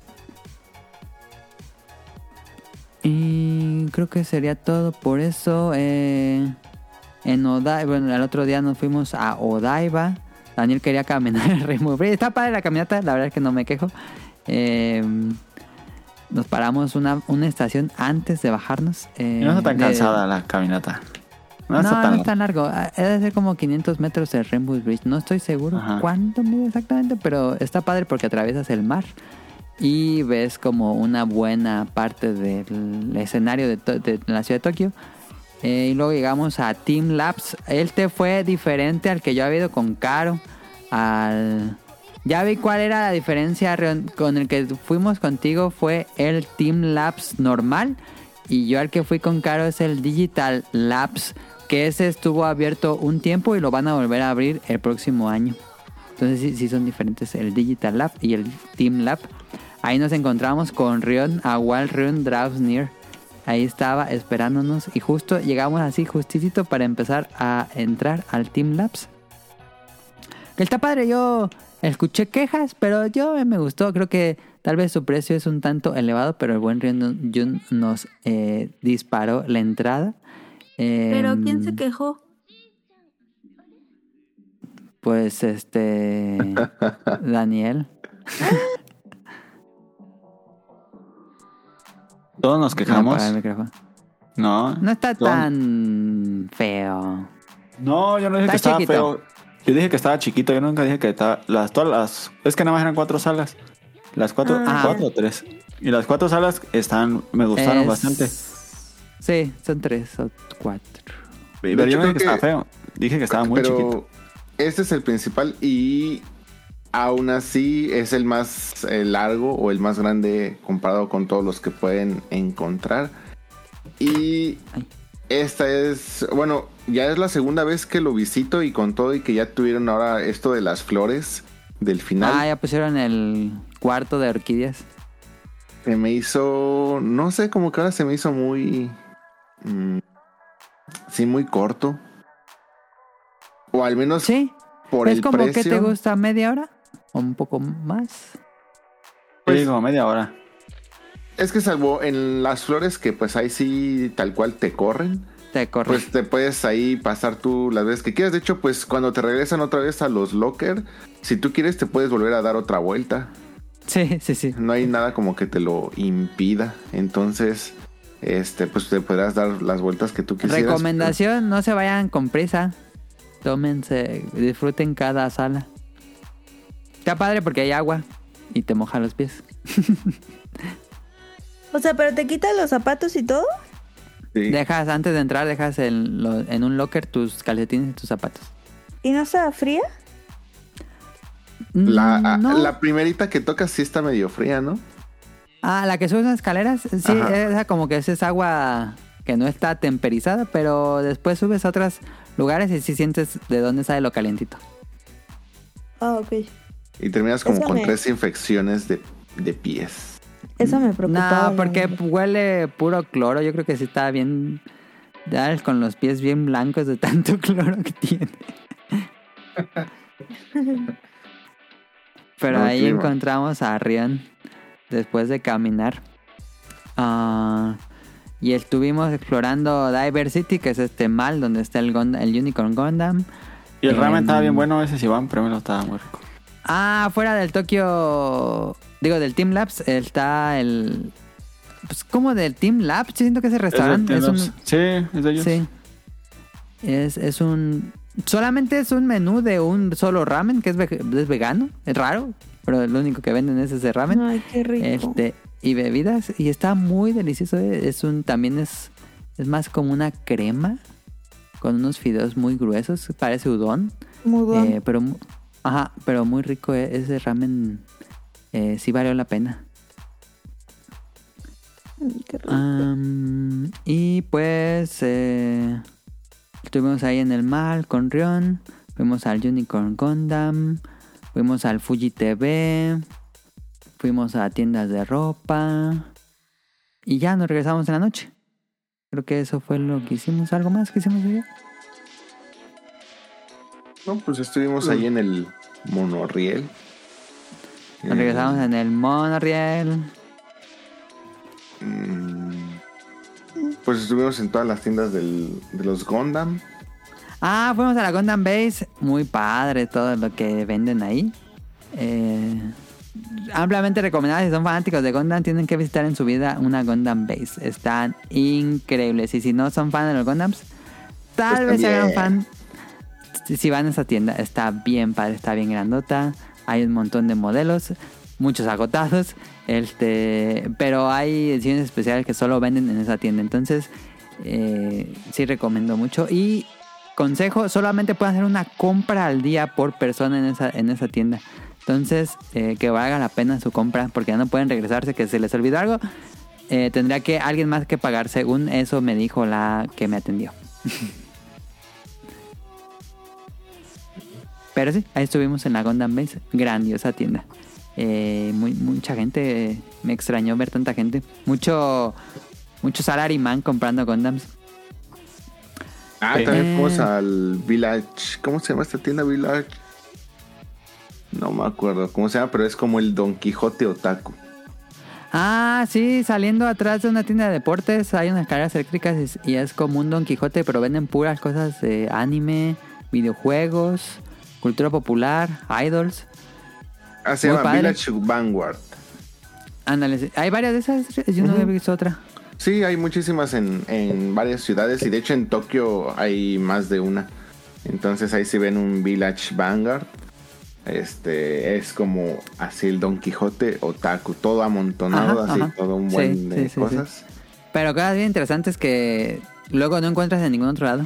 Y creo que sería todo por eso. En Odaiba, bueno, el otro día nos fuimos a Odaiba. Daniel quería caminar el Rainbow Bridge. Está padre la caminata, la verdad es que no me quejo. Nos paramos una estación antes de bajarnos. No está tan cansada la caminata. No es tan largo. Debe ser como 500 metros el Rainbow Bridge. No estoy seguro cuánto mide exactamente, pero está padre porque atraviesas el mar y ves como una buena parte del escenario de la ciudad de Tokio. Y luego llegamos a Team Labs. Fue diferente al que yo había ido con Caro. Ya vi cuál era la diferencia con el que fuimos contigo. Fue el Team Labs normal. Y yo al que fui con Caro es el Digital Labs, que ese estuvo abierto un tiempo y lo van a volver a abrir el próximo año. Entonces sí son diferentes el Digital Lab y el Team Lab. Ahí nos encontramos con Rion, Awal Rion Drausnir. Ahí estaba esperándonos y justo llegamos así justito para empezar a entrar al Team Labs. Que está padre, yo escuché quejas, pero yo me gustó. Creo que tal vez su precio es un tanto elevado, pero el buen Ryun nos disparó la entrada. ¿Pero quién se quejó? Pues Daniel. Todos nos quejamos. No está tan feo. No, yo no dije está que estaba chiquito. feo. Yo dije que estaba chiquito. Yo nunca dije que estaba. Es que nada más eran 4 salas. Las 4 o 3. Y las 4 salas me gustaron bastante. Sí, son 3 o 4. Pero yo no dije que estaba feo. Dije que estaba muy chiquito. Este es el principal y aún así es el más largo o el más grande comparado con todos los que pueden encontrar. Y esta es, bueno, ya es la segunda vez que lo visito y con todo y que ya tuvieron ahora esto de las flores del final. Ya pusieron el cuarto de orquídeas. Se me hizo, no sé, como que ahora se me hizo muy, sí, muy corto. O al menos sí, por el precio. ¿Es como que te gusta media hora? ¿O un poco más? Pues digo, media hora. Es que salvo en las flores que pues ahí sí tal cual te corren. Pues te puedes ahí pasar tú las veces que quieras. De hecho, pues cuando te regresan otra vez a los locker, si tú quieres te puedes volver a dar otra vuelta. Sí. No hay nada como que te lo impida. Entonces, pues te podrás dar las vueltas que tú quisieras. Recomendación, no se vayan con prisa. Tómense, disfruten cada sala. Está padre porque hay agua y te moja los pies. O sea, ¿pero te quitas los zapatos y todo? Sí. Antes de entrar, dejas en un locker tus calcetines y tus zapatos. ¿Y no está fría? No. La primerita que tocas sí está medio fría, ¿no? La que sube las escaleras, sí, esa como que es agua que no está temperizada, pero después subes a otros lugares y sí sientes de dónde sale lo calientito. Ok. Y terminas como con 3 infecciones de pies. Eso me preocupa. No, porque huele puro cloro. Yo creo que sí está bien. Ya con los pies bien blancos de tanto cloro que tiene. Pero ahí encontramos a Rion después de caminar. Y estuvimos explorando Diversity, que es este mall donde está el Unicorn Gundam. Y el ramen estaba bien bueno, ese sí van, pero me lo estaba muy rico. Fuera del Tokio, del Team Labs, está el... Pues como del Team Labs, siento que ese restaurante sí, es de ellos. Sí. Es un... Solamente es un menú de un solo ramen, que es vegano, es raro, pero lo único que venden es ese ramen. Ay, qué rico. Y bebidas, y está muy delicioso. También es más como una crema con unos fideos muy gruesos, parece udon. Pero muy rico ese ramen. Sí valió la pena. Qué rico. Y pues estuvimos ahí en el mall con Rion. Fuimos al Unicorn Gundam. Fuimos al Fuji TV. Fuimos a tiendas de ropa. Y ya nos regresamos en la noche. Creo que eso fue lo que hicimos. ¿Algo más que hicimos allá? No, pues estuvimos ahí en el monorriel. Nos regresamos en el monorriel. Pues estuvimos en todas las tiendas de los Gundam. Fuimos a la Gundam Base. Muy padre todo lo que venden ahí. Ampliamente recomendado. Si son fanáticos de Gundam, tienen que visitar en su vida una Gundam Base. Están increíbles. Y si no son fan de los Gundams, tal vez se hagan fan. Si van a esa tienda, está bien padre, está bien grandota. Hay un montón de modelos, muchos agotados. Pero hay ediciones especiales que solo venden en esa tienda. Entonces, sí recomiendo mucho. Y consejo, solamente pueden hacer una compra al día por persona en esa tienda. Entonces, que valga la pena su compra, porque ya no pueden regresarse, que se les olvidó algo. Tendría que alguien más que pagar, según eso me dijo la que me atendió. Pero sí, ahí estuvimos en la Gundam Base. Grandiosa tienda. Mucha gente. Me extrañó ver tanta gente. Mucho salaryman comprando Gundams. También fuimos al Village. ¿Cómo se llama esta tienda? Village. No me acuerdo cómo se llama, pero es como el Don Quijote Otaku. Ah, sí, saliendo atrás de una tienda de deportes hay unas escaleras eléctricas y es como un Don Quijote, pero venden puras cosas de anime, videojuegos, cultura popular, idols. Ah, se llama Village Vanguard. Ándale, sí. Hay varias de esas, yo no he visto otra. Sí, hay muchísimas en varias ciudades y de hecho en Tokio hay más de una. Entonces ahí se ven un Village Vanguard. Es como así el Don Quijote Otaku, todo amontonado, así, todo un buen de cosas. Sí. Pero cosas bien interesantes que luego no encuentras en ningún otro lado.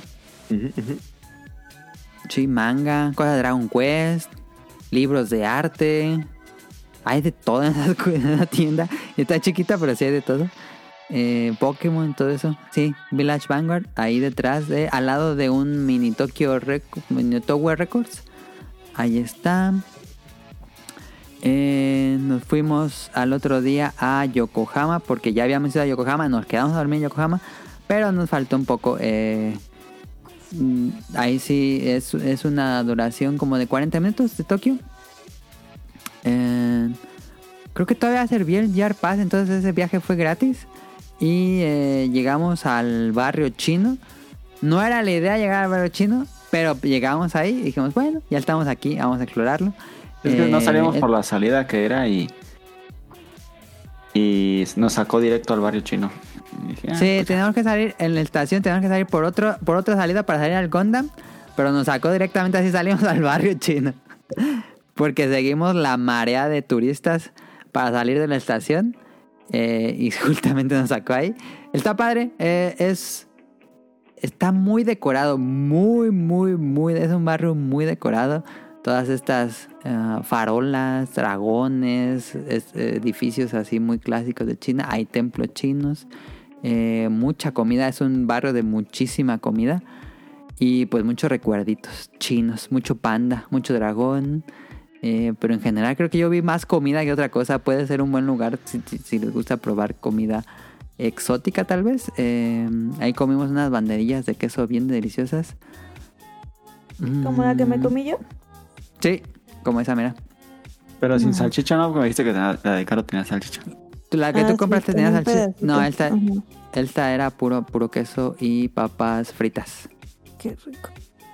Sí, manga, cosas de Dragon Quest, libros de arte. Hay de todo en esa tienda. Está chiquita, pero sí hay de todo. Pokémon, todo eso. Sí, Village Vanguard, ahí detrás, al lado de un mini Tower Records. Ahí está. Nos fuimos al otro día a Yokohama, porque ya habíamos ido a Yokohama, nos quedamos a dormir en Yokohama, pero nos faltó un poco. Ahí sí es una duración como de 40 minutos de Tokio. Creo que todavía servía el JR Pass, entonces ese viaje fue gratis. Y llegamos al barrio chino. No era la idea llegar al barrio chino, pero llegamos ahí y dijimos, bueno, ya estamos aquí, vamos a explorarlo. Es que no salimos por la salida que era y nos sacó directo al barrio chino. Dije, sí, pues tenemos que salir en la estación, tenemos que salir por otra salida para salir al Gundam, pero nos sacó directamente, así salimos al barrio chino. Porque seguimos la marea de turistas para salir de la estación y justamente nos sacó ahí. Está padre, está muy decorado, muy, es un barrio muy decorado. Todas estas farolas, dragones, edificios así muy clásicos de China. Hay templos chinos, mucha comida, es un barrio de muchísima comida. Y pues muchos recuerditos chinos, mucho panda, mucho dragón. Pero en general creo que yo vi más comida que otra cosa. Puede ser un buen lugar si les gusta probar comida exótica tal vez. Ahí comimos unas banderillas de queso bien deliciosas. ¿Como la que me comí yo? Sí, como esa, mira. Pero sin salchicha, ¿no? Porque me dijiste que la de Caro tenía salchicha. La que tú compraste tenía salchicha. Pedacito. No, esta era puro queso y papas fritas. Qué rico.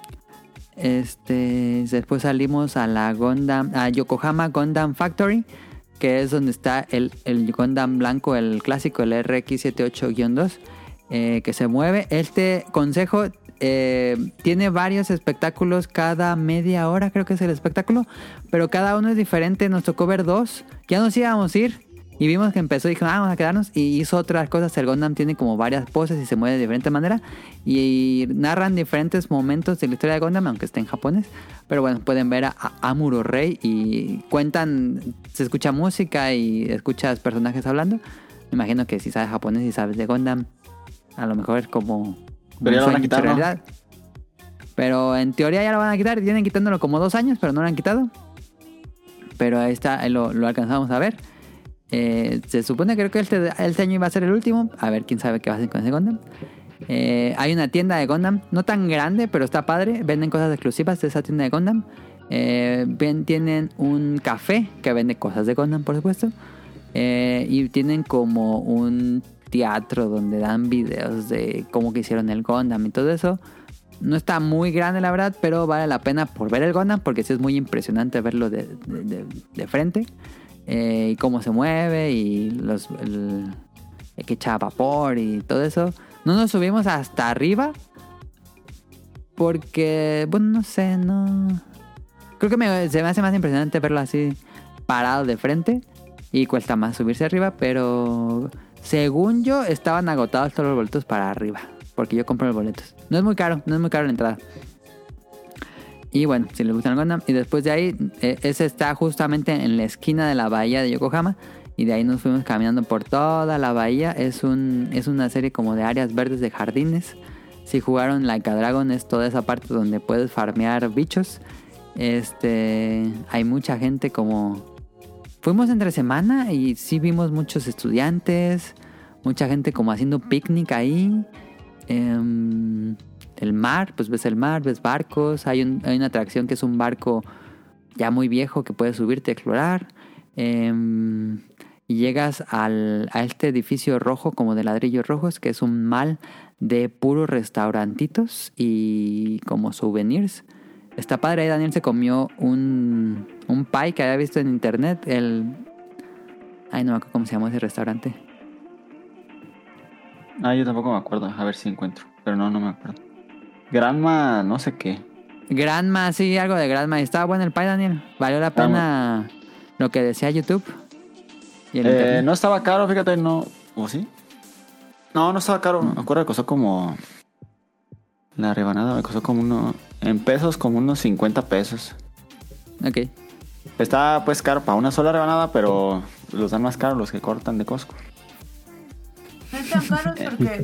Después salimos a Yokohama Gundam Factory, que es donde está el Gundam blanco, el clásico, el RX-78-2, que se mueve. Este consejo tiene varios espectáculos cada media hora, creo que es el espectáculo, pero cada uno es diferente. Nos tocó ver 2, ya nos íbamos a ir y vimos que empezó y dijimos, vamos a quedarnos, y hizo otras cosas. El Gundam tiene como varias poses y se mueve de diferente manera y narran diferentes momentos de la historia de Gundam, aunque esté en japonés. Pero bueno, pueden ver a Amuro Rey y cuentan, se escucha música y escuchas personajes hablando. Me imagino que si sabes japonés y sabes de Gundam, a lo mejor es como pero ya lo van a quitar, realidad. ¿No? Pero en teoría ya lo van a quitar. Tienen quitándolo como 2 años, pero no lo han quitado. Pero ahí está, ahí lo alcanzamos a ver. Se supone, creo que este año iba a ser el último. A ver quién sabe qué va a hacer con ese Gundam. Hay una tienda de Gundam, no tan grande, pero está padre. Venden cosas exclusivas de esa tienda de Gundam. Tienen un café que vende cosas de Gundam, por supuesto. Y tienen como un teatro donde dan videos de cómo que hicieron el Gundam y todo eso. No está muy grande, la verdad, pero vale la pena por ver el Gundam, porque sí es muy impresionante verlo de frente. Y cómo se mueve y el que echa vapor y todo eso. No nos subimos hasta arriba porque, bueno, no sé, no... Creo que se me hace más impresionante verlo así parado de frente y cuesta más subirse arriba, pero según yo estaban agotados todos los boletos para arriba, porque yo compré los boletos. No es muy caro la entrada. Y bueno, si les gusta el Gundam. Y después de ahí, ese está justamente en la esquina de la bahía de Yokohama. Y de ahí nos fuimos caminando por toda la bahía. Es una serie como de áreas verdes de jardines. Si jugaron Like a Dragon, es toda esa parte donde puedes farmear bichos. Hay mucha gente como... Fuimos entre semana y sí vimos muchos estudiantes. Mucha gente como haciendo picnic ahí. El mar, pues ves el mar, ves barcos. Hay una atracción que es un barco ya muy viejo que puedes subirte a explorar. Y llegas a este edificio rojo, como de ladrillos rojos, que es un mall de puros restaurantitos y como souvenirs. Está padre. Ahí Daniel se comió un pie que había visto en internet. Ay, no me acuerdo cómo se llama ese restaurante. Yo tampoco me acuerdo. A ver si encuentro. Pero no me acuerdo. Granma, no sé qué. Granma, sí, algo de Granma. Estaba bueno el pie, Daniel. Valió la pena lo que decía YouTube. No estaba caro, fíjate, no. ¿O sí? No estaba caro. Me acuerdo que costó como. La rebanada me costó como en pesos, como unos 50 pesos. Ok. Está pues caro para una sola rebanada, pero los dan más caros los que cortan de Costco. No están caros porque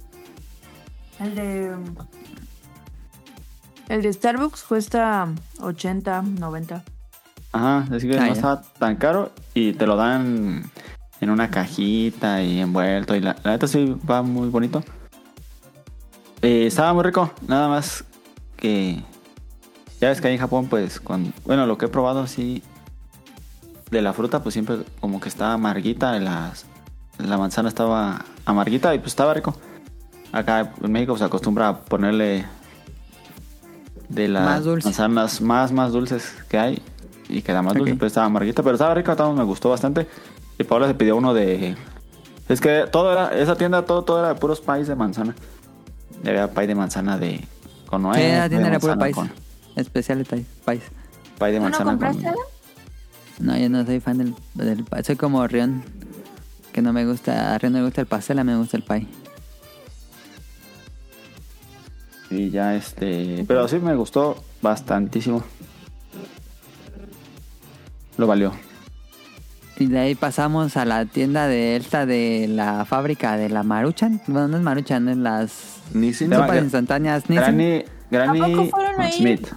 el de Starbucks cuesta 80, 90. Ajá, es que no estaba tan caro y te lo dan en una cajita y envuelto. Y la neta sí va muy bonito. Estaba muy rico, nada más que ya ves que ahí en Japón pues lo que he probado así de la fruta pues siempre como que está amarguita, la manzana estaba amarguita y pues estaba rico. Acá en México se acostumbra a ponerle de las manzanas más dulces que hay y queda más dulce, pero estaba amarguita, pero estaba rico, me gustó bastante. Y Paola se pidió uno es que esa tienda todo era de puros pies de manzana. Había pie de manzana con nuez. Sí, la tienda era puro pies. Especial de pies. Pie de manzana. ¿No compraste? No, yo no soy fan del pie. Soy como Rion, que no me gusta. A Rion no me gusta el pastel, a mí me gusta el pie. Y ya pero sí me gustó bastantísimo. Lo valió. Y de ahí pasamos a la tienda de la fábrica de la Maruchan. Bueno, no es Maruchan, es las Nissin. sopas instantáneas Nissin. Granny Smith.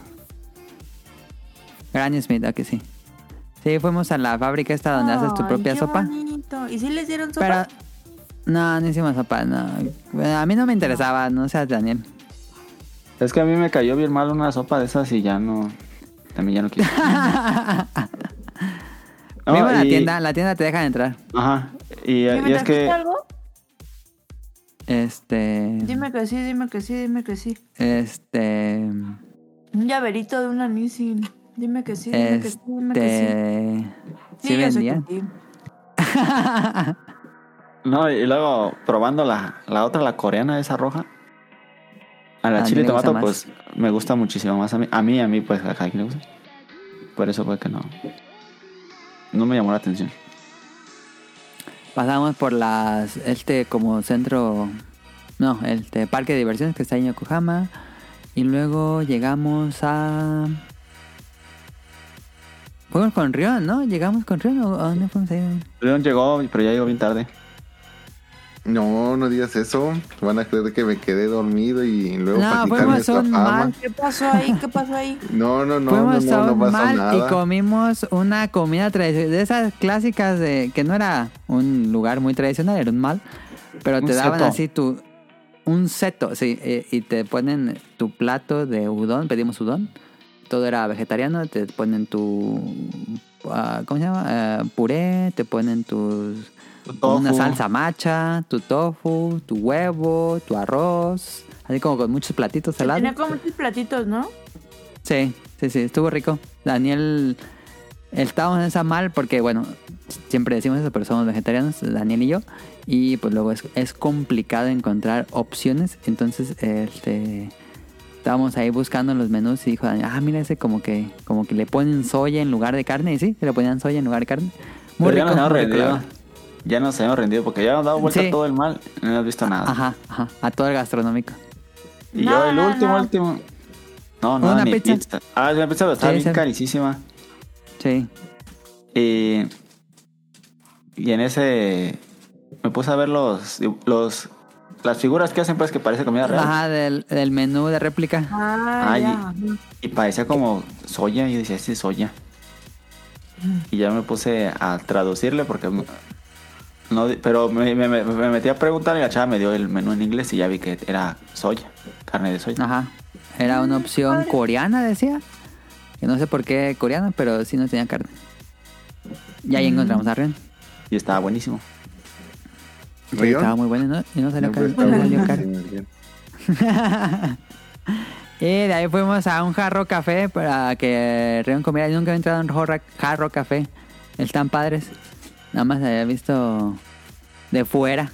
Granny Smith, aquí sí. Sí, fuimos a la fábrica esta donde haces tu propia sopa. Bonito. ¿Y si les dieron sopa? Pero no hicimos sopa, no. A mí no me interesaba, no seas Daniel. Es que a mí me cayó bien mal una sopa de esas y también ya no quiero. Vimos la tienda te dejan entrar. Ajá. Y es que algo? Dime que sí. Un llaverito de una Nissin. Dime que sí, dime que sí. ¿Sí vendían? Sí. No, y luego probando la otra, la coreana, esa roja. A la chile y tomato, pues me gusta muchísimo más. A mí, pues a cada quien le gusta. Por eso fue que no me llamó la atención. Pasamos por como centro, parque de diversiones que está en Yokohama. Y luego llegamos a... Fuimos con Rion, ¿no? ¿Llegamos con Rion o a dónde fuimos ahí? Rion llegó, pero ya llegó bien tarde. No digas eso. Van a creer que me quedé dormido y luego para quitarme esta fama. ¿Qué pasó ahí? No fuimos pasó nada. Y comimos una comida tradicional, de esas clásicas que no era un lugar muy tradicional, era un mall, pero te daban así un seto, sí, y te ponen tu plato de udon, pedimos udon, todo era vegetariano, te ponen tu ¿cómo se llama? Puré, te ponen una salsa macha, tu tofu, tu huevo, tu arroz, así como con muchos platitos salados. Tenía como muchos platitos, ¿no? Sí, estuvo rico. Daniel, estábamos en esa mal porque, bueno, siempre decimos eso, pero somos vegetarianos, Daniel y yo, y pues luego es complicado encontrar opciones, entonces estábamos ahí buscando los menús y dijo Daniel, mira ese como que le ponen soya en lugar de carne, y sí, le ponían soya en lugar de carne. Muy rico. Ya nos habíamos rendido porque ya hemos dado vuelta a todo el mal y no hemos visto nada. Ajá, a todo el gastronómico. Y yo el último. No, una ni pizza. La pizza estaba bien carísima. Sí. Y en ese me puse a ver las figuras que hacen, pues, que parece comida real. Ajá, del menú de réplica. Y parecía como soya. Y yo decía, sí, soya. Y ya me puse a traducirle porque pero me metí a preguntar y la chava me dio el menú en inglés y ya vi que era soya, carne de soya. Ajá. Era una opción coreana, decía. Que no sé por qué coreano, pero sí no tenía carne. Y ahí encontramos a Rion. Y estaba buenísimo. Sí, estaba muy bueno, ¿no? Y no salió caro. Y de ahí fuimos a un Jarro Café para que Rion comiera. Yo nunca había entrado en un Jarro Café. Están padres. Nada más había visto de fuera.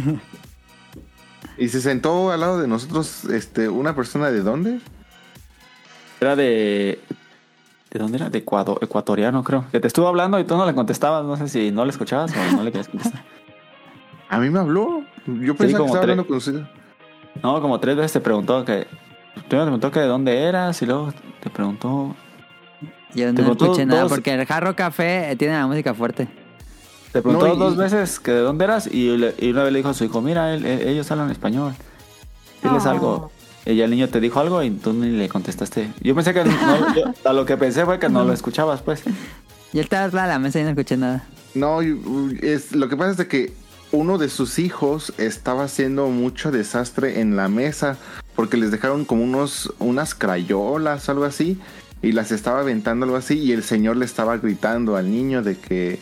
¿Y se sentó al lado de nosotros una persona de dónde? Era ¿de dónde era? De ecuatoriano, creo. Que te estuvo hablando y tú no le contestabas. No sé si no le escuchabas o no le querías contestar. A mí me habló. Yo pensaba que estaba hablando con usted. No, como 3 veces te preguntó que... Primero te preguntó que de dónde eras y luego te preguntó... Yo no escuché nada porque el Jarro Café tiene la música fuerte. Te preguntó 2 veces que de dónde eras y una vez le dijo a su hijo, mira, ellos hablan español. Diles algo. Y el niño te dijo algo y tú ni le contestaste. Yo pensé que a lo que pensé fue que no lo escuchabas, pues. Y él estaba a la mesa y no escuché nada. No, lo que pasa es de que uno de sus hijos estaba haciendo mucho desastre en la mesa porque les dejaron como unas crayolas o algo así y las estaba aventando algo así y el señor le estaba gritando al niño de que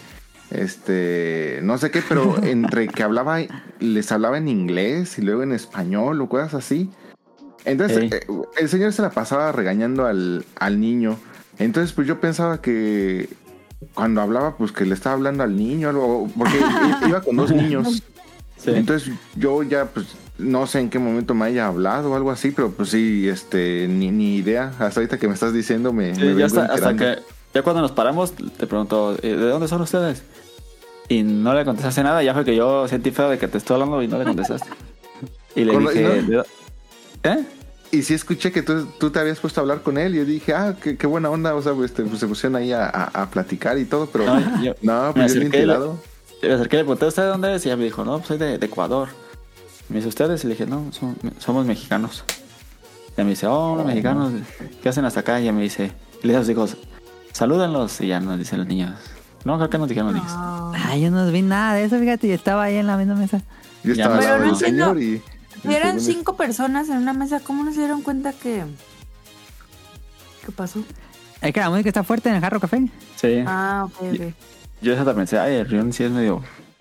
no sé qué, pero entre que les hablaba en inglés y luego en español o cosas así. Entonces el señor se la pasaba regañando al niño. Entonces pues yo pensaba que cuando hablaba pues que le estaba hablando al niño algo, porque iba con 2 niños. Sí. Entonces yo ya pues no sé en qué momento me haya hablado o algo así, pero pues sí, ni idea. Hasta ahorita que me estás diciendo me ya hasta que ya cuando nos paramos te pregunto, ¿de dónde son ustedes? Y no le contestaste nada. Ya fue que yo sentí feo de que te estoy hablando y no le contestaste. Y le dije, ¿no? ¿Eh? Y sí escuché que tú te habías puesto a hablar con él y yo dije, qué buena onda, o sea, pues se pusieron ahí a platicar y todo, pero pues yo bien tirado. Me acerqué y le pregunté, ¿usted de dónde es? Y ella me dijo, no, pues soy de Ecuador. Y me dice, ¿ustedes? Y le dije, no, somos mexicanos. Y ella me dice, mexicanos, ¿qué hacen hasta acá? Y ella me dice, y le dice a sus hijos, salúdenlos. Y ya nos dicen los niños, no, creo que nos dijeron los niños. Ay, yo no vi nada de eso, fíjate, yo estaba ahí en la misma mesa. Yo estaba al lado del señor y... Eran 5 personas en una mesa. ¿Cómo no se dieron cuenta que... ¿Qué pasó? Es que la música está fuerte en el Jarro Café. Sí. Ok. Yo esa también pensé, el Rion sí es medio...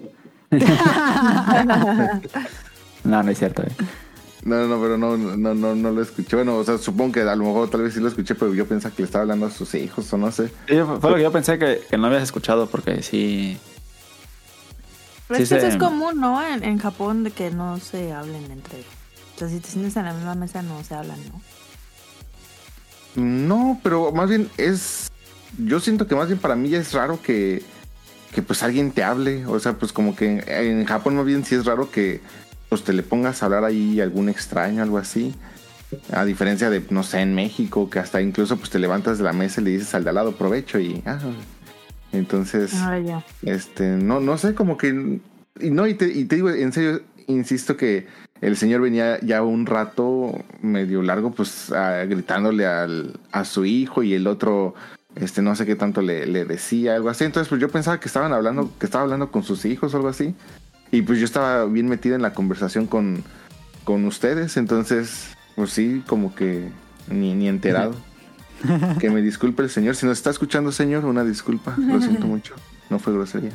No es cierto. No, pero no lo escuché. Bueno, o sea, supongo que a lo mejor tal vez sí lo escuché, pero yo pensaba que le estaba hablando a sus hijos o no sé. Sí, fue lo que yo pensé que no habías escuchado porque sí... Pero es que eso es común, ¿no? En Japón, de que no se hablen entre ellos. O sea, si te sientes en la misma mesa no se hablan, ¿no? No, pero más bien yo siento que más bien para mí ya es raro que pues alguien te hable. O sea, pues como que en Japón más bien sí es raro que pues te le pongas a hablar ahí a algún extraño, algo así. A diferencia de, no sé, en México, que hasta incluso pues te levantas de la mesa y le dices al de al lado provecho y... Entonces, no sé, como que... Y te digo, en serio, insisto que el señor venía ya un rato medio largo, pues gritándole a su hijo y el otro, no sé qué tanto le decía, algo así. Entonces, pues yo pensaba que estaba hablando con sus hijos o algo así. Y pues yo estaba bien metido en la conversación con ustedes. Entonces, pues sí, como que ni enterado. Que me disculpe el señor. Si nos está escuchando, señor, una disculpa. Lo siento mucho. No fue grosería.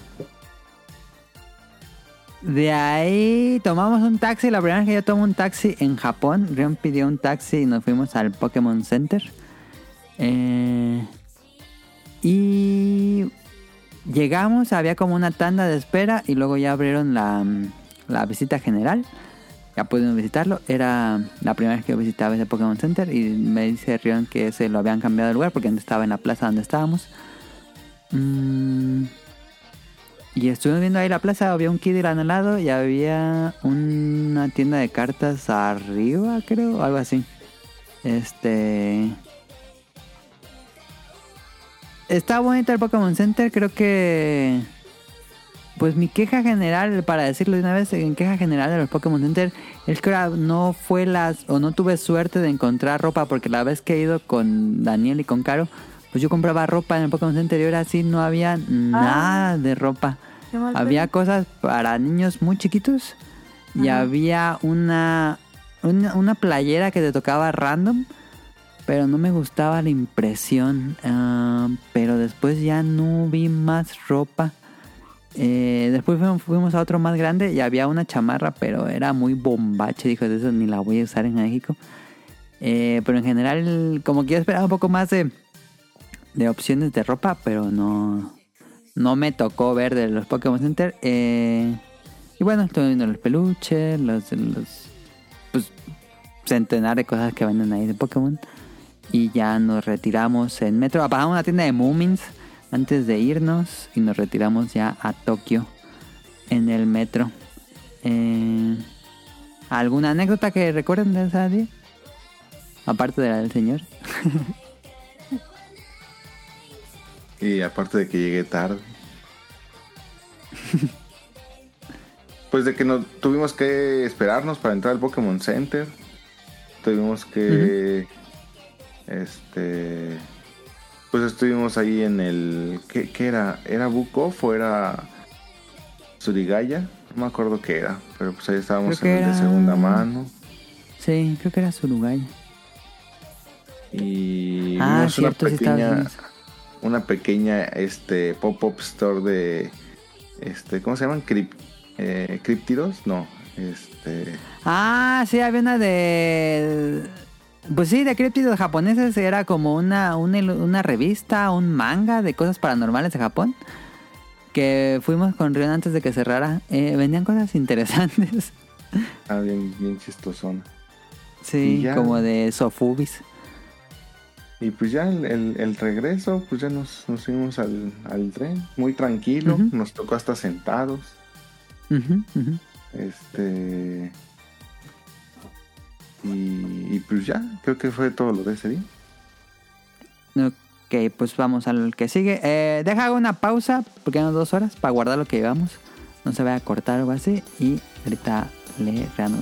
De ahí tomamos un taxi. La primera vez que yo tomo un taxi en Japón, Rion pidió un taxi y nos fuimos al Pokémon Center. Y llegamos, había como una tanda de espera y luego ya abrieron la visita general. Ya pudimos visitarlo. Era la primera vez que yo visitaba ese Pokémon Center y me dice Rion que se lo habían cambiado de lugar porque antes estaba en la plaza donde estábamos. Y estuvimos viendo ahí la plaza. Había un Kidland al lado y había una tienda de cartas arriba, creo, algo así. Está bonito el Pokémon Center. Creo que... Pues mi queja general, para decirlo de una vez, en queja general de los Pokémon Center, es que no tuve suerte de encontrar ropa, porque la vez que he ido con Daniel y con Caro, pues yo compraba ropa en el Pokémon Center y ahora sí no había nada de ropa. Había cosas para niños muy chiquitos y había una playera que te tocaba random, pero no me gustaba la impresión. Pero después ya no vi más ropa. Después fuimos a otro más grande y había una chamarra, pero era muy bombache. Dijo, de eso ni la voy a usar en México. Pero en general, como que yo esperaba un poco más de opciones de ropa, pero no me tocó ver de los Pokémon Center. Y bueno, estoy viendo los peluches, los pues, centenar de cosas que venden ahí de Pokémon. Y ya nos retiramos en metro. Pasamos a una tienda de Moomins antes de irnos y nos retiramos ya a Tokio en el metro. ¿Alguna anécdota que recuerden de esa día? Aparte de la del señor. Y aparte de que llegué tarde. Pues de que no tuvimos que esperarnos para entrar al Pokémon Center. Tuvimos que... Pues estuvimos ahí en el... ¿Qué era? ¿Era Book Off o era Surigaya? No me acuerdo qué era. Pero pues ahí estábamos en el de segunda mano. Sí, creo que era Surigaya. Y... cierto, una pequeña pop-up store de... ¿Cómo se llaman? ¿Críptidos? No. Sí, había una de... Pues sí, de críptidos japoneses. Era como una revista, un manga de cosas paranormales de Japón. Que fuimos con Rion antes de que cerrara. Vendían cosas interesantes. Bien chistosona. Sí, como de Sofubis. Y pues ya el regreso, pues ya nos fuimos al tren. Muy tranquilo. Uh-huh. Nos tocó hasta sentados. Uh-huh, uh-huh. Y pues ya, creo que fue todo lo de ese día. Ok, pues vamos al que sigue. Deja una pausa, porque quedan 2 horas, para guardar lo que llevamos. No se vaya a cortar o así. Y ahorita le reanudo.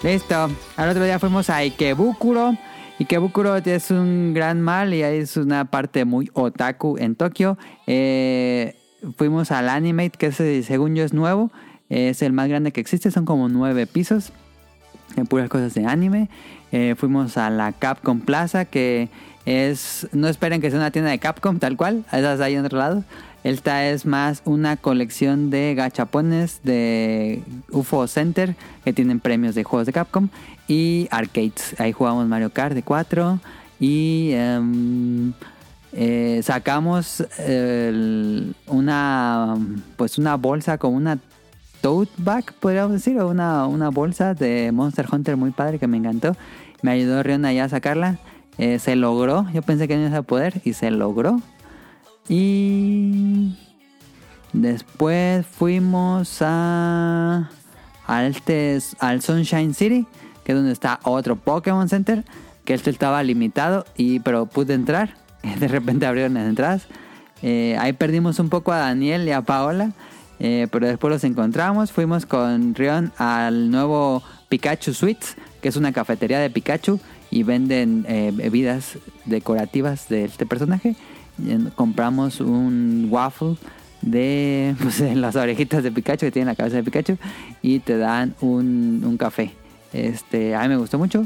Listo. Al otro día fuimos a Ikebukuro. Ikebukuro es un gran mall y ahí es una parte muy otaku en Tokio. Fuimos al Animate, que según yo es nuevo. Es el más grande que existe, son como 9 pisos. En puras cosas de anime. Fuimos a la Capcom Plaza, que es... No esperen que sea una tienda de Capcom, tal cual. Esas hay en otro lado. Esta es más una colección de gachapones de UFO Center, que tienen premios de juegos de Capcom. Y arcades. Ahí jugamos Mario Kart de 4. Y sacamos una bolsa con una tote bag, podríamos decir, o una bolsa de Monster Hunter muy padre que me encantó. Me ayudó Rion allá a sacarla. Se logró. Yo pensé que no iba a poder y se logró. Y después fuimos al Sunshine City, que es donde está otro Pokémon Center, que estaba limitado, pero pude entrar. De repente abrieron las entradas. Ahí perdimos un poco a Daniel y a Paola, pero después los encontramos. Fuimos con Rion al nuevo Pikachu Sweets, que es una cafetería de Pikachu y venden bebidas decorativas de este personaje. Compramos un waffle de las orejitas de Pikachu, que tienen la cabeza de Pikachu, y te dan un café. A mí me gustó mucho.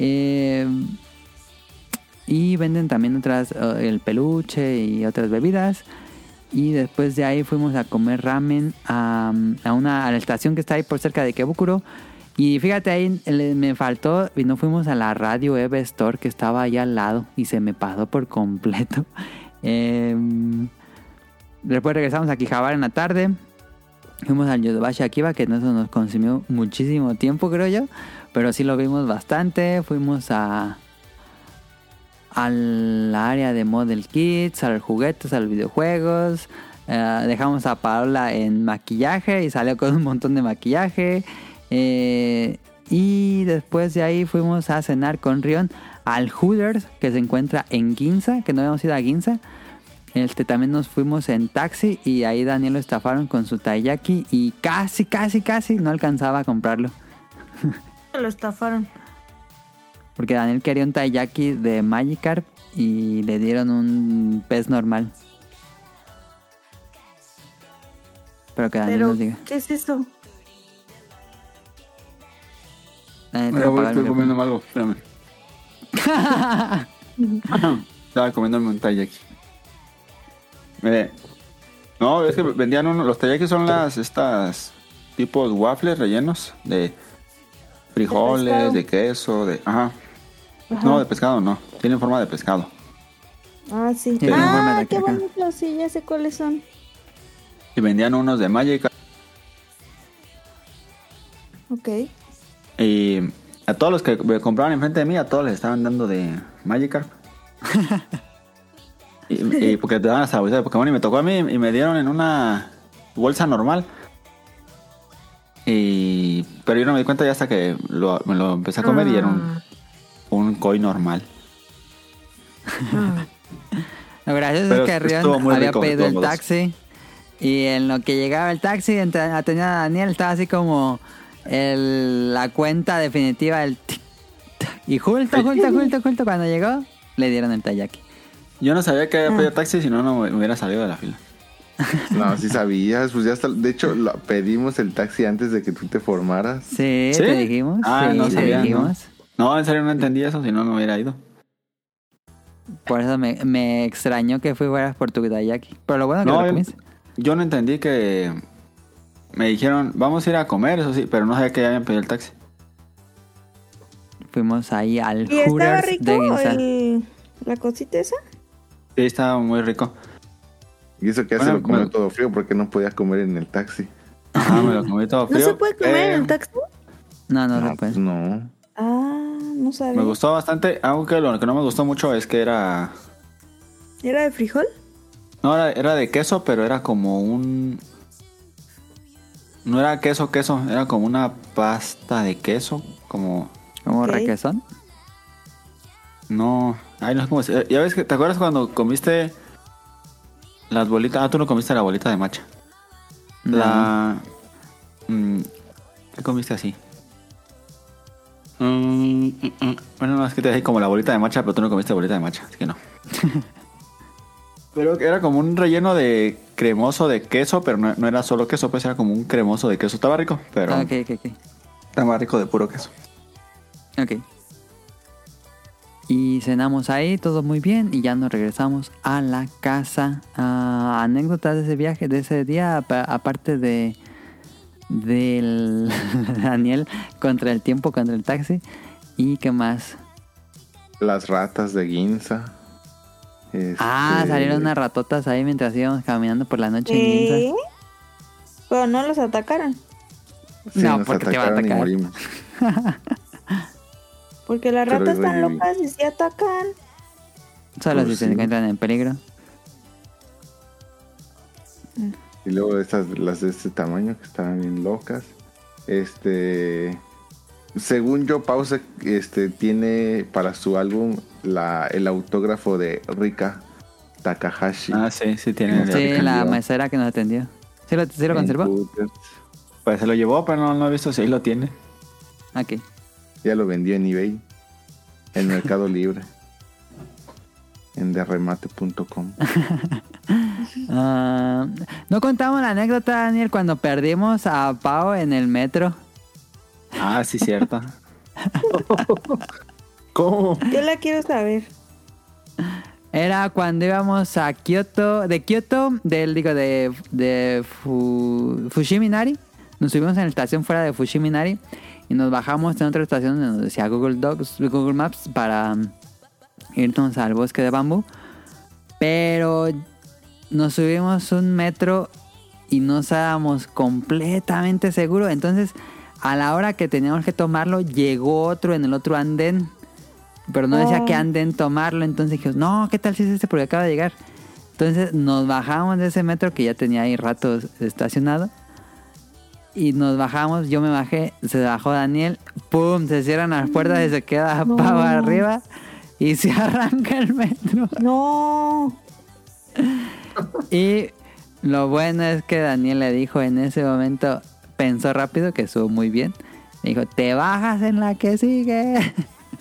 Y venden también otras, el peluche y otras bebidas. Y después de ahí fuimos a comer ramen a la estación que está ahí por cerca de Ikebukuro. Y fíjate, ahí me faltó y no fuimos a la Radio Eve Store, que estaba ahí al lado, y se me pasó por completo. Después regresamos a Akihabara en la tarde. Fuimos al Yodobashi Akiba, que eso nos consumió muchísimo tiempo, creo yo, pero sí lo vimos bastante. Fuimos al área de Model Kits, a los juguetes, a los videojuegos. Dejamos a Paola en maquillaje y salió con un montón de maquillaje. Y después de ahí fuimos a cenar con Rion al Hooters, que se encuentra en Ginza, que no habíamos ido a Ginza. También nos fuimos en taxi y ahí Daniel lo estafaron con su taiyaki y casi no alcanzaba a comprarlo. Lo estafaron. Porque Daniel quería un taiyaki de Magikarp y le dieron un pez normal. Pero que Daniel nos diga. ¿Qué es eso? Estoy comiendo algo, espérame. Estaba comiéndome un taiyaki. No, es que vendían los taiyaki son estas tipos waffles rellenos de frijoles, de queso, Ajá. No, de pescado no. Tienen forma de pescado. Ah, sí. Qué bonito, sí, ya sé cuáles son. Y vendían unos de Magikarp. Ok. Y a todos los que me compraban enfrente de mí, a todos les estaban dando de Magikarp. y porque te daban hasta la bolsa de Pokémon, y me tocó a mí y me dieron en una bolsa normal. Pero yo no me di cuenta ya hasta que me lo empecé a comer y era un koi normal. Lo gracioso es que Rion había pedido el taxi y en lo que llegaba el taxi tenía a Daniel, estaba así como la cuenta definitiva del y justo cuando llegó le dieron el taiyaki. Yo no sabía que había pedido taxi, si no me hubiera salido de la fila. No, sí sabías, pues ya está. De hecho, pedimos el taxi antes de que tú te formaras. Sí, te dijimos. Ah, sí, no sabía. Dijimos. No, en serio no entendí eso, si no me hubiera ido. Por eso me extrañó que fueras por tu taiyaki. Pero lo bueno que lo comiste. Yo no entendí que me dijeron, vamos a ir a comer, eso sí, pero no sabía que ya habían pedido el taxi. Fuimos ahí al Hooters de Ginza. ¿La cosita esa? Sí, estaba muy rico. Y eso que se lo comió todo frío porque no podías comer en el taxi. Ajá, me lo comí todo frío. ¿No se puede comer en el taxi? No se puede. Pues no. Ah, no sabía. Me gustó bastante, aunque lo que no me gustó mucho es que era... ¿Era de frijol? No, era de queso, pero era como no era queso, era como una pasta de queso, como... ¿Como Ok. requesón? No, ay, no sé cómo se... Ya ves que, ¿te acuerdas cuando comiste las bolitas? Ah, tú no comiste la bolita de matcha. No. ¿Qué comiste así? Bueno, no, es que te dejé como la bolita de matcha, pero tú no comiste bolita de matcha, así que no. Pero era como un relleno de cremoso de queso, pero no era solo queso, pues era como un cremoso de queso. Estaba rico, pero Ok. estaba rico de puro queso. Ok. Y cenamos ahí, todo muy bien, y ya nos regresamos a la casa. Anécdotas de ese viaje, de ese día, aparte del Daniel contra el tiempo, contra el taxi. ¿Y qué más? Las ratas de Ginza. Salieron unas ratotas ahí mientras íbamos caminando por la noche en Ginza. Pero no los atacaron. Sí, No, nos porque te va a atacaron y atacar. morimos. Porque las ratas están reviví. locas y se atacan. Solo Pues si se sí. encuentran en peligro. Y luego las de este tamaño que estaban bien locas. Según yo, Pause tiene para su álbum el autógrafo de Rika Takahashi. Sí, tiene. Sí. Sí, la atendió. maestra que nos atendió. ¿Sí lo conservó? Hooters. Pues se lo llevó, pero no he visto si ahí lo tiene. Ok. Ya lo vendió en eBay, en Mercado Libre, en derremate.com. No contamos la anécdota, Daniel, cuando perdimos a Pau en el metro. Sí, cierto. ¿Cómo? Yo la quiero saber. Era cuando íbamos a Kioto, de Fushimi Inari. Nos subimos en la estación fuera de Fushimi Inari y nos bajamos en otra estación donde nos decía Google Maps para irnos al bosque de bambú. Pero nos subimos un metro y no estábamos completamente seguros. Entonces, a la hora que teníamos que tomarlo, llegó otro en el otro andén. Pero no decía qué andén tomarlo. Entonces dijimos, no, ¿qué tal si es este? Porque acaba de llegar. Entonces nos bajamos de ese metro que ya tenía ahí ratos estacionado. Y nos bajamos, yo me bajé, se bajó Daniel. ¡Pum! Se cierran las puertas y se queda Pau arriba. Y se arranca el metro. No. Y lo bueno es que Daniel le dijo en ese momento, pensó rápido, que estuvo muy bien. Le dijo, te bajas en la que sigue.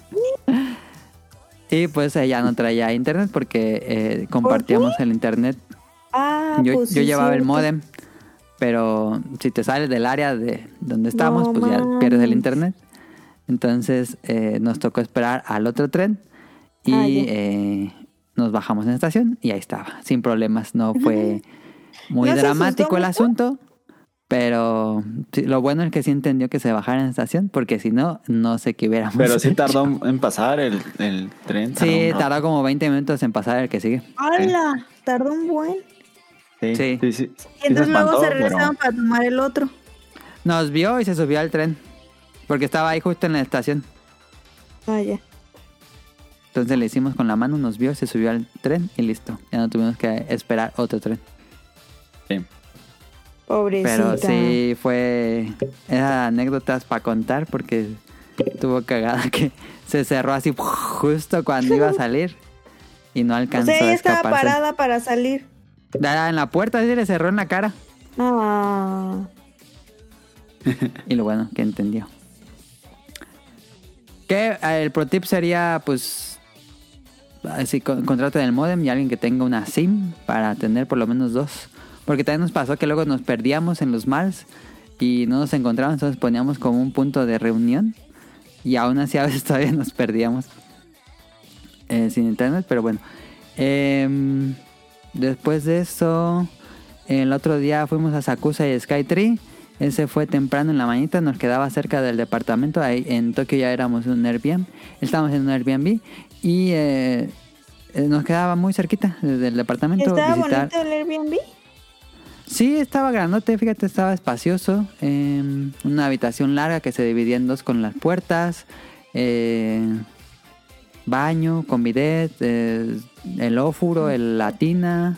Y pues ella no traía internet porque compartíamos el internet. Yo llevaba el módem, pero si te sales del área de donde estamos, pues ya pierdes el internet. Entonces nos tocó esperar al otro tren y nos bajamos en la estación y ahí estaba, sin problemas. No fue muy dramático el asunto, pero sí, lo bueno es que sí entendió que se bajara en la estación, porque si no, no sé qué hubiéramos Pero sí hecho. tardó en pasar el tren. Sí, tardó como 20 minutos en pasar el que sigue. ¡Hala! Tardó un buen. Sí. Y entonces luego se regresaron para tomar el otro. Nos vio y se subió al tren, porque estaba ahí justo en la estación. Ya. Entonces le hicimos con la mano, nos vio, se subió al tren y listo. Ya no tuvimos que esperar otro tren. Sí. Pobrecita. Pero sí fue... Eran anécdotas para contar porque tuvo cagada que se cerró así justo cuando iba a salir y no alcanzó O sea, ella a estaba escaparse. parada para salir. En la puerta, sí, le cerró en la cara. Y lo bueno, que entendió. Que el pro tip sería, pues, así, contraten el modem y alguien que tenga una SIM para tener por lo menos 2. Porque también nos pasó que luego nos perdíamos en los malls y no nos encontrábamos, entonces poníamos como un punto de reunión y aún así a veces todavía nos perdíamos sin internet, pero bueno. Después de eso, el otro día fuimos a Sakusa y Skytree. Ese fue temprano en la mañana, nos quedaba cerca del departamento. Ahí en Tokio ya éramos en un Airbnb. Estábamos en un Airbnb y nos quedaba muy cerquita del departamento. ¿Estaba bonito el Airbnb? Sí, estaba grandote, fíjate, estaba espacioso. Una habitación larga que se dividía en dos con las puertas. Baño con bidet, el ófuro, la tina,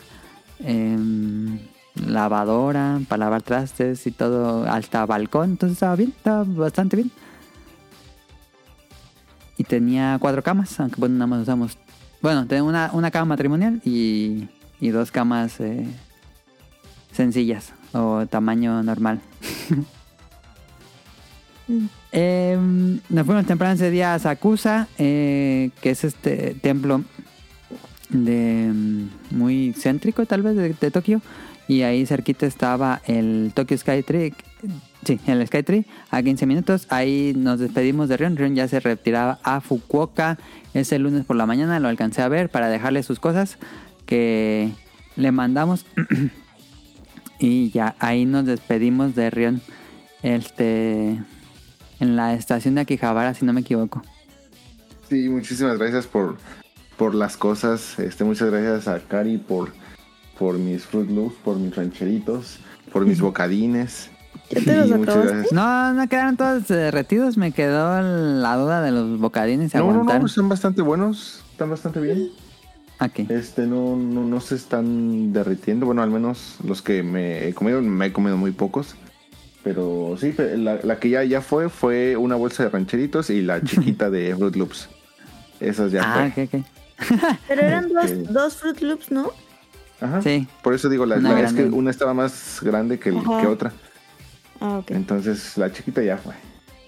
lavadora para lavar trastes y todo, hasta balcón. Entonces estaba bien, estaba bastante bien. Y tenía 4 camas, aunque bueno, nada más usamos... Bueno, tenía una cama matrimonial y 2 camas sencillas o tamaño normal. Nos fuimos temprano ese día a Asakusa, que es este templo muy céntrico tal vez de Tokio, y ahí cerquita estaba el Tokyo Skytree. Sí, el Skytree a 15 minutos. Ahí nos despedimos de Rion. Rion ya se retiraba a Fukuoka ese lunes por la mañana, lo alcancé a ver para dejarle sus cosas que le mandamos. Y ya ahí nos despedimos de Rion en la estación de Akihabara, si no me equivoco. Sí, muchísimas gracias por las cosas. Muchas gracias a Cari por mis Fruit Loops, por mis rancheritos, por mis bocadines. ¿Ya te los acabaste? No quedaron todos derretidos. Me quedó la duda de los bocadines. No, están bastante buenos, están bastante bien. Okay. No se están derritiendo. Bueno, al menos los que me he comido muy pocos. Pero sí, la que ya fue una bolsa de rancheritos y la chiquita de Fruit Loops. Esas ya fue. Okay. Pero eran dos Fruit Loops, ¿no? Ajá. Sí. Por eso digo, es que una estaba más grande que otra. Ok. Entonces la chiquita ya fue.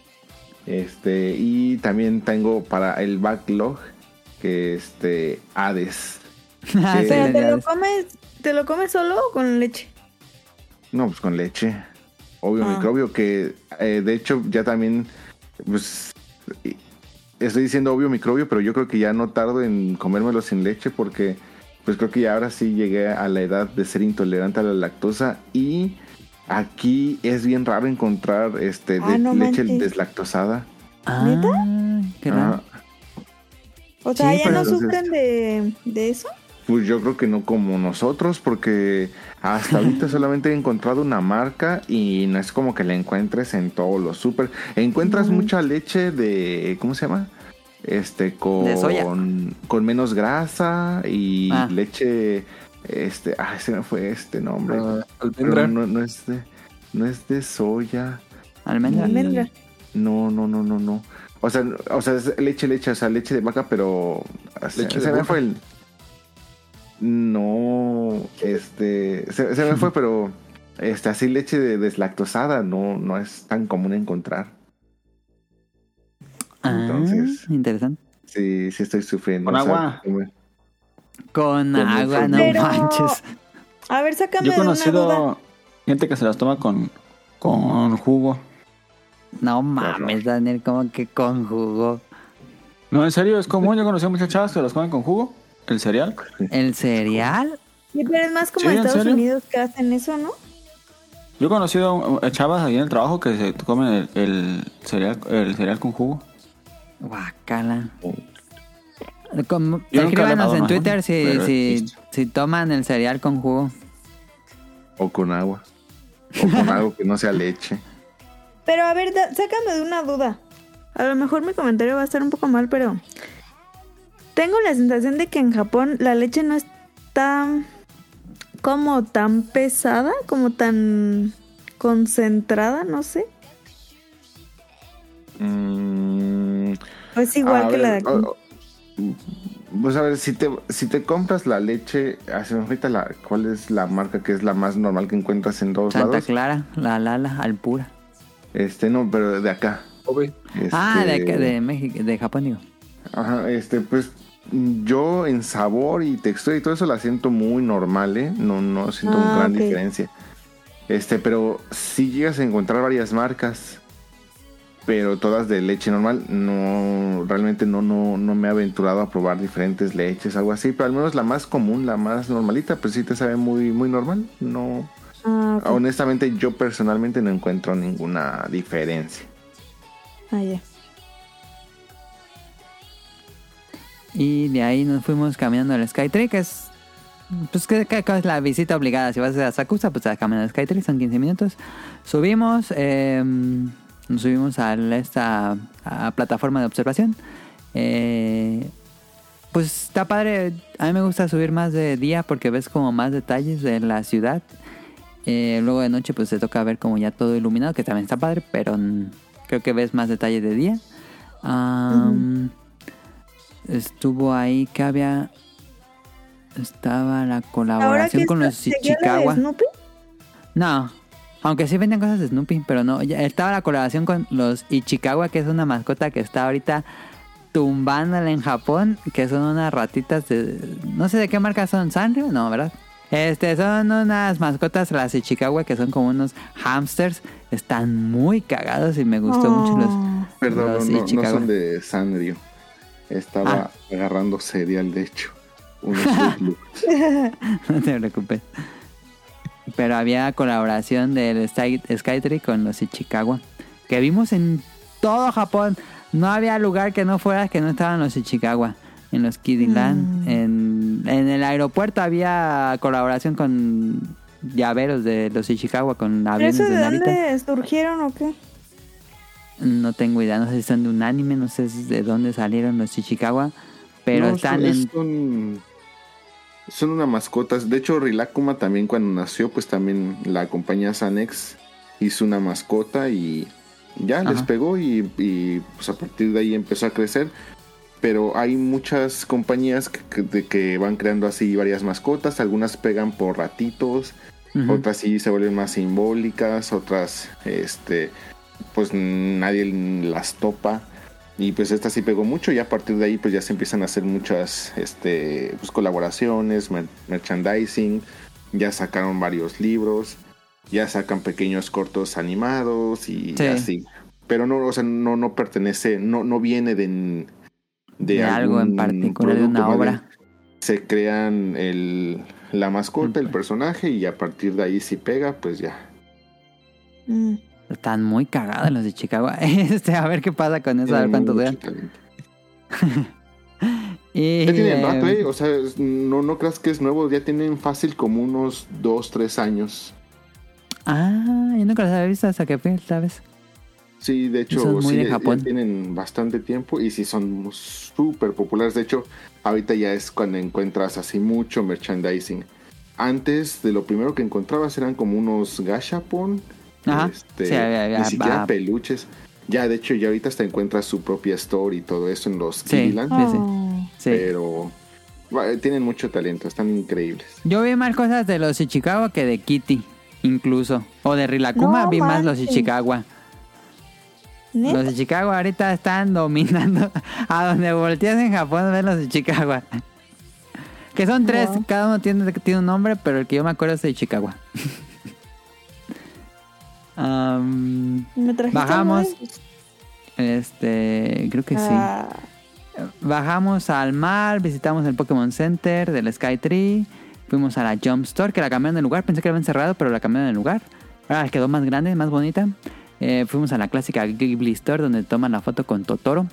Y también tengo para el backlog que Hades. Pero ¿te lo comes solo o con leche? No, pues con leche. Obvio microbio, que de hecho ya también, pues estoy diciendo obvio microbio, pero yo creo que ya no tardo en comérmelo sin leche porque pues creo que ya ahora sí llegué a la edad de ser intolerante a la lactosa y aquí es bien raro encontrar leche deslactosada. ¿Neta? Qué raro. O sea, Sí, ¿ya no sufren de eso? Pues yo creo que no como nosotros, porque hasta ahorita solamente he encontrado una marca y no es como que la encuentres en todos los súper. Encuentras mucha leche de, ¿cómo se llama? De soya. Con menos grasa y leche, se me fue este nombre. Almendra. No es de soya. Almendra. No. O sea, es leche, o sea, leche de vaca, pero se me fue el... No, se me fue, pero así leche deslactosada no es tan común encontrar. Entonces, interesante. Sí estoy sufriendo. Con agua. Con agua, no manches. A ver, sácame Yo he de una conocido duda. gente que se las toma con jugo. No mames, Daniel, como que con jugo. No, en serio, es común. Yo he conocido muchas chavas que las comen con jugo. ¿El cereal? ¿El cereal? Sí, pero es más como Sí, en ¿en Estados serio? Unidos que hacen eso, ¿no? Yo he conocido chavas ahí en el trabajo que se comen el cereal con jugo. Guácala. Yo nunca le he Escríbanos dado en una, Twitter pero si toman el cereal con jugo. O con agua. O con algo que no sea leche. Pero a ver, sácame de una duda. A lo mejor mi comentario va a estar un poco mal, pero... Tengo la sensación de que en Japón la leche no está como tan pesada, como tan concentrada, no sé. ¿O es igual que la de aquí? Pues a ver, si te compras la leche, ahorita ¿cuál es la marca que es la más normal que encuentras en todos Santa lados? Clara, la Lala, Alpura. No, pero de acá. De acá, de México, de Japón, digo. Ajá, pues yo en sabor y textura y todo eso la siento muy normal, no siento una gran diferencia. Pero si llegas a encontrar varias marcas, pero todas de leche normal, realmente no me he aventurado a probar diferentes leches, algo así, pero al menos la más común, la más normalita, pues sí te sabe muy, muy normal. No, honestamente yo personalmente no encuentro ninguna diferencia. Ya. Y de ahí nos fuimos caminando al Skytree, que es... Pues que es la visita obligada. Si vas a Asakusa, pues a caminar al Skytree, son 15 minutos. Subimos, nos subimos a esta plataforma de observación. Pues está padre. A mí me gusta subir más de día porque ves como más detalles de la ciudad. Luego de noche pues te toca ver como ya todo iluminado, que también está padre, pero creo que ves más detalles de día. Estuvo ahí que había... Estaba la colaboración con los Chicago. ¿Snoopy? No, Aunque sí venden cosas de Snoopy, pero no. Ya estaba la colaboración con los Ichikawa, que es una mascota que está ahorita tumbándola en Japón, que son unas ratitas de... No sé de qué marca son, ¿Sanrio? No, ¿verdad? Son unas mascotas, las Ichikawa, que son como unos hamsters. Están muy cagados y me gustó mucho los Perdón, no son de Sanrio. Estaba agarrando cereal, de hecho. No te preocupes. Pero había colaboración del Skytree con los Ichikawa, que vimos en todo Japón. No había lugar que no fuera que no estaban los Ichikawa. En los Kiddieland, en el aeropuerto había colaboración con llaveros de los Ichikawa, con aviones de Narita. ¿De dónde surgieron o qué? No tengo idea, no sé si son de un anime, no sé de dónde salieron los Ichikawa, pero no, están son una mascota. De hecho, Rilakkuma también cuando nació, pues también la compañía Sanex hizo una mascota y ya les pegó y pues a partir de ahí empezó a crecer. Pero hay muchas compañías que van creando así varias mascotas. Algunas pegan por ratitos, otras sí se vuelven más simbólicas, otras pues nadie las topa. Y pues esta sí pegó mucho y a partir de ahí pues ya se empiezan a hacer muchas pues colaboraciones, merchandising. Ya sacaron varios libros, ya sacan pequeños cortos animados y así. Pero no, o sea, no pertenece, no viene de algo en particular, de una obra. Se crean la mascota, el personaje, y a partir de ahí si pega, pues ya. Están muy cagados los de Chicago. A ver qué pasa con eso, a ver cuánto duran. Ya tienen rato, o sea, no creas que es nuevo, ya tienen fácil como unos 2-3 años. Yo nunca los había visto hasta que fui esta vez. Sí, de hecho, sí, de Japón. Ya tienen bastante tiempo y sí son súper populares. De hecho, ahorita ya es cuando encuentras así mucho merchandising. Antes, de lo primero que encontrabas eran como unos gashapon. Sí, había, ni siquiera peluches. Ya, de hecho, ya ahorita hasta encuentras su propia store y todo eso en los Kiddieland. Sí. Pero tienen mucho talento, están increíbles. Yo vi más cosas de los Ichikawa que de Kitty, incluso. O de Rilakkuma, vi más los Ichikawa. ¿Neta? Los Ichikawa ahorita están dominando. A donde volteas en Japón ves los Ichikawa. Que son 3, cada uno tiene un nombre, pero el que yo me acuerdo es de Ichikawa. Bajamos. Creo que sí. Bajamos al mar, visitamos el Pokémon Center del Skytree. Fuimos a la Jump Store, que la cambiaron de lugar. Pensé que la habían cerrado, pero la cambiaron de lugar. Ahora quedó más grande, más bonita. Fuimos a la clásica Ghibli Store, donde toman la foto con Totoro.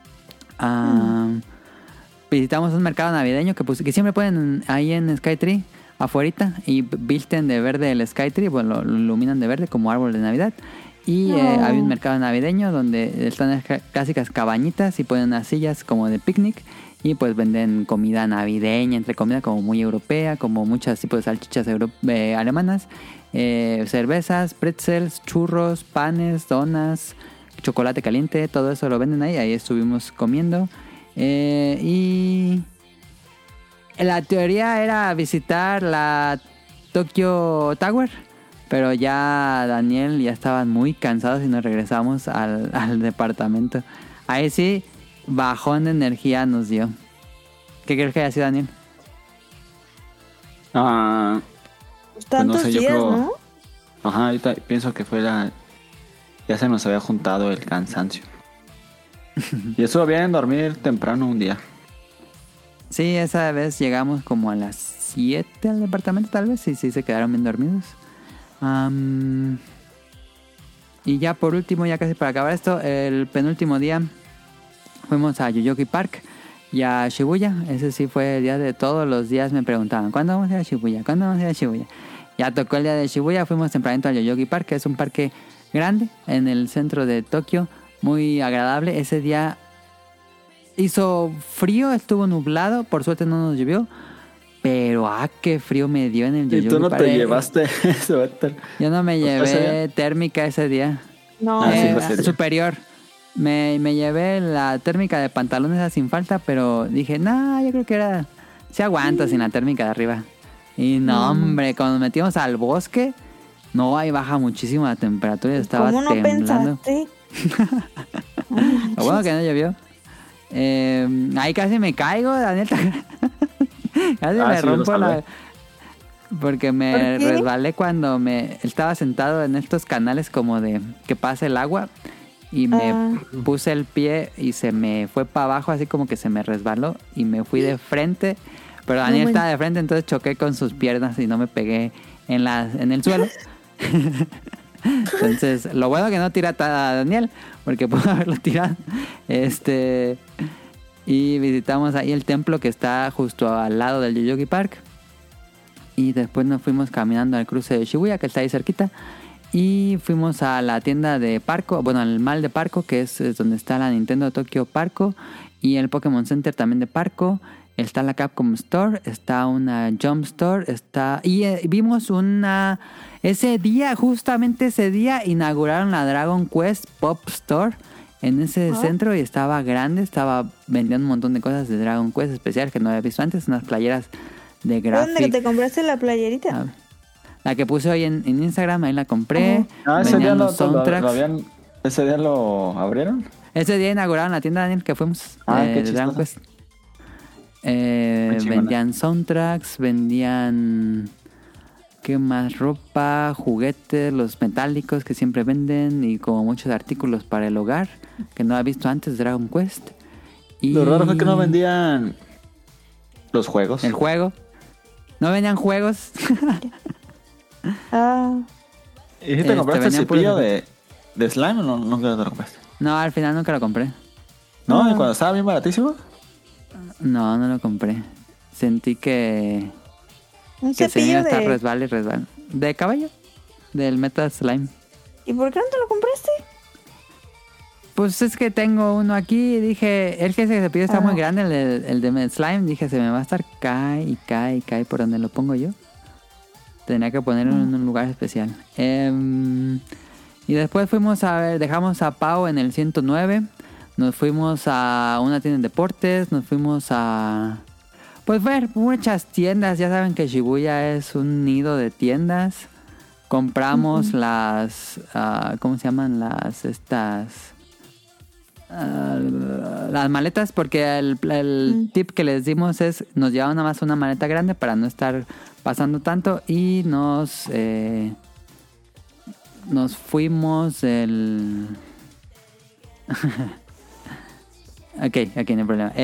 Visitamos un mercado navideño que siempre ponen ahí en Skytree, afuerita, y visten de verde el Skytree, bueno, lo iluminan de verde como árbol de Navidad. Y hay un mercado navideño donde están las clásicas cabañitas y ponen unas sillas como de picnic. Y pues venden comida navideña, entre comida como muy europea, como muchos tipos de salchichas alemanas, cervezas, pretzels, churros, panes, donas, chocolate caliente, todo eso lo venden ahí. Ahí estuvimos comiendo. Y la teoría era visitar la Tokyo Tower, pero ya Daniel ya estaban muy cansados y nos regresamos al departamento. Ahí sí, bajón de energía nos dio. ¿Qué crees que haya sido, Daniel? Pues tantos no sé, días, yo creo, ¿no? Ahorita pienso que fue ya se nos había juntado el cansancio. Y estuvo bien dormir temprano un día. Sí, esa vez llegamos como a las 7 al departamento, tal vez. Sí, se quedaron bien dormidos. Y ya por último, ya casi para acabar esto, el penúltimo día fuimos a Yoyogi Park y a Shibuya. Ese sí fue el día de todos los días. Me preguntaban, ¿cuándo vamos a ir a Shibuya? ¿Cuándo vamos a ir a Shibuya? Ya tocó el día de Shibuya. Fuimos tempranito al Yoyogi Park, que es un parque grande en el centro de Tokio. Muy agradable. Ese día hizo frío, estuvo nublado. Por suerte no nos llovió. Pero qué frío me dio en el Yoyogi Park. ¿Y tú no te llevaste suéter? Yo no me llevé térmica ese día. No. Superior. Me llevé la térmica de pantalones sin falta, pero dije, yo creo que se aguanta sin la térmica de arriba. Y no, hombre, cuando nos metimos al bosque, No, ahí baja muchísimo la temperatura. Estaba ¿Cómo no temblando. pensaste? Lo bueno que no llovió. Ahí casi me caigo, Daniel. Casi me rompo la... Porque me resbalé cuando estaba sentado en estos canales como de que pasa el agua. Y me puse el pie y se me fue para abajo, así como que se me resbaló. Y me fui de frente. Pero Daniel estaba de frente, entonces choqué con sus piernas y no me pegué en el suelo. Entonces, lo bueno que no tira a Daniel, porque puedo haberlo tirado. Y visitamos ahí el templo que está justo al lado del Yoyogi Park. Y después nos fuimos caminando al cruce de Shibuya, que está ahí cerquita. Y fuimos a la tienda de Parco, bueno, al mall de Parco, que es donde está la Nintendo Tokyo Parco. Y el Pokémon Center también de Parco. Está la Capcom Store, está una Jump Store, y vimos justamente ese día, inauguraron la Dragon Quest Pop Store en ese centro y estaba grande, estaba vendiendo un montón de cosas de Dragon Quest especiales que no había visto antes, unas playeras de Graphic. ¿Dónde te compraste la playerita? La que puse hoy en Instagram, ahí la compré. Ese día ¿Ese día lo abrieron? Ese día inauguraron la tienda, Daniel, que fuimos de Dragon Quest. Vendían soundtracks, vendían... ¿Qué más? Ropa, juguetes, los metálicos que siempre venden y como muchos artículos para el hogar que no había visto antes de Dragon Quest. Y lo raro fue que no vendían los juegos. El juego. No vendían juegos. ¿Y si te compraste el cepillo de slime o nunca te lo compraste? No, al final nunca lo compré. ¿No? ¿Y cuando estaba bien baratísimo? No lo compré. Sentí que... Un que cepillo se iba a estar resbala. ¿De caballo? Del Meta Slime. ¿Y por qué no te lo compraste? Pues es que tengo uno aquí y dije... El que ese cepillo está muy grande, el de Meta Slime. Dije, se me va a estar cae por donde lo pongo yo. Tenía que ponerlo en un lugar especial. Y después dejamos a Pau en el 109. Nos fuimos a una tienda de deportes. Nos fuimos a... Pues ver muchas tiendas. Ya saben que Shibuya es un nido de tiendas. Compramos las... ¿cómo se llaman? Las maletas. Porque el tip que les dimos es... Nos llevamos nada más una maleta grande para no estar pasando tanto. Y nos fuimos Ok, no hay problema.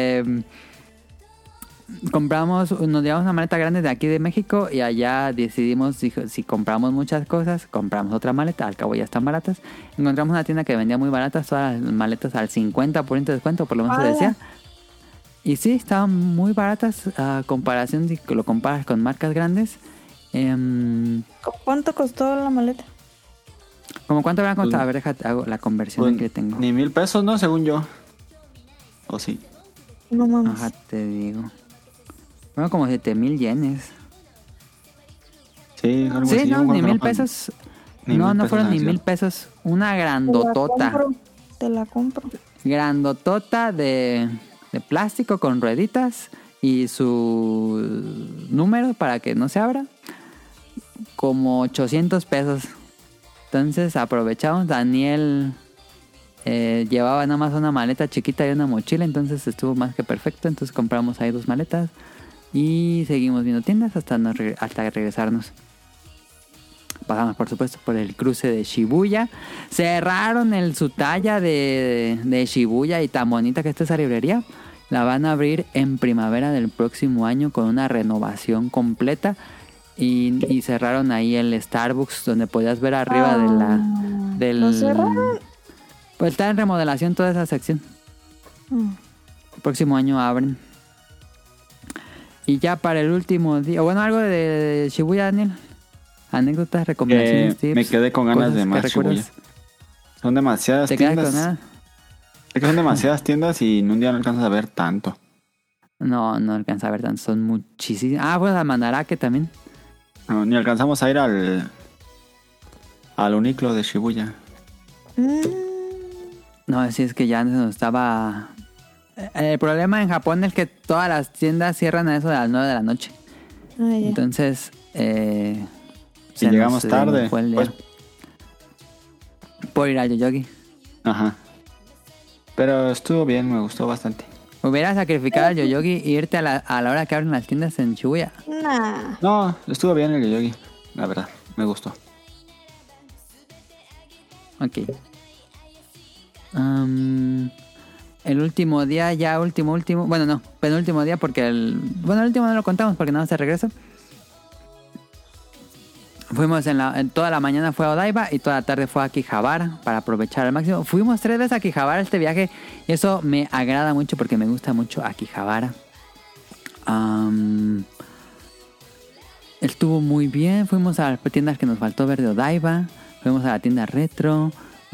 Nos llevamos una maleta grande de aquí de México y allá decidimos si compramos muchas cosas, compramos otra maleta, al cabo ya están baratas. Encontramos una tienda que vendía muy baratas, todas las maletas al 50% de descuento, por lo menos se decía. Y sí, estaban muy baratas a comparación si lo comparas con marcas grandes. ¿Cuánto costó la maleta? ¿Cómo cuánto habrá costado? A ver, hago la conversión que tengo. Ni $1,000, ¿no? Según yo. ¿O sí? No mames. Ajá, te digo. Bueno, como 7,000 yenes. Sí, algo sí, así. No, ni $1,000. No fueron ni $1,000. Una grandotota. Te la compro. Grandotota de plástico con rueditas y su número para que no se abra. Como $800. Entonces aprovechamos. Daniel llevaba nada más una maleta chiquita y una mochila, entonces estuvo más que perfecto. Entonces compramos ahí 2 maletas y seguimos viendo tiendas hasta regresarnos. Pasamos por supuesto por el cruce de Shibuya. Cerraron el Tsutaya de Shibuya, y tan bonita que está esa librería. La van a abrir en primavera del próximo año con una renovación completa. Y cerraron ahí el Starbucks donde podías ver arriba ¿Lo cerraron? Pues está en remodelación toda esa sección. El próximo año abren. Y ya para el último día, bueno, algo de Shibuya, Daniel. Anécdotas, recomendaciones, tips. Me quedé con ganas de más Shibuya. Son demasiadas tiendas. Es que son demasiadas tiendas y en un día no alcanzas a ver tanto. No alcanza a ver tanto, son muchísimas. Pues a Mandarake también. No, ni alcanzamos a ir al Uniqlo de Shibuya. No, sí, es que ya nos estaba... El problema en Japón es que todas las tiendas cierran a eso de las 9 de la noche. Ya. Entonces, Y llegamos tarde. Fue el día. Por ir a Yoyogi. Ajá. Pero estuvo bien, me gustó bastante. ¿Hubieras sacrificado al Yoyogi e irte a la hora que abren las tiendas en Shibuya? Nah. No, estuvo bien el Yoyogi, la verdad, me gustó. Ok. El último día, ya último. Bueno, no, penúltimo día porque el último no lo contamos porque nada más de regreso. Fuimos en toda la mañana fue a Odaiba y toda la tarde fue a Akihabara para aprovechar al máximo. Fuimos 3 veces a Akihabara este viaje y eso me agrada mucho porque me gusta mucho Akihabara. Estuvo muy bien. Fuimos a las tiendas que nos faltó ver de Odaiba. Fuimos a la tienda retro.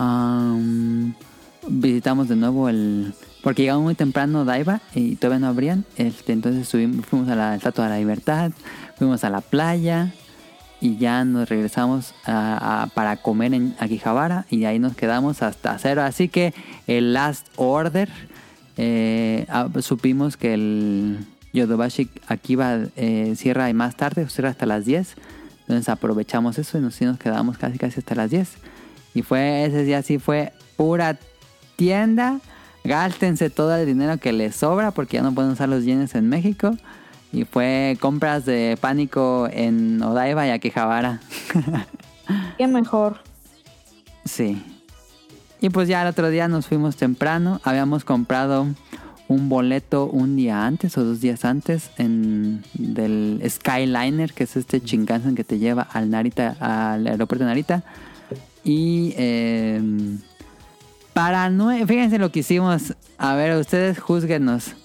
Visitamos de nuevo porque llegamos muy temprano a Odaiba y todavía no abrían. Entonces fuimos a la Estatua de la Libertad. Fuimos a la playa. Y ya nos regresamos para comer en Akihabara. Y ahí nos quedamos hasta 0. Así que el last order. Supimos que el Yodobashi Akiba cierra más tarde. Cierra hasta las 10. Entonces aprovechamos eso y nos quedamos casi hasta las 10. Y ese día sí fue pura tienda. Gástense todo el dinero que les sobra porque ya no pueden usar los yenes en México. Y fue compras de pánico en Odaiba y Akihabara. Qué mejor. Sí. Y pues ya el otro día nos fuimos temprano. Habíamos comprado un boleto un día antes o 2 días antes del Skyliner, que es este Shinkansen que te lleva al aeropuerto de Narita. Y fíjense lo que hicimos. A ver, ustedes júzguenos.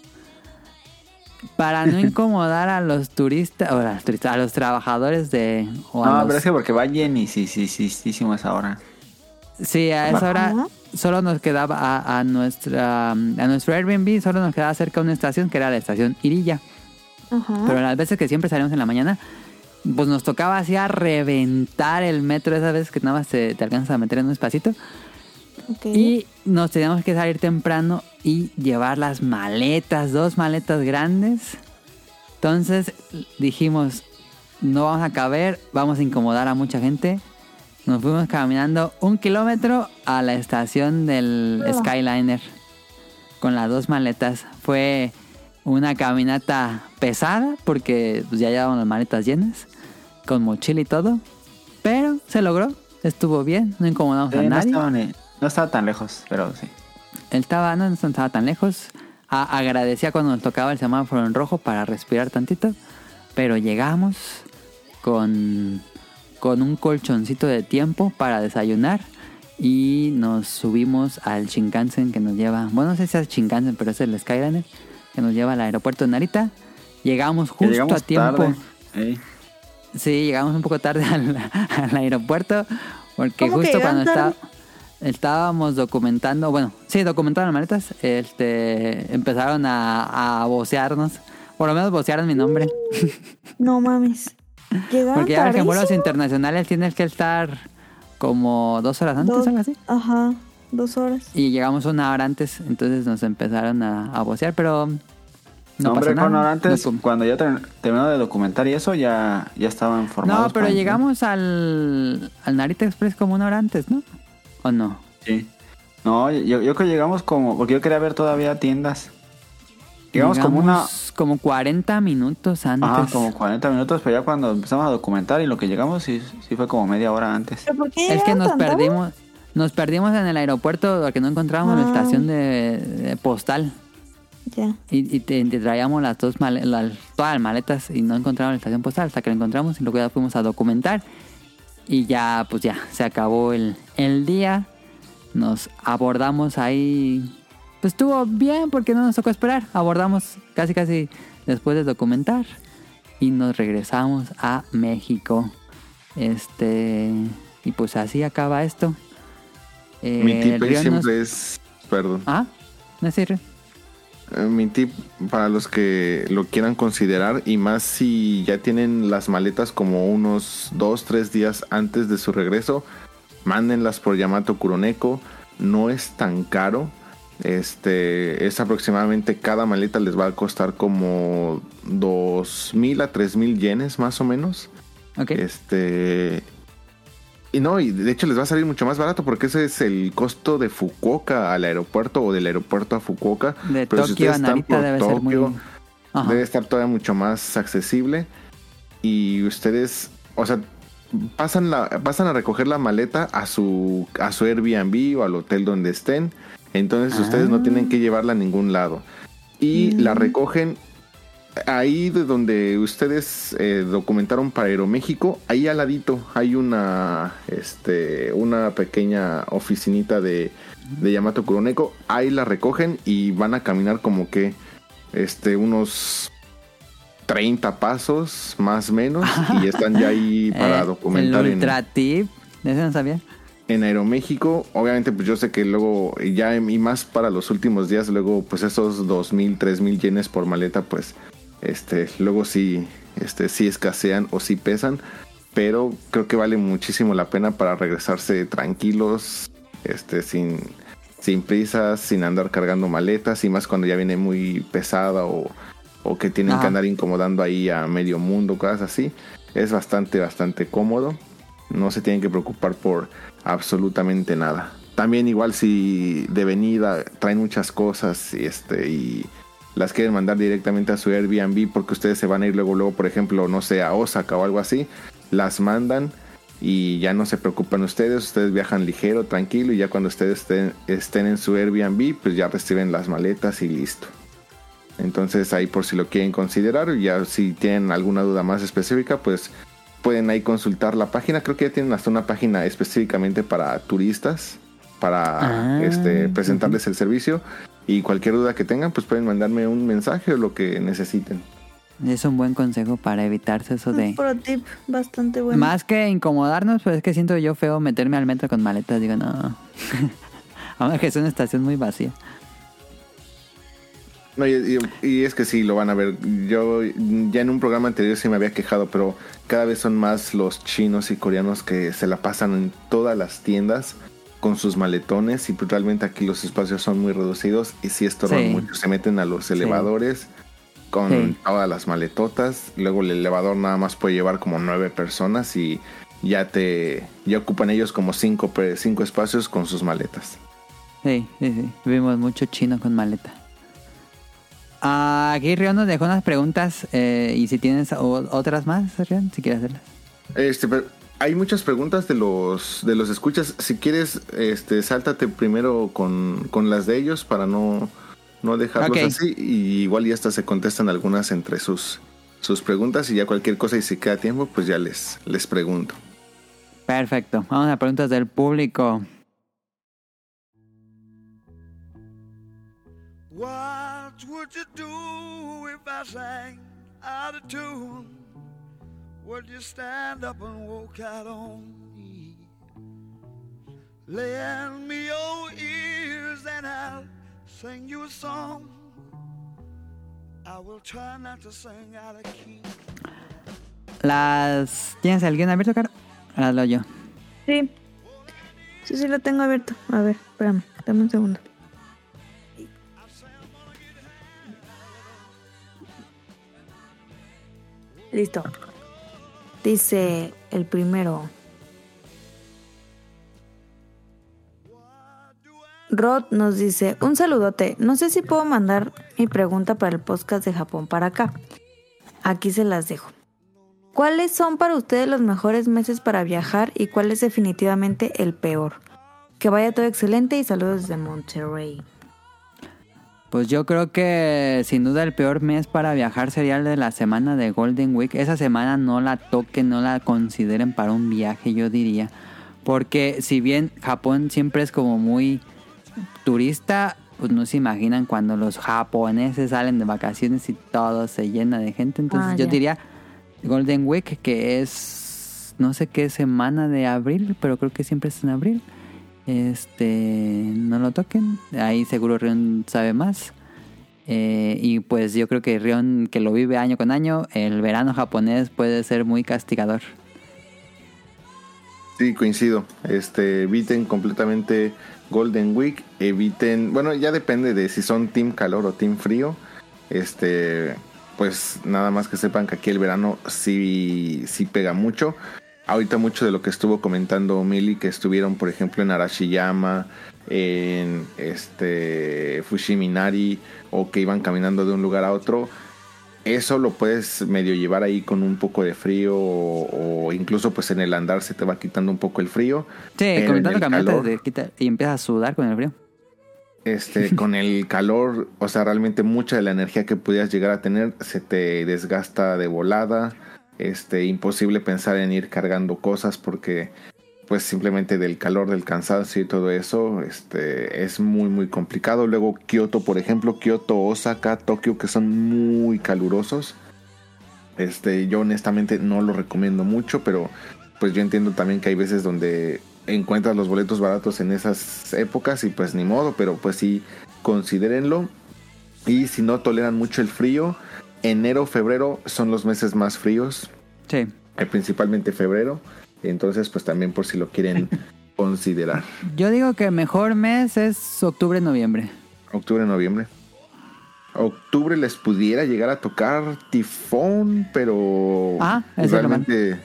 Para no incomodar a los turistas, a los trabajadores de... pero es que porque va llenísimo esa hora. Sí, a esa hora solo nos quedaba a nuestro Airbnb, solo nos quedaba cerca de una estación que era la estación Iriya. Ajá. Pero las veces que siempre salimos en la mañana, pues nos tocaba así a reventar el metro, esas veces que nada más te alcanzas a meter en un espacito. Okay. Y nos teníamos que salir temprano y llevar las maletas, 2 maletas grandes. Entonces dijimos, no vamos a caber, vamos a incomodar a mucha gente. Nos fuimos caminando 1 kilómetro a la estación del Skyliner con las 2 maletas. Fue una caminata pesada porque pues, ya llevábamos las maletas llenas, con mochila y todo. Pero se logró, estuvo bien, no incomodamos a nadie. No estaba tan lejos, pero sí. No estaba tan lejos. Agradecía cuando nos tocaba el semáforo en rojo para respirar tantito. Pero llegamos con un colchoncito de tiempo para desayunar. Y nos subimos al Shinkansen que nos lleva... Bueno, no sé si es Shinkansen, pero es el Skyliner que nos lleva al aeropuerto de Narita. Llegamos justo a tiempo. Sí, llegamos un poco tarde al aeropuerto. Porque justo cuando estábamos documentando, documentando las maletas, empezaron a vocearnos. Por lo menos vocearon mi nombre. No mames. Porque ya en vuelos internacionales tienes que estar como 2 horas antes, algo así. Ajá, 2 horas. Y llegamos 1 hora antes, entonces nos empezaron a vocear, pero no pasó nada. Con hora antes, cuando ya terminó de documentar y eso, ya estaban formados. No, pero llegamos al Narita Express como 1 hora antes, ¿no? ¿O no? Sí. No, yo creo que llegamos porque yo quería ver todavía tiendas. Llegamos como 40 minutos antes. Ajá, como 40 minutos, pero ya cuando empezamos a documentar y lo que llegamos sí fue como media hora antes. ¿Pero por qué es que nos perdimos en el aeropuerto porque no encontrábamos la estación de postal. Ya. Y te traíamos todas las maletas y no encontramos la estación postal hasta que la encontramos y luego ya fuimos a documentar. Y ya, pues ya, se acabó el día. Nos abordamos ahí. Pues estuvo bien porque no nos tocó esperar. Abordamos casi después de documentar. Y nos regresamos a México. Y pues así acaba esto. Mi tip siempre es... Perdón. No sirve. Mi tip para los que lo quieran considerar, y más si ya tienen las maletas como unos 2-3 días antes de su regreso, mándenlas por Yamato Kuroneko. No es tan caro. Es aproximadamente, cada maleta les va a costar como 2,000 a 3,000 yenes más o menos. Okay. Y de hecho les va a salir mucho más barato porque ese es el costo de Fukuoka al aeropuerto o del aeropuerto a Fukuoka. De pero Tokio a Narita debe ser muy... debe estar todavía mucho más accesible. Y ustedes, o sea, pasan a recoger la maleta a su Airbnb o al hotel donde estén. Entonces ustedes no tienen que llevarla a ningún lado. Y la recogen ahí de donde ustedes documentaron para Aeroméxico. Ahí al ladito hay una pequeña oficinita de Yamato Kuroneko. Ahí la recogen y van a caminar como que unos 30 pasos más o menos y están ya ahí para documentar. El ultra tip, ¿eso no sabía? En Aeroméxico, obviamente pues yo sé que luego ya y más para los últimos días, luego pues esos 2,000, 3,000 yenes por maleta pues luego sí escasean o sí pesan, pero creo que vale muchísimo la pena para regresarse tranquilos, sin prisas, sin andar cargando maletas y más cuando ya viene muy pesada o que tienen que andar incomodando ahí a medio mundo, cosas así. Es bastante cómodo. No se tienen que preocupar por absolutamente nada. También igual si de venida traen muchas cosas y las quieren mandar directamente a su Airbnb porque ustedes se van a ir luego, por ejemplo, no sé, a Osaka o algo así, las mandan y ya no se preocupan ustedes viajan ligero, tranquilo y ya cuando ustedes estén en su Airbnb pues ya reciben las maletas y listo. Entonces ahí por si lo quieren considerar, ya si tienen alguna duda más específica pues pueden ahí consultar la página. Creo que ya tienen hasta una página específicamente para turistas para presentarles el servicio y cualquier duda que tengan pues pueden mandarme un mensaje o lo que necesiten. Es un buen consejo para evitarse eso de... Un pro tip bastante bueno. Más que incomodarnos, pues es que siento yo feo meterme al metro con maletas. Digo, no. Aunque es una estación muy vacía. No, y es que sí, lo van a ver. Yo ya en un programa anterior sí me había quejado, pero cada vez son más los chinos y coreanos que se la pasan en todas las tiendas con sus maletones y pues realmente aquí los espacios son muy reducidos y sí estorban mucho. Se meten a los elevadores con todas las maletotas. Luego el elevador nada más puede llevar como 9 personas y ya ocupan ellos como 5 espacios con sus maletas. Sí. Vimos mucho chino con maleta. Aquí Rion nos dejó unas preguntas y si tienes otras más, Rion, si quieres hacerlas. Hay muchas preguntas de los escuchas. Si quieres, sáltate primero con las de ellos para no dejarlos así. Y igual ya hasta se contestan algunas entre sus preguntas y ya cualquier cosa y si queda tiempo, pues ya les pregunto. Perfecto. Vamos a preguntas del público. What would you do if I sang out of tune? Would you stand up and walk out on me? Lend me your ears and I'll sing you a song. I will try not to sing out of key. ¿Tienes el guión abierto, Caro? Ahora lo yo. Sí, lo tengo abierto. A ver, espérame, dame un segundo. Listo. Dice el primero. Rod nos dice, un saludote. No sé si puedo mandar mi pregunta para el podcast de Japón para acá. Aquí se las dejo. ¿Cuáles son para ustedes los mejores meses para viajar y cuál es definitivamente el peor? Que vaya todo excelente y saludos desde Monterrey. Pues yo creo que sin duda el peor mes para viajar sería el de la semana de Golden Week. Esa semana no la toquen, no la consideren para un viaje, yo diría. Porque si bien Japón siempre es como muy turista, pues no se imaginan cuando los japoneses salen de vacaciones y todo se llena de gente. Entonces yo diría Golden Week, que es no sé qué semana de abril, pero creo que siempre es en abril. No lo toquen. Ahí seguro Rion sabe más. Y pues yo creo que Rion, que lo vive año con año, el verano japonés puede ser muy castigador. Sí, coincido. Eviten completamente Golden Week. Eviten, bueno, ya depende de si son team calor o team frío. pues nada más que sepan que aquí el verano sí pega mucho. Ahorita mucho de lo que estuvo comentando Mili, que estuvieron por ejemplo en Arashiyama, en Fushiminari, o que iban caminando de un lugar a otro, eso lo puedes medio llevar ahí con un poco de frío, o incluso pues en el andar se te va quitando un poco el frío. Sí, comentando caminata te quita y empiezas a sudar con el frío. Con el calor, o sea, realmente mucha de la energía que pudieras llegar a tener se te desgasta de volada. Imposible pensar en ir cargando cosas porque pues simplemente del calor, del cansancio y todo eso, es muy muy complicado. Luego Kioto, por ejemplo, Kioto, Osaka, Tokio, que son muy calurosos. Yo honestamente no lo recomiendo mucho, pero pues yo entiendo también que hay veces donde encuentras los boletos baratos en esas épocas y pues ni modo, pero pues sí, considérenlo. Y si no toleran mucho el frío, enero, febrero son los meses más fríos. Sí. Principalmente febrero. Entonces pues también por si lo quieren considerar. Yo digo que el mejor mes es octubre, noviembre. Octubre, noviembre. Octubre les pudiera llegar a tocar tifón, pero realmente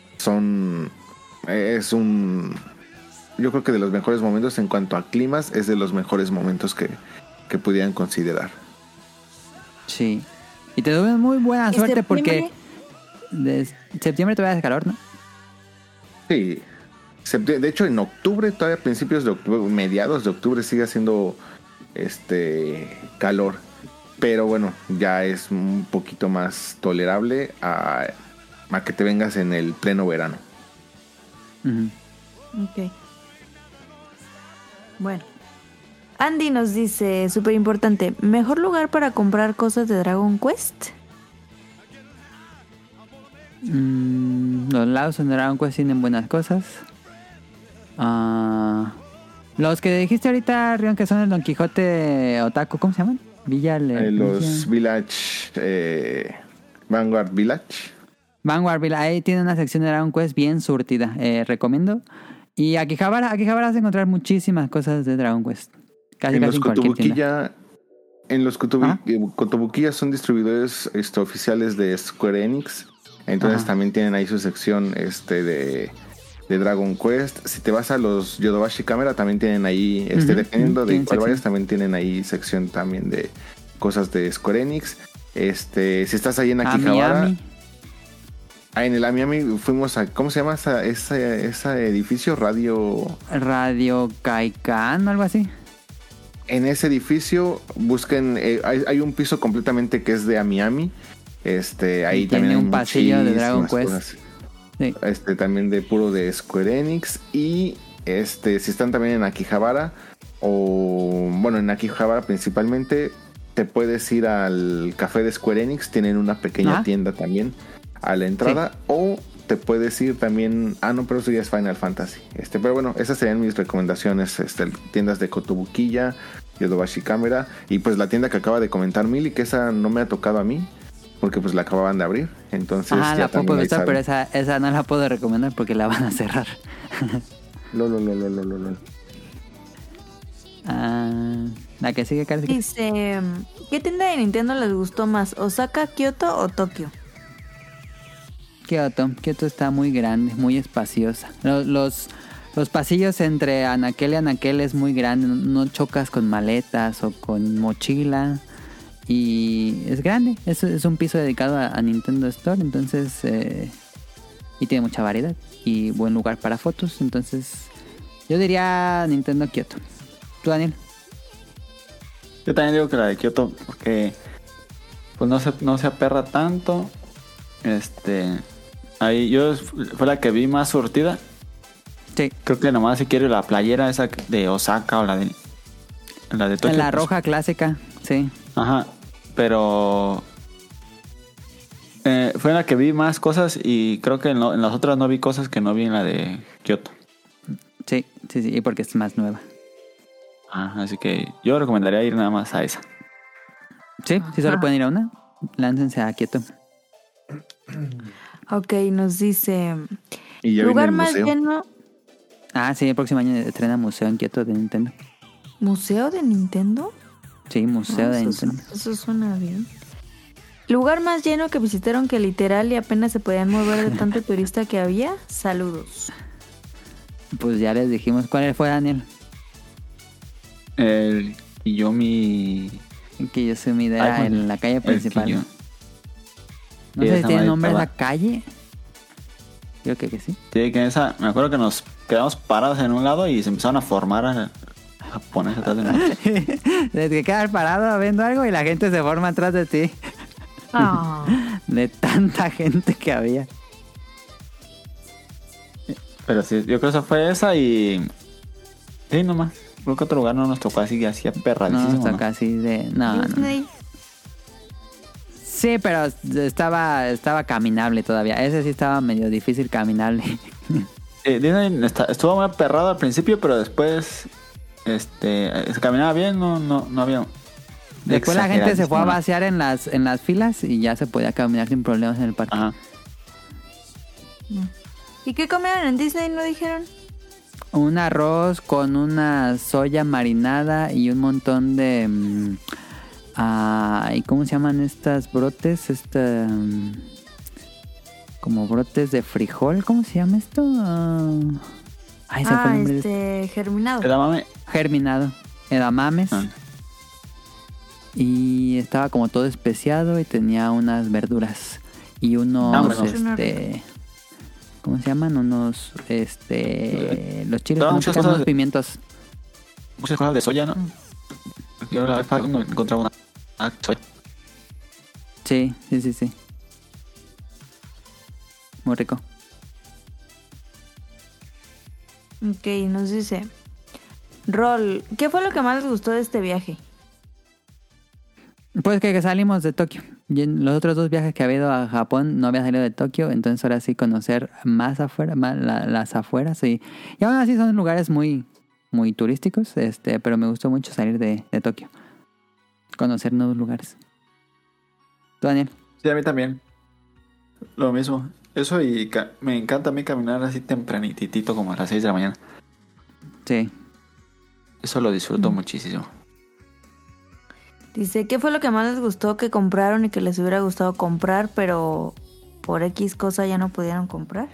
yo creo que de los mejores momentos en cuanto a climas, es de los mejores momentos que pudieran considerar. Sí. Y te doy muy buena suerte porque de septiembre todavía hace calor, ¿no? Sí. De hecho, en octubre, todavía a principios de octubre, mediados de octubre, sigue haciendo calor. Pero bueno, ya es un poquito más tolerable a que te vengas en el pleno verano. Uh-huh. Ok. Bueno. Andy nos dice, súper importante, ¿mejor lugar para comprar cosas de Dragon Quest? Los lados en Dragon Quest tienen buenas cosas. Los que dijiste ahorita, Rion, que son el Don Quijote Otaku, ¿cómo se llaman? Los Village... Vanguard Village. Vanguard Village, ahí tiene una sección de Dragon Quest bien surtida, recomiendo. Y Akihabara vas a encontrar muchísimas cosas de Dragon Quest. Casi en los Kotobukiya son distribuidores oficiales de Square Enix. Entonces también tienen ahí su sección de Dragon Quest. Si te vas a los Yodobashi Camera, también tienen ahí, dependiendo de cuál vayas, también tienen ahí sección también de cosas de Square Enix. Si estás ahí en Akihabara, en el Amiami fuimos a, ¿cómo se llama ese edificio? Radio Kaikan o algo así. En ese edificio busquen, hay un piso completamente que es de Amiami. Ahí también hay un pasillo de Dragon Quest. Sí. También de puro de Square Enix. Y si están también en Akihabara, o bueno, en Akihabara principalmente, te puedes ir al café de Square Enix. Tienen una pequeña tienda también a la entrada. Sí. O te puedes ir también... no, pero eso ya es Final Fantasy. Pero bueno, esas serían mis recomendaciones. Tiendas de Kotobukiya, Yodobashi Camera, y pues la tienda que acaba de comentar Mili, que esa no me ha tocado a mí, porque pues la acababan de abrir. Entonces ya la puedo estar, pero esa no la puedo recomendar porque la van a cerrar. La que sigue, Carlos. Dice, ¿qué tienda de Nintendo les gustó más? ¿Osaka, Kioto o Tokio? Kioto está muy grande, muy espaciosa. Los pasillos entre anaquel y anaquel es muy grande. No chocas con maletas o con mochila. Y es grande. Es un piso dedicado a Nintendo Store. Entonces... y tiene mucha variedad. Y buen lugar para fotos. Entonces... yo diría Nintendo Kioto. ¿Tú, Daniel? Yo también digo que la de Kioto. Porque... pues no se aperra tanto. Ahí fue la que vi más surtida. Sí. Creo que nomás si quiero la playera esa de Osaka o la de Tokio. La roja clásica, sí. Ajá. Pero fue la que vi más cosas y creo que en las otras no vi cosas que no vi en la de Kioto. Sí, y porque es más nueva. Así que yo recomendaría ir nada más a esa. Sí, si solo pueden ir a una, láncense a Kioto. Ok, nos dice... ¿Y ya lugar viene el más museo? lleno... Sí, el próximo año estrena museo en Kioto de Nintendo. ¿Museo de Nintendo? Sí, museo de Nintendo. Eso suena bien. Lugar más lleno que visitaron que literal y apenas se podían mover de tanto turista que había. Saludos. Pues ya les dijimos cuál fue, Daniel. El Kiyomi. Kiyosumi era en la calle principal. No sé si tiene nombre la calle. Creo que sí. Sí, que esa, me acuerdo que nos quedamos parados en un lado y se empezaron a formar japoneses atrás de nosotros. Desde que quedas parado viendo algo y la gente se forma atrás de ti. Oh. De tanta gente que había. Pero sí, yo creo que esa fue esa y... Sí, nomás. Creo que otro lugar no nos tocó así perradísimo. No nos tocó así de... No. Sí, pero estaba caminable todavía. Ese sí estaba medio difícil caminable. Disney estuvo muy aperrado al principio, pero después se caminaba bien, no había... Después la gente se fue a vaciar en las filas y ya se podía caminar sin problemas en el parque. Ajá. ¿Y qué comieron en Disney? ¿No dijeron? Un arroz con una soya marinada y un montón de... ¿y cómo se llaman estas brotes? Como brotes de frijol. ¿Cómo se llama esto? Se fue el nombre germinado. Germinado. Edamames. Y estaba como todo especiado y tenía unas verduras. Y unos, ¿cómo se llaman? Unos, los chiles con unos pimientos. Muchas cosas de soya, ¿no? Yo la vez no encontraba una soya. Sí. Muy rico. Ok, nos dice... Rol, ¿qué fue lo que más les gustó de este viaje? Pues que salimos de Tokio. Y en los otros 2 viajes que había ido a Japón no había salido de Tokio. Entonces ahora sí conocer más afuera, las afueras. Y aún así son lugares muy, muy turísticos. Pero me gustó mucho salir de Tokio. Conocer nuevos lugares. ¿Tú, Daniel? Sí, a mí también. Lo mismo. Eso y me encanta a mí caminar así tempranitito como a las 6 de la mañana. Sí. Eso lo disfruto muchísimo. Dice, ¿qué fue lo que más les gustó que compraron y que les hubiera gustado comprar, pero por X cosa ya no pudieron comprar?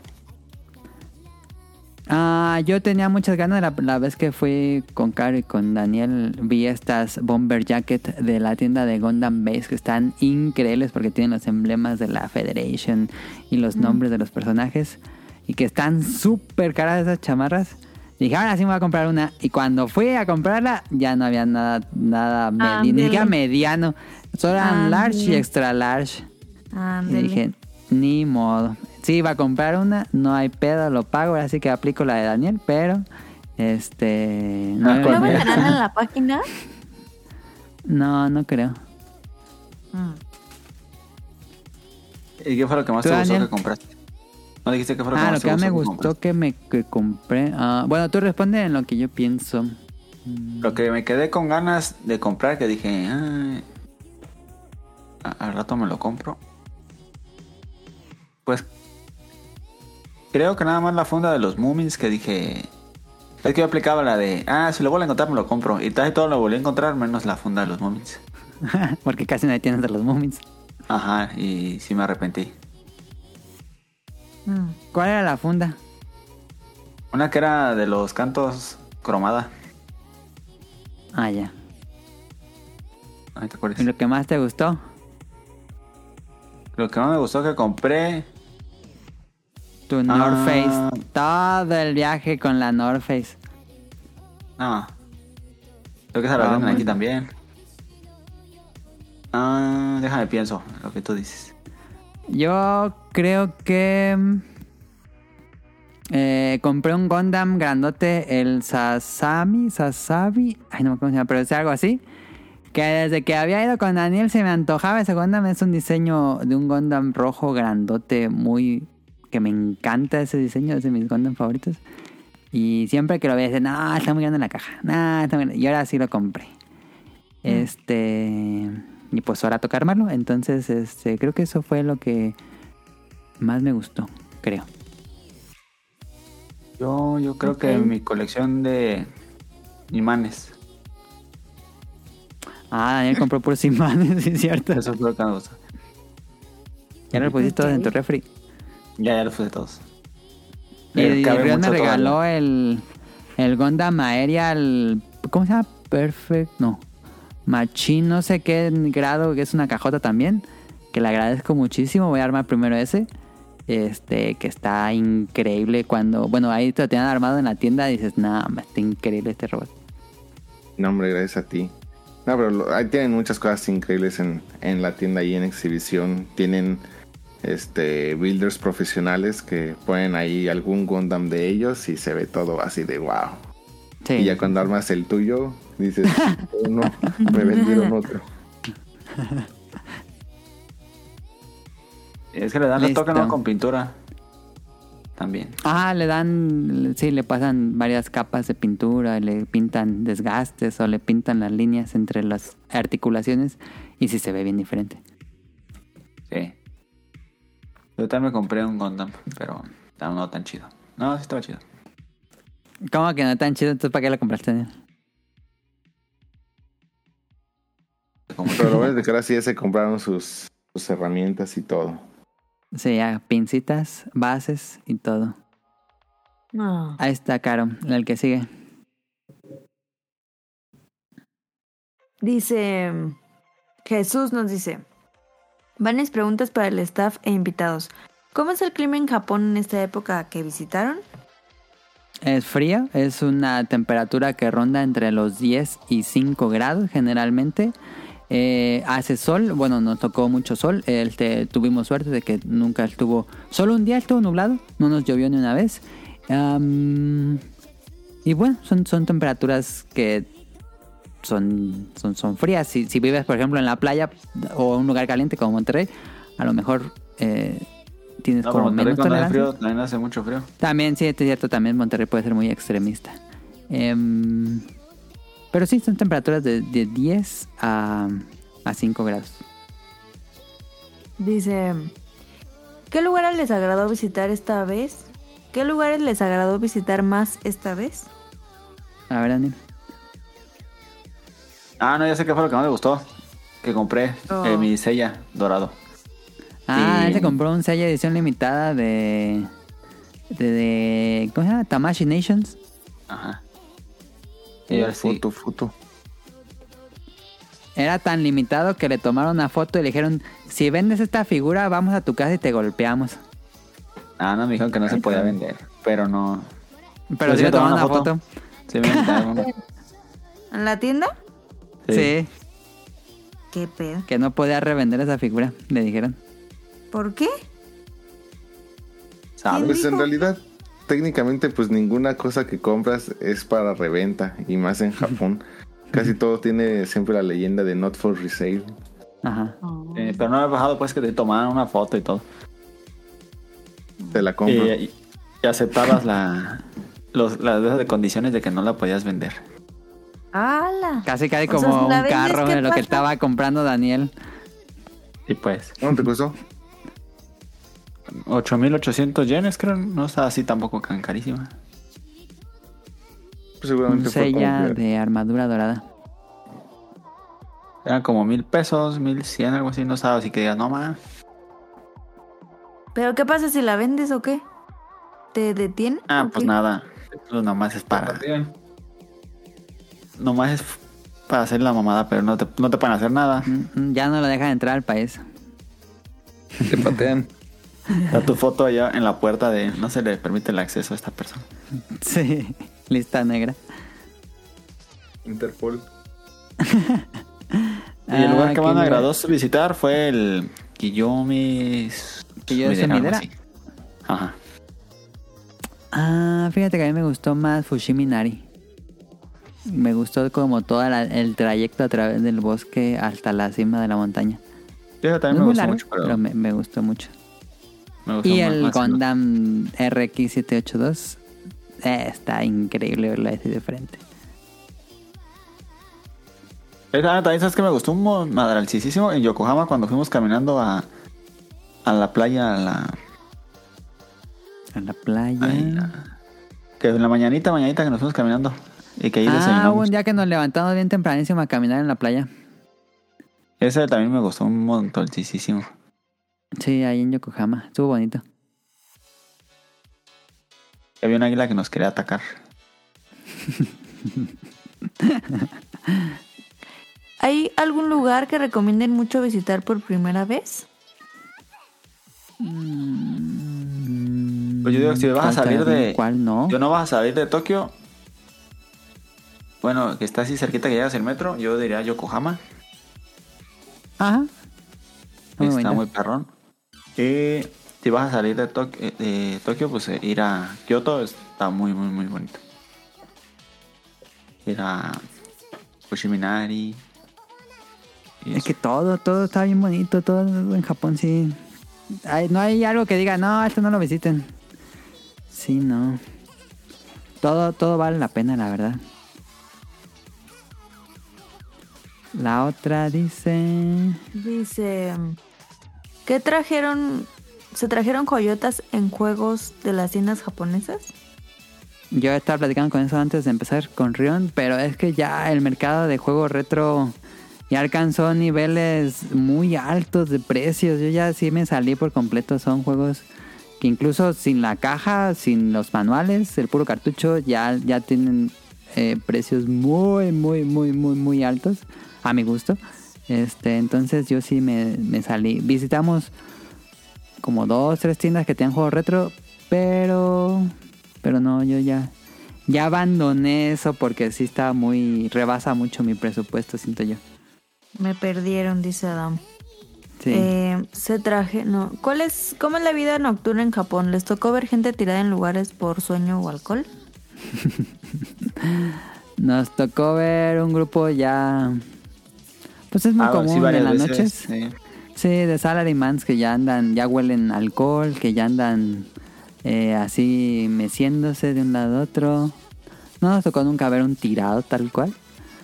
Yo tenía muchas ganas la vez que fui con Caro y con Daniel. Vi estas bomber jacket de la tienda de Gundam Base que están increíbles porque tienen los emblemas de la Federation y los nombres de los personajes. Y que están súper caras esas chamarras. Dije, ahora sí me voy a comprar una. Y cuando fui a comprarla, ya no había nada ni siquiera mediano. Solo eran large y extra large. Y dije, ni modo. Sí, iba a comprar una, no hay pedo, lo pago. Ahora sí que aplico la de Daniel, pero ¿No venderán en la página? No creo. ¿Y qué fue lo que más te gustó que compraste? ¿No dijiste que fue lo que más me gustó que compré? Bueno, tú responde en lo que yo pienso. Lo que me quedé con ganas de comprar, que dije, al rato me lo compro. Pues creo que nada más la funda de los Moomins, que dije... Es que yo aplicaba la de, si lo vuelvo a encontrar me lo compro. Y todo lo volví a encontrar menos la funda de los Moomins. Porque casi no hay tiendas de los Moomins. Ajá, y sí me arrepentí. ¿Cuál era la funda? Una que era de los cantos cromada. Ya. Ahí te acuerdas. ¿Y lo que más te gustó? Lo que más me gustó que compré... Tu North Face. Todo el viaje con la North Face. No. Creo que esa la venden aquí también. Déjame pienso lo que tú dices. Yo creo que compré un Gundam grandote, el Sasabi. Ay, no me acuerdo cómo se llama, pero es algo así. Que desde que había ido con Daniel se me antojaba ese Gundam. Es un diseño de un Gundam rojo grandote, muy... que me encanta ese diseño, es de mis Gundam favoritos. Y siempre que lo veía, decía, no, está muy grande en la caja. No, está muy grande. Y ahora sí lo compré. Y pues ahora toca armarlo. Entonces, creo que eso fue lo que más me gustó, creo. Yo creo que mi colección de imanes. Daniel compró puros imanes, sí es cierto. Eso fue lo que me gustó. ¿Ya los pusiste todos en tu refri? Ya los puse todos. Y Rion me regaló el Gundam Aerial. ¿Cómo se llama? Perfect. No. Machine, no sé qué grado, que es una cajota también. Que le agradezco muchísimo. Voy a armar primero ese. Que está increíble cuando... Bueno, ahí te lo tenían armado en la tienda y dices, nah, está increíble este robot. No, hombre, gracias a ti. No, pero ahí tienen muchas cosas increíbles en la tienda y en exhibición. Tienen builders profesionales que ponen ahí algún Gundam de ellos y se ve todo así de wow. Sí. Y ya cuando armas el tuyo, dices, oh, no, me vendieron otro. Es que le dan el toque, ¿no? Con pintura. También. Le dan, sí, le pasan varias capas de pintura, le pintan desgastes o le pintan las líneas entre las articulaciones y sí se ve bien diferente. Sí. Yo también me compré un Gundam, pero no tan chido. No, sí estaba chido. ¿Cómo que no tan chido? Entonces, ¿para qué lo compraste, Daniel? Pero lo bueno es que ahora sí ya se compraron sus herramientas y todo. Sí, ya, pincitas, bases y todo. No. Ahí está, Caro, el que sigue. Dice, Jesús nos dice, varias preguntas para el staff e invitados. ¿Cómo es el clima en Japón en esta época que visitaron? Es frío, es una temperatura que ronda entre los 10 y 5 grados generalmente. Hace sol, bueno, nos tocó mucho sol. Tuvimos suerte de que nunca estuvo, solo un día estuvo nublado, no nos llovió ni una vez. Y bueno, son temperaturas que son frías. Si vives, por ejemplo, en la playa o un lugar caliente como Monterrey, a lo mejor tienes como Monterrey, menos tolerancia. Frío, también hace mucho frío. También, sí, es cierto, también Monterrey puede ser muy extremista. Pero sí, son temperaturas de 10 a 5 grados. Dice, ¿qué lugares les agradó visitar esta vez? ¿Qué lugares les agradó visitar más esta vez? A ver, Daniel. No, ya sé qué fue lo que más me gustó. Que compré mi sella dorado. Él se compró un sella edición limitada de ¿cómo se llama? Tamashii Nations. Ajá. Foto. Era tan limitado que le tomaron una foto y le dijeron, si vendes esta figura, vamos a tu casa y te golpeamos. No, me dijeron que no se podía vender, pero no. Pero sí le tomaron una foto. Sí, me tomaron una. ¿En la tienda? Sí. ¿Qué pedo? Que no podía revender esa figura, le dijeron. ¿Por qué? Pues en realidad, técnicamente, pues ninguna cosa que compras es para reventa, y más en Japón. Casi todo tiene siempre la leyenda de not for resale. Ajá. Pero no he bajado pues que te tomaran una foto y todo. Te la compro. Y aceptabas las de condiciones de que no la podías vender. ¡Hala! Casi como un carro de lo que estaba comprando Daniel. Y pues. ¿Cuánto te costó? 8,800 yenes, creo. No está así tampoco tan carísima. Pues seguramente un sella de armadura dorada. Eran como 1,000 pesos, 1,100, algo así. No sabes, así que digas, no más. ¿Pero qué pasa si la vendes o qué? ¿Te detienen? Pues nada. Pues nomás es para... Nomás es para hacer la mamada, pero no te pueden hacer nada. Ya no lo dejan entrar al país. Te patean. Está tu foto allá en la puerta de... No se le permite el acceso a esta persona. Sí, lista negra. Interpol. Y el lugar que más me agradó visitar fue el Kiyomi Sumidera. Ajá. Fíjate que a mí me gustó más Fushimi Inari. Me gustó como todo el trayecto a través del bosque hasta la cima de la montaña. Yo también me gustó largo, mucho, pero me gustó mucho. Me gustó y más, el más Gundam RX-782 está increíble verlo así de frente. También sabes que me gustó un madralcísimo en Yokohama cuando fuimos caminando a la playa, a la playa. Que en la mañanita que nos fuimos caminando y que ahí desayunamos. Un día que nos levantamos bien tempranísimo a caminar en la playa. Ese también me gustó un montoncísimo. Sí, ahí en Yokohama. Estuvo bonito. Había un águila que nos quería atacar. ¿Hay algún lugar que recomienden mucho visitar por primera vez? Pues yo digo, si vas a salir de... ¿Cuál no? Yo no vas a salir de Tokio. Bueno, que está así cerquita que llegas el metro. Yo diría Yokohama. Ajá. Está muy perrón. Y si vas a salir de Tokio, pues ir a Kioto está muy, muy, muy bonito. Ir a Fushiminari. Es que todo está bien bonito. Todo en Japón sí. No hay algo que diga, no, esto no lo visiten. Sí, no. Todo vale la pena, la verdad. La otra dice... ¿qué trajeron? ¿Se trajeron coyotas en juegos de las tiendas japonesas? Yo estaba platicando con eso antes de empezar con Rion, pero es que ya el mercado de juegos retro ya alcanzó niveles muy altos de precios. Yo ya sí me salí por completo. Son juegos que incluso sin la caja, sin los manuales, el puro cartucho, ya tienen precios muy, muy, muy, muy, muy altos a mi gusto. Entonces yo sí me salí. Visitamos como 2-3 tiendas que tenían juegos retro, pero no, yo ya abandoné eso porque sí está rebasa mucho mi presupuesto, siento yo. Me perdieron, dice Adam. Sí. ¿Cómo es la vida nocturna en Japón? ¿Les tocó ver gente tirada en lugares por sueño o alcohol? Nos tocó ver un grupo ya... Pues es muy común en las noches. Sí, de salarymans que ya huelen alcohol, que ya andan así meciéndose de un lado a otro. No nos tocó nunca ver un tirado tal cual.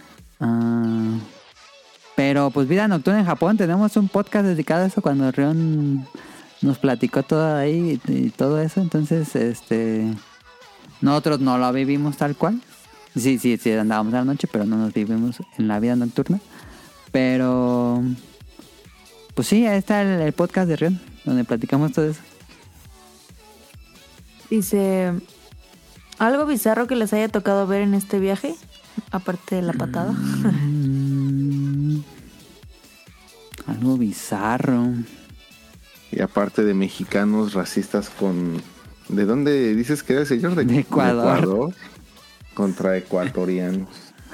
Pero pues vida nocturna en Japón, tenemos un podcast dedicado a eso cuando Rion nos platicó todo ahí y todo eso. Entonces, nosotros no lo vivimos tal cual. Sí, andábamos a la noche, pero no nos vivimos en la vida nocturna. Pero pues sí, ahí está el podcast de Rion, donde platicamos todo eso. Dice, ¿algo bizarro que les haya tocado ver en este viaje? Aparte de la patada. Algo bizarro. Y aparte de mexicanos racistas con... ¿De dónde dices que era el señor? De Ecuador. Contra ecuatorianos.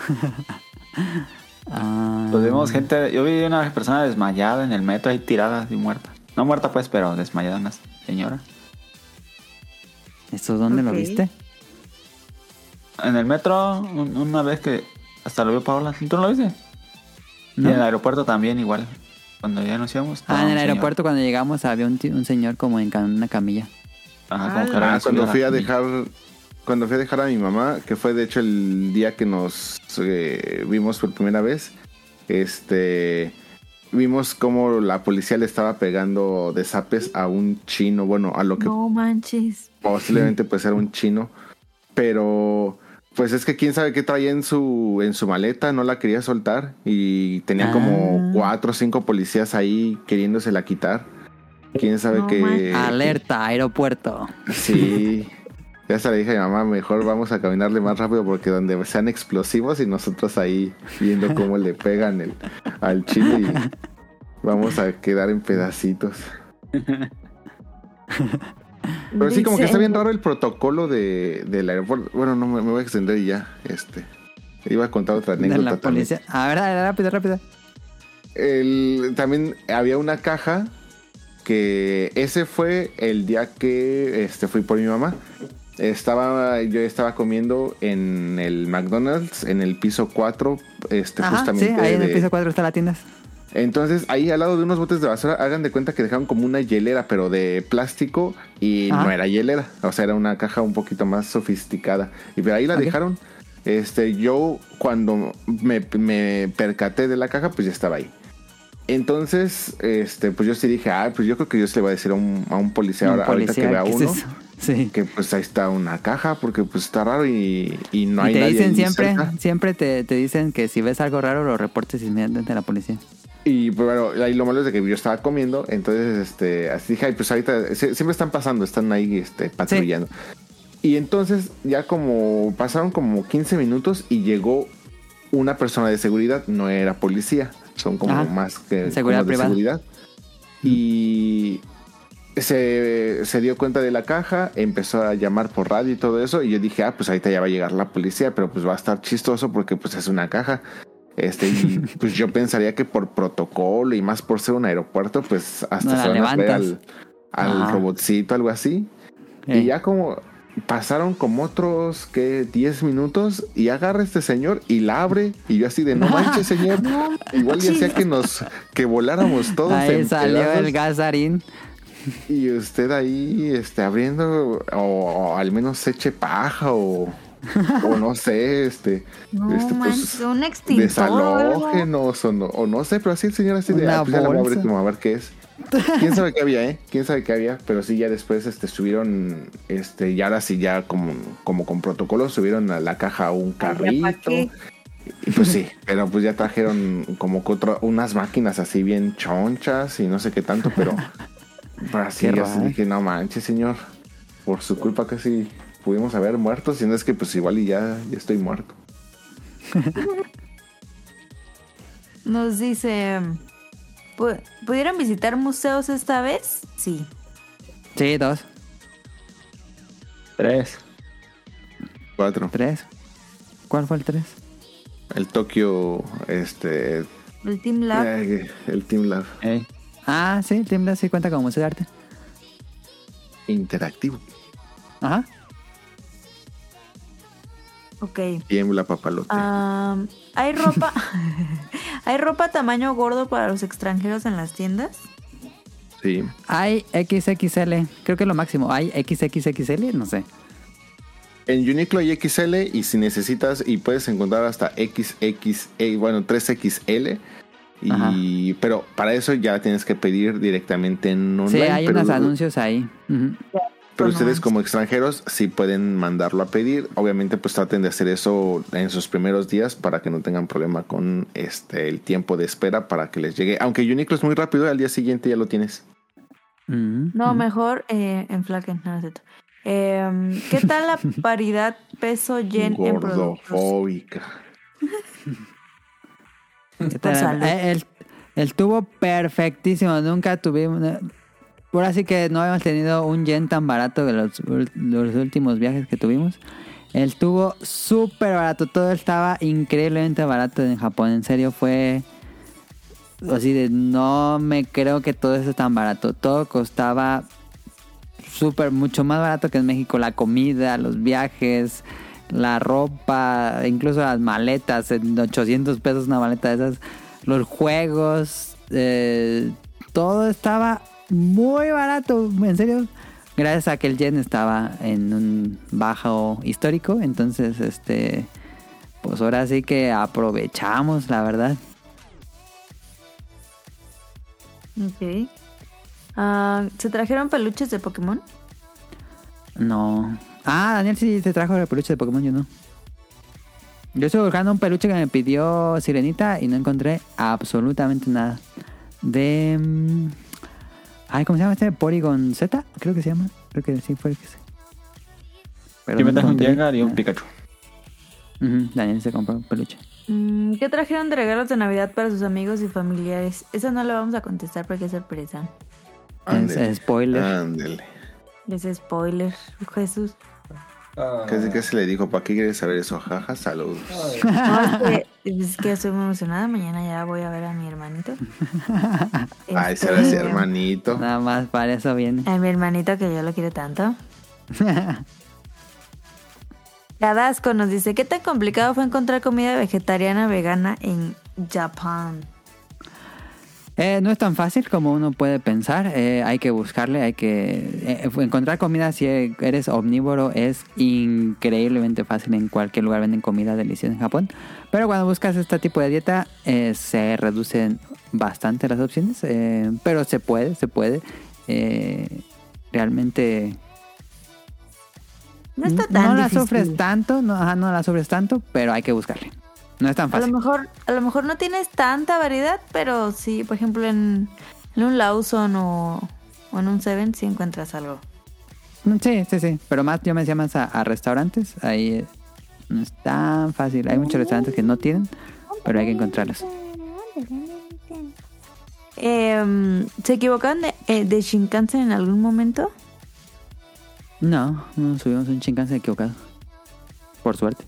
Pues vimos gente... Yo vi una persona desmayada en el metro ahí tirada y muerta. No muerta pues, pero desmayada una señora. ¿Esto dónde lo viste? En el metro, una vez que hasta lo vio Paola. ¿Tú no lo viste? ¿No? Y en el aeropuerto también igual. Cuando ya nos íbamos. En el aeropuerto cuando llegamos había un señor como en una camilla. Ajá, como que era cuando fui a dejar a mi mamá, que fue de hecho el día que nos vimos por primera vez, vimos cómo la policía le estaba pegando de zapes a un chino, bueno, a lo que no manches. Posiblemente pues era un chino, pero pues es que quién sabe qué traía en su maleta, no la quería soltar y tenía como 4 o 5 policías ahí queriéndosela quitar. Quién sabe qué. Alerta, aeropuerto. Sí. Ya se le dije a mi mamá, mejor vamos a caminarle más rápido porque donde sean explosivos y nosotros ahí viendo cómo le pegan al chile y vamos a quedar en pedacitos. Pero sí, como que está bien raro el protocolo del aeropuerto. Bueno, no me voy a extender y ya. Iba a contar otra anécdota. De la policía. A ver, rápido. También había una caja que ese fue el día que fui por mi mamá. Yo estaba comiendo en el McDonald's en el piso 4. Justamente. Sí, ahí en el piso 4 está la tienda. Entonces, ahí al lado de unos botes de basura, hagan de cuenta que dejaron como una hielera, pero de plástico, y no era hielera. O sea, era una caja un poquito más sofisticada. Y pero ahí la dejaron. Yo cuando me percaté de la caja, pues ya estaba ahí. Entonces, pues yo sí dije, pues yo creo que yo se le voy a decir a un policía ahorita que vea uno. Es sí. Que pues ahí está una caja, porque pues está raro y no hay nadie. Te dicen siempre te dicen que si ves algo raro lo reportes inmediatamente a la policía. Y bueno, ahí lo malo es de que yo estaba comiendo, entonces así dije, ay, pues ahorita siempre están pasando, están ahí patrullando. Sí. Y entonces ya como pasaron como 15 minutos y llegó una persona de seguridad, no era policía, son como más que seguridad de seguridad. Y se dio cuenta de la caja, empezó a llamar por radio y todo eso, y yo dije, pues ahorita ya va a llegar la policía, pero pues va a estar chistoso porque pues es una caja. Y pues yo pensaría que por protocolo y más por ser un aeropuerto, pues hasta se van a ver al robotcito, algo así. Y ya como pasaron como otros 10 minutos y agarra este señor y la abre, y yo así de no manches, señor, igual ya sea que voláramos todos. Ahí salió pedazos. El gasarín. Y usted ahí abriendo, o al menos eche paja o no sé, pues, un extintor, desalógenos o no sé, pero así el señor así de pues ya la voy a abrir como a ver qué es. Quién sabe qué había, pero sí ya después subieron y ahora sí ya como con protocolo subieron a la caja un carrito. Y pues sí, pero pues ya trajeron como unas máquinas así bien chonchas y no sé qué tanto, pero así yo sí dije, no manches, señor, por su culpa casi pudimos haber muerto, si no es que pues igual y ya estoy muerto. Nos dice, ¿pudieron visitar museos esta vez? Sí. Sí, 2. 3. 4. 3. ¿Cuál fue el 3? El Tokio, el Team Lab. El Team Lab. Sí, el Team Lab sí cuenta como museo de arte. Interactivo. Ajá. Ok. Tiembla papalote. ¿Hay ropa? ¿Hay ropa tamaño gordo para los extranjeros en las tiendas? Sí. Hay XXL, creo que es lo máximo. ¿Hay XXXL? No sé. En Uniqlo hay XL y si necesitas y puedes encontrar hasta XXL, bueno, 3XL. Pero para eso ya tienes que pedir directamente en online. Sí, hay unos anuncios ahí. Uh-huh. Pero ustedes como extranjeros sí pueden mandarlo a pedir. Obviamente pues traten de hacer eso en sus primeros días para que no tengan problema con el tiempo de espera para que les llegue. Aunque Uniqlo es muy rápido, al día siguiente ya lo tienes. No, mejor en Flaken, no es cierto. ¿Qué tal la paridad peso-yen en productos? Gordofóbica. El tubo perfectísimo. Nunca tuvimos... Ahora sí que no habíamos tenido un yen tan barato de los últimos viajes que tuvimos. El tubo súper barato. Todo estaba increíblemente barato en Japón. En serio fue... Así de no me creo que todo eso es tan barato. Todo costaba mucho más barato que en México. La comida, los viajes, la ropa, incluso las maletas. En 800 pesos una maleta de esas. Los juegos. Todo estaba muy barato. En serio. Gracias a que el yen estaba en un bajo histórico. Entonces, pues ahora sí que aprovechamos, la verdad. Ok. ¿Se trajeron peluches de Pokémon? No. Daniel sí se trajo el peluche de Pokémon, yo no. Yo estoy buscando un peluche que me pidió Sirenita y no encontré absolutamente nada. De... ¿cómo se llama Porygon Z? Creo que se llama. Creo que sí fue el que se... Pero yo me traje un Gengar y un Pikachu. Daniel se compró un peluche. ¿Qué trajeron de regalos de Navidad para sus amigos y familiares? Esa no la vamos a contestar porque es sorpresa. Es spoiler. Ándele. Es spoiler, Jesús. ¿Qué se le dijo? ¿Para qué quieres saber eso? Jaja, saludos. No, es que estoy muy emocionada. Mañana ya voy a ver a mi hermanito. Será ese hermanito. Nada más para eso viene. A mi hermanito que yo lo quiero tanto. Cadasco nos dice, ¿qué tan complicado fue encontrar comida vegetariana vegana en Japón? No es tan fácil como uno puede pensar. Hay que buscarle, hay que... encontrar comida si eres omnívoro es increíblemente fácil. En cualquier lugar venden comida deliciosa en Japón. Pero cuando buscas este tipo de dieta se reducen bastante las opciones. Pero se puede. Realmente... No está tan difícil. No la sufres tanto, pero hay que buscarle. No es tan fácil. A lo mejor no tienes tanta variedad, pero sí, por ejemplo, en un Lawson o en un Seven sí encuentras algo. Sí. Pero más, yo me decía más a restaurantes. Ahí no es tan fácil. Hay muchos restaurantes que no tienen, pero hay que encontrarlos. ¿Se equivocan de Shinkansen en algún momento? No subimos un Shinkansen equivocado. Por suerte.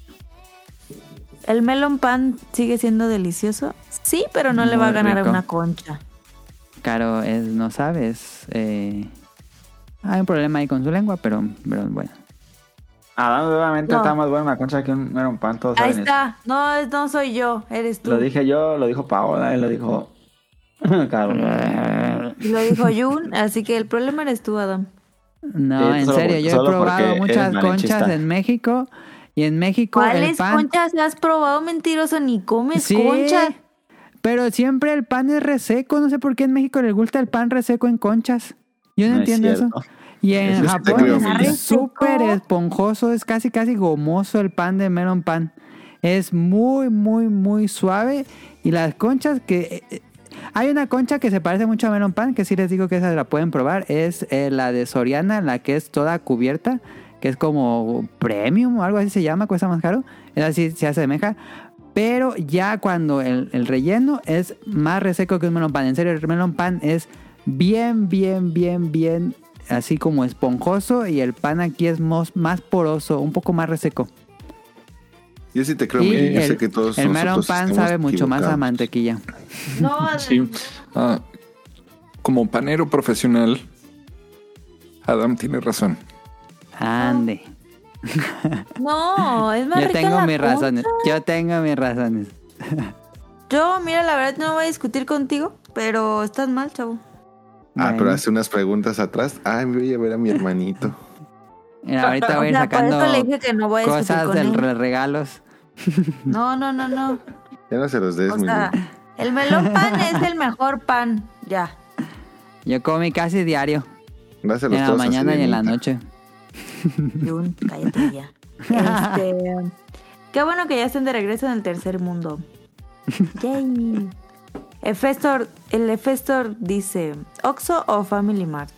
¿El melon pan sigue siendo delicioso? Sí, pero no le va a ganar rico a una concha. Claro, no sabes. Hay un problema ahí con su lengua, pero bueno. Nuevamente está más buena una concha que un melon pan. Todos ahí saben está. Eso. No soy yo, eres tú. Lo dije yo, lo dijo Paola, y lo dijo Carlos. Y lo dijo Jun, así que el problema eres tú, Adam. No, en serio, yo he probado muchas conchas en México. Y en México ¿cuáles el pan... conchas has probado, mentiroso? Ni comes conchas. Pero siempre el pan es reseco. No sé por qué en México les gusta el pan reseco en conchas. Yo no entiendo eso. Y en Japón es súper esponjoso. Es casi gomoso el pan de melon pan. Es muy, muy, muy suave. Y las conchas que... Hay una concha que se parece mucho a melon pan, que sí les digo que esa la pueden probar. Es la de Soriana, la que es toda cubierta, que es como premium o algo así se llama, cuesta más caro. Es así, se asemeja. Pero ya cuando el relleno es más reseco que un melon pan. En serio, el melon pan es bien, así como esponjoso. Y el pan aquí es más poroso, un poco más reseco. Yo sí te creo, yo sé que todos el melon pan sabe mucho más a mantequilla. No, sí. Como panero profesional, Adam tiene razón. Ande. No, es más rica Yo tengo mis razones. Yo, mira, la verdad no voy a discutir contigo, pero estás mal, chavo. Pero hace unas preguntas atrás. Me voy a ver a mi hermanito. Mira, ahorita voy a ir sacando por eso le dije que no voy a cosas de regalos. No. Ya no se los des, el melón pan es el mejor pan, ya. Yo comí casi diario. Dáselos en la mañana y en la noche. Jun, cállate ya. Qué bueno que ya estén de regreso en el tercer mundo. Yay. El Efestor dice, ¿Oxxo o Family Mart?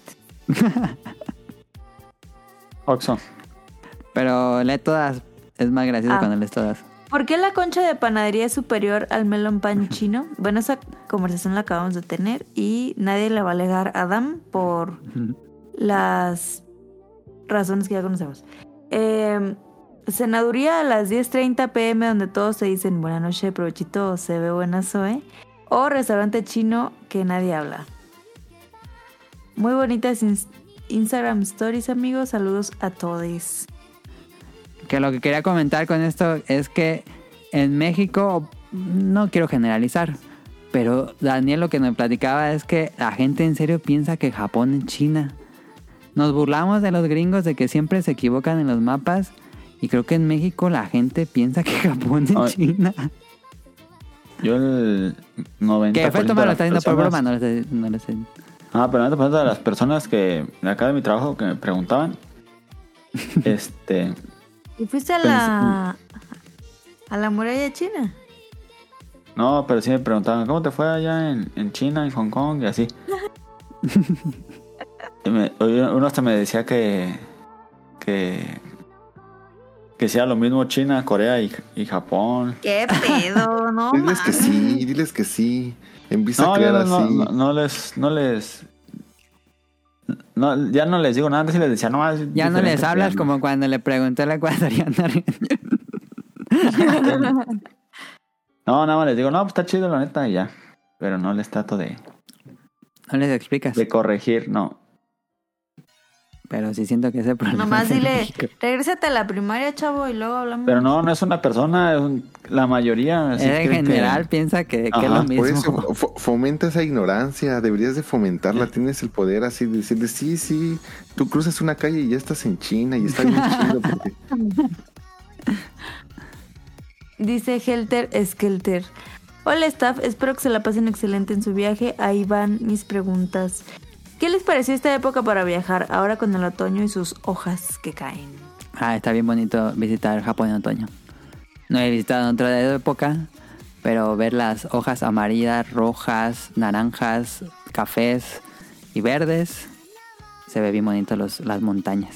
Oxxo. Pero lee todas. Es más gracioso cuando lees todas. ¿Por qué la concha de panadería es superior al melon pan chino? Bueno, esa conversación la acabamos de tener y nadie le va a alegar a Adam por las razones que ya conocemos. Cenaduría a las 10:30 p.m. donde todos se dicen buenas noches, provechito, se ve buena Zoe. O restaurante chino que nadie habla. Muy bonitas Instagram stories, amigos. Saludos a todos. Que lo que quería comentar con esto es que en México, no quiero generalizar, pero Daniel lo que nos platicaba es que la gente en serio piensa que Japón es China. Nos burlamos de los gringos de que siempre se equivocan en los mapas y creo que en México la gente piensa que Japón es China. Yo el 90% que Feto me lo está diciendo por broma, no lo sé. Pero el 90% de las personas que acá de mi trabajo que me preguntaban ¿Y fuiste a la muralla china? No, pero sí me preguntaban, ¿cómo te fue allá en China, en Hong Kong y así? Uno hasta me decía que sea lo mismo China, Corea y Japón. ¿Qué pedo? No, diles que sí. Empieza a crear así. Ya no les digo nada, antes sí les decía, ya no les hablas como cuando le pregunté a la ecuatoriana. No, nada más les digo, pues está chido la neta y ya. Pero no les trato de... No les explicas. De corregir, no. Pero sí siento que ese problema... Nomás dile, regrésate a la primaria, chavo, y luego hablamos. Pero no es una persona, la mayoría... En general piensa que es lo mismo. Por eso fomenta esa ignorancia, deberías de fomentarla, tienes el poder así de decirle, sí, tú cruzas una calle y ya estás en China y está bien chido porque... Dice Helter Skelter. Hola staff, espero que se la pasen excelente en su viaje. Ahí van mis preguntas. ¿Qué les pareció esta época para viajar ahora con el otoño y sus hojas que caen? Está bien bonito visitar Japón en otoño. No he visitado en otra época, pero ver las hojas amarillas, rojas, naranjas, cafés y verdes, se ve bien bonito las montañas.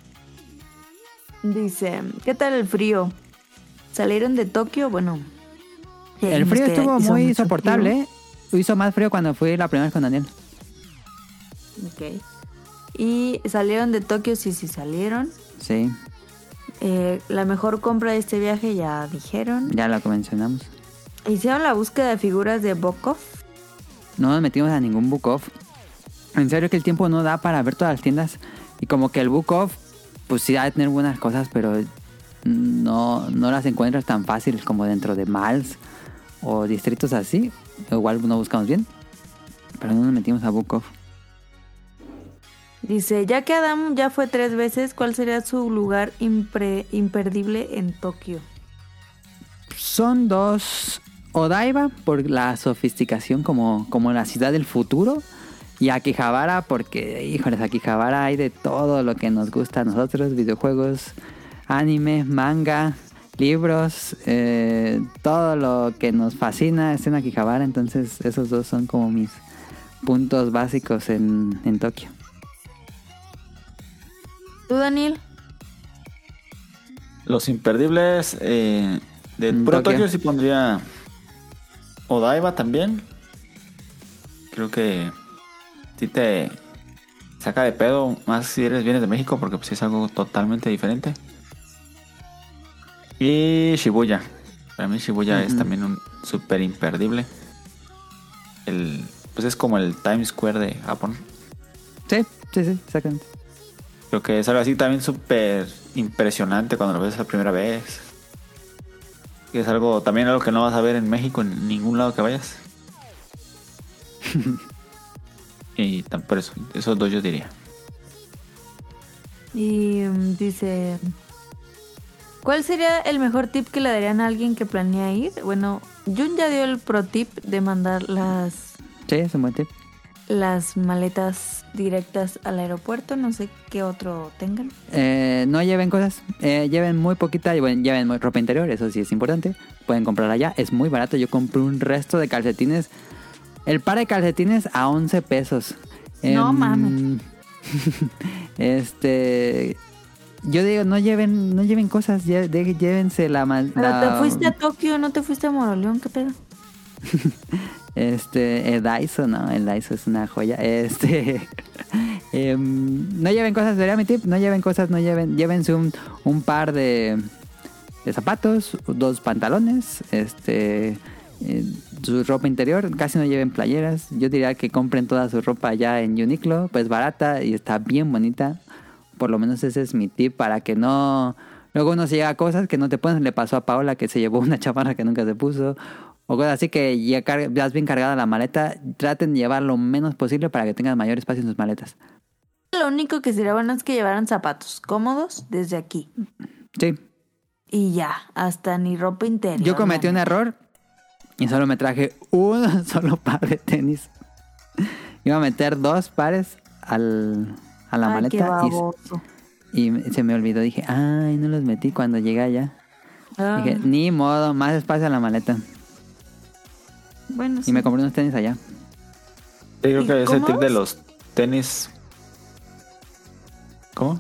Dice, ¿qué tal el frío? ¿Salieron de Tokio? Bueno, el frío estuvo muy soportable. Hizo más frío cuando fui la primera vez con Daniel. Ok. ¿Y salieron de Tokio? Sí, salieron. Sí. La mejor compra de este viaje ya dijeron. Ya lo que mencionamos. ¿Hicieron la búsqueda de figuras de Book-Off? No nos metimos a ningún Book-Off. En serio que el tiempo no da para ver todas las tiendas. Y como que el Book-Off, pues sí, ha de tener buenas cosas, pero no las encuentras tan fácil como dentro de malls o distritos así. Igual no buscamos bien. Pero no nos metimos a Book-Off. Dice, ya que Adam ya fue 3 veces, ¿cuál sería su lugar imperdible en Tokio? Son 2. Odaiba, por la sofisticación como la ciudad del futuro. Y Akihabara, porque, híjoles, Akihabara hay de todo lo que nos gusta a nosotros. Videojuegos, anime, manga, libros. Todo lo que nos fascina es en Akihabara. Entonces esos 2 son como mis puntos básicos en Tokio. ¿Tú, Daniel? Los imperdibles de puro Tokio sí pondría Odaiba también. Creo que sí te saca de pedo más si vienes de México, porque pues es algo totalmente diferente. Y Shibuya. Para mí Shibuya es también un súper imperdible. Pues es como el Times Square de Japón. Sí, exactamente. Creo que es algo así también súper impresionante cuando lo ves la primera vez. Y es algo también algo que no vas a ver en México en ningún lado que vayas. Y por eso, esos 2 yo diría. Y dice, ¿cuál sería el mejor tip que le darían a alguien que planea ir? Bueno, Jun ya dio el pro tip de mandar las... Sí, es un buen tip. Las maletas directas al aeropuerto, no sé qué otro tengan. No lleven cosas, lleven muy poquita, lleven ropa interior, eso sí es importante. Pueden comprar allá, es muy barato. Yo compré un resto de calcetines, el par de calcetines a 11 pesos. No mames. Yo digo, no lleven cosas, llévense la maleta. Pero te fuiste a Tokio, no te fuiste a Moroleón, ¿qué pedo? El Daiso, ¿no? El Daiso es una joya. No lleven cosas, sería mi tip. No lleven cosas, llévense un par de zapatos, 2 pantalones, su ropa interior. Casi no lleven playeras. Yo diría que compren toda su ropa allá en Uniqlo, pues barata y está bien bonita. Por lo menos ese es mi tip, para que no... Luego uno se llega a cosas que no te pones. Le pasó a Paola, que se llevó una chamarra que nunca se puso. O cosas así que ya vas bien cargada la maleta. Traten de llevar lo menos posible para que tengan mayor espacio en sus maletas. Lo único que sería bueno es que llevaran zapatos cómodos desde aquí. Sí. Y ya, hasta ni ropa interior. Yo cometí un error y solo me traje un solo par de tenis. Iba a meter 2 pares a la maleta. Qué baboso. Y se me olvidó. Dije, ay, no los metí cuando llegué allá. Dije, ni modo, más espacio a la maleta. Bueno, sí. Y me compré unos tenis allá. Yo creo que ese tip de los tenis... ¿Cómo?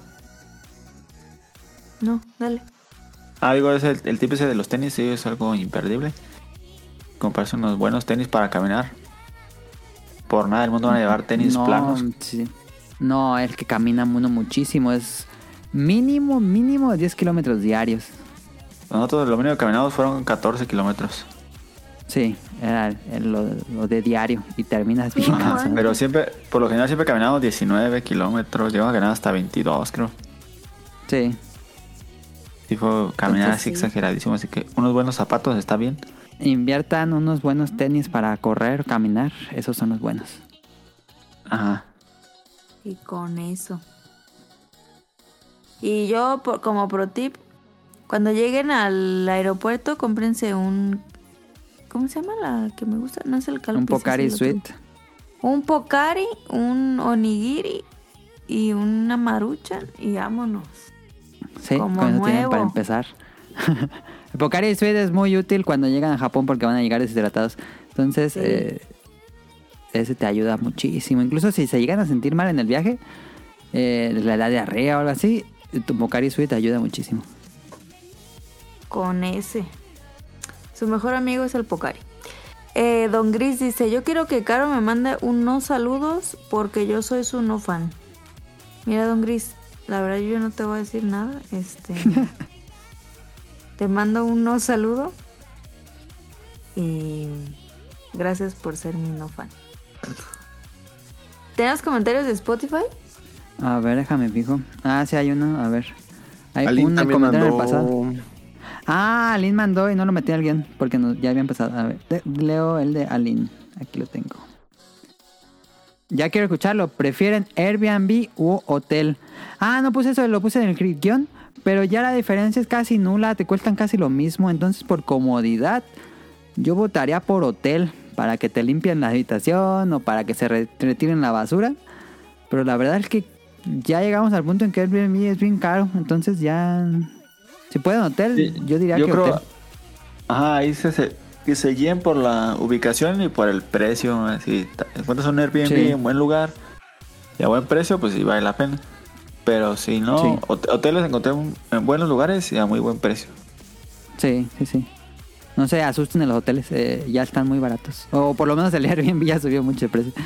No, dale. Digo, el tip ese de los tenis, sí, es algo imperdible. Comprarse unos buenos tenis para caminar. Por nada del mundo van a llevar tenis planos. Sí. No, el que camina uno muchísimo. Es mínimo 10 kilómetros diarios. Nosotros lo mínimo que caminamos fueron 14 kilómetros. Sí, era lo de diario. Y terminas bien cansado. Pero siempre, por lo general siempre caminamos 19 kilómetros. Llegamos a caminar hasta 22, creo. Sí. Sí, fue caminar así exageradísimo. Así que unos buenos zapatos está bien. Inviertan unos buenos tenis para correr, caminar. Esos son los buenos. Ajá. Y con eso. Y yo, como pro tip, cuando lleguen al aeropuerto, cómprense un... ¿Cómo se llama la que me gusta? No es el calpis. Un Pocari Sweet. Un Pocari, un onigiri y una maruchan y vámonos. Sí, como con eso nuevo. tienen para empezar. El Pocari Sweat es muy útil cuando llegan a Japón porque van a llegar deshidratados. Entonces, ese te ayuda muchísimo. Incluso si se llegan a sentir mal en el viaje, la da diarrea o algo así, tu Pocari Sweat te ayuda muchísimo. Con ese. Su mejor amigo es el Pocari. Don Gris dice, yo quiero que Caro me mande unos saludos porque yo soy su no fan. Mira, Don Gris, la verdad yo no te voy a decir nada. Te mando unos saludos y gracias por ser mi no fan. ¿Tenemos comentarios de Spotify? A ver, déjame fijo. Sí hay uno, a ver. Hay Aline un comentario del pasado. Aline mandó y no lo metí al guión porque ya había empezado. A ver, leo el de Aline. Aquí lo tengo. Ya quiero escucharlo. ¿Prefieren Airbnb u hotel? No puse eso, lo puse en el guión. Pero ya la diferencia es casi nula. Te cuestan casi lo mismo. Entonces, por comodidad, yo votaría por hotel. Para que te limpien la habitación o para que se retiren la basura. Pero la verdad es que ya llegamos al punto en que Airbnb es bien caro. Entonces ya... Si pueden hotel, sí, yo diría que creo, hotel. Ahí se guíen por la ubicación y por el precio. Si encuentras un Airbnb en buen lugar y a buen precio, pues sí vale la pena. Pero si no, hoteles encontré en buenos lugares y a muy buen precio. Sí. No se asusten en los hoteles, ya están muy baratos. O por lo menos el Airbnb ya subió mucho de precio.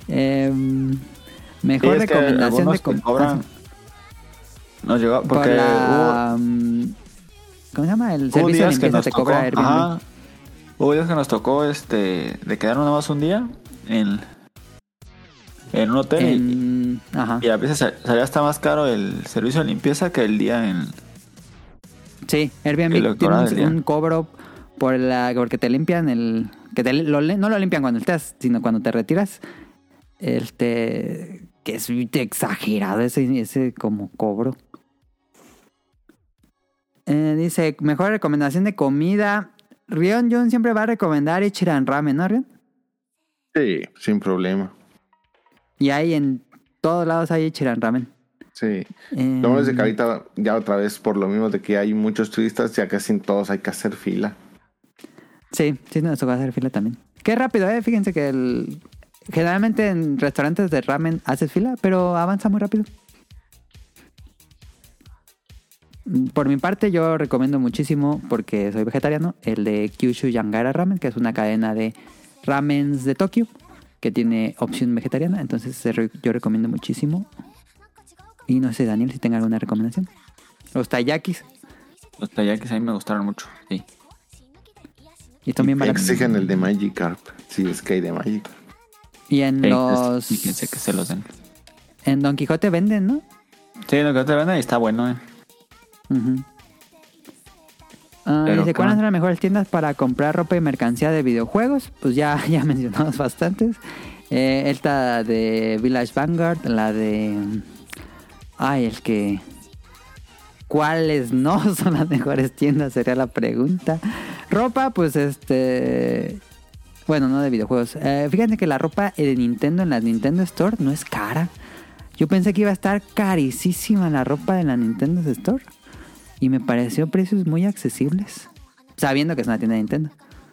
Mejor recomendación de comprar. Nos llegó porque ¿cómo se llama? El servicio de limpieza te cobra Airbnb. Hubo días que nos tocó de quedarnos nada más un día en un hotel y a veces salía hasta más caro el servicio de limpieza que el día en... Sí, Airbnb tiene un cobro porque te limpian no lo limpian cuando estás, sino cuando te retiras. Que es exagerado ese como cobro. Dice, mejor recomendación de comida. Rion Jun siempre va a recomendar Ichiran Ramen, ¿no, Rion? Sí, sin problema. Y ahí en todos lados hay Ichiran Ramen. Sí. Lo malo es de que ahorita ya otra vez, por lo mismo de que hay muchos turistas, ya casi en todos hay que hacer fila. Sí, nos toca hacer fila también. Qué rápido, fíjense que generalmente en restaurantes de ramen haces fila, pero avanza muy rápido. Por mi parte, yo recomiendo muchísimo, porque soy vegetariano, el de Kyushu Yangara Ramen, que es una cadena de ramens de Tokio, que tiene opción vegetariana. Entonces yo recomiendo muchísimo. Y no sé, Daniel, si tenga alguna recomendación. Los taiyakis. Los taiyakis a mí me gustaron mucho, sí. Y también exigen el de Magikarp. Sí, es que hay de Magikarp. Y en los... Fíjense que se los den. En Don Quijote venden, ¿no? Sí, en Don Quijote venden y está bueno, Dice, ¿cuáles son las mejores tiendas para comprar ropa y mercancía de videojuegos? Pues ya mencionamos bastantes. Esta de Village Vanguard, la de... ¿Cuáles no son las mejores tiendas? Sería la pregunta. Ropa, pues bueno, no de videojuegos. Fíjense que la ropa de Nintendo en la Nintendo Store no es cara. Yo pensé que iba a estar carísima la ropa de la Nintendo Store. Y me pareció precios muy accesibles. Sabiendo que es una tienda de Nintendo.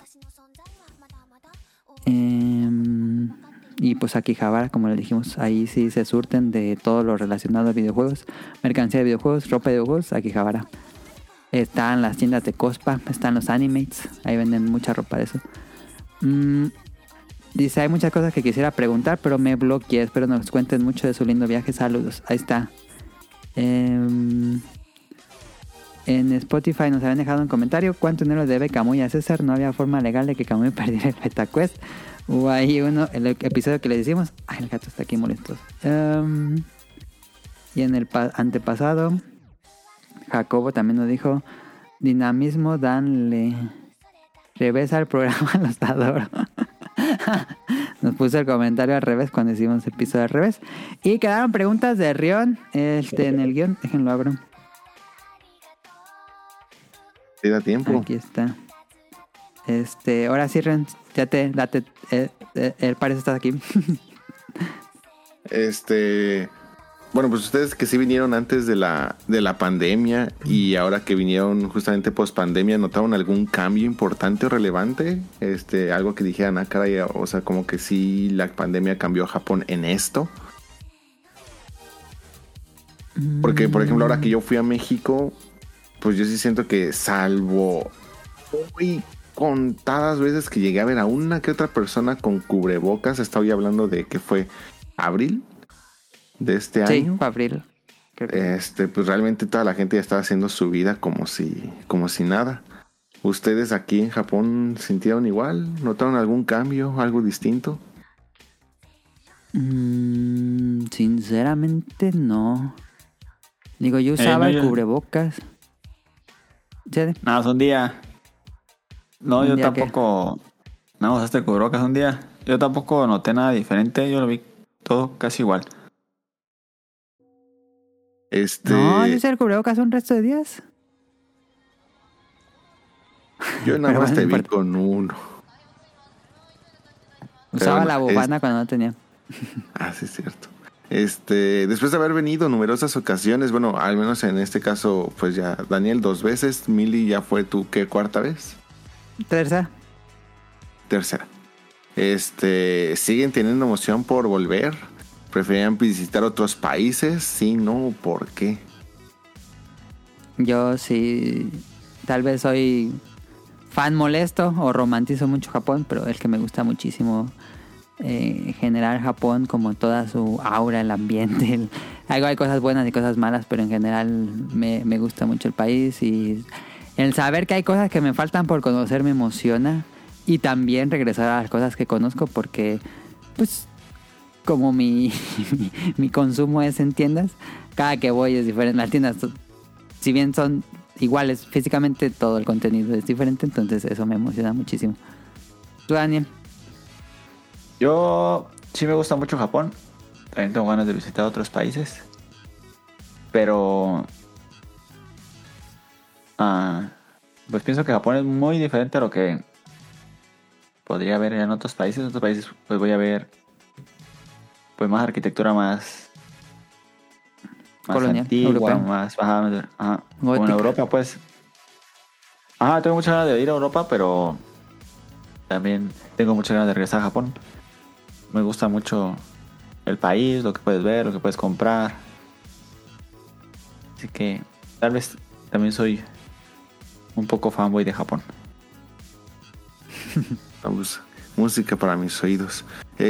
Y pues Akihabara, como le dijimos, ahí sí se surten de todo lo relacionado a videojuegos. Mercancía de videojuegos, ropa de videojuegos, Akihabara. Están las tiendas de Cospa, están los Animates. Ahí venden mucha ropa de eso. Dice, hay muchas cosas que quisiera preguntar, pero me bloqueé. Espero nos cuenten mucho de su lindo viaje. Saludos. Ahí está. En Spotify nos habían dejado un comentario. ¿Cuánto dinero debe Kamui a César? No había forma legal de que Kamui perdiera el BetaQuest. Hubo ahí el episodio que le decimos. El gato está aquí molesto. Y en el antepasado, Jacobo también nos dijo: dinamismo, danle revés al programa, los adoro. Nos puso el comentario al revés cuando hicimos el episodio al revés. Y quedaron preguntas de Rion en el guión. Déjenlo abro. ¿Te da tiempo? Aquí está. Ahora sí, Rion, ya date. Parece que estás aquí. bueno, pues ustedes que sí vinieron antes de la pandemia y ahora que vinieron justamente post pandemia, ¿notaron algún cambio importante o relevante? Algo que dijeran, caray, o sea, como que sí la pandemia cambió a Japón en esto. Porque, por ejemplo, ahora que yo fui a México, pues yo sí siento que salvo muy contadas veces que llegué a ver a una que otra persona con cubrebocas, estoy hablando de que fue abril de este año. Sí, abril. Pues realmente toda la gente ya estaba haciendo su vida como si nada. ¿Ustedes aquí en Japón sintieron igual? ¿Notaron algún cambio, algo distinto? Sinceramente no. Digo, yo usaba el cubrebocas. ¿Sí? Nada, un día. No, yo tampoco. ¿Qué? No, usaste cubrebocas un día. Yo tampoco noté nada diferente. Yo lo vi todo casi igual. No, yo usé el cubrebocas un resto de días. Yo nada más te vi con uno. Usaba la bufanda cuando no tenía. Sí, es cierto. Después de haber venido numerosas ocasiones, bueno, al menos en este caso, pues ya Daniel 2 veces, Mili ya fue tu, ¿qué? ¿Cuarta vez? Tercera. ¿Siguen teniendo emoción por volver? ¿Preferían visitar otros países? Sí, no, ¿por qué? Yo sí, tal vez soy fan molesto o romantizo mucho Japón, pero es que me gusta muchísimo en general Japón, como toda su aura, el ambiente. Hay cosas buenas y cosas malas, pero en general me gusta mucho el país y el saber que hay cosas que me faltan por conocer me emociona, y también regresar a las cosas que conozco porque, pues, como mi consumo es en tiendas, cada que voy es diferente. Las tiendas, si bien son iguales físicamente, todo el contenido es diferente, entonces eso me emociona muchísimo. ¿Tú, Daniel? Yo sí me gusta mucho Japón. También tengo ganas de visitar otros países. Pero pues pienso que Japón es muy diferente a lo que podría haber en otros países. En otros países pues voy a ver pues más arquitectura más colonial, antigua, europea. más como en Europa, pues. Tengo muchas ganas de ir a Europa, pero también tengo muchas ganas de regresar a Japón. Me gusta mucho el país, lo que puedes ver, lo que puedes comprar. Así que tal vez también soy un poco fanboy de Japón. Vamos, música para mis oídos.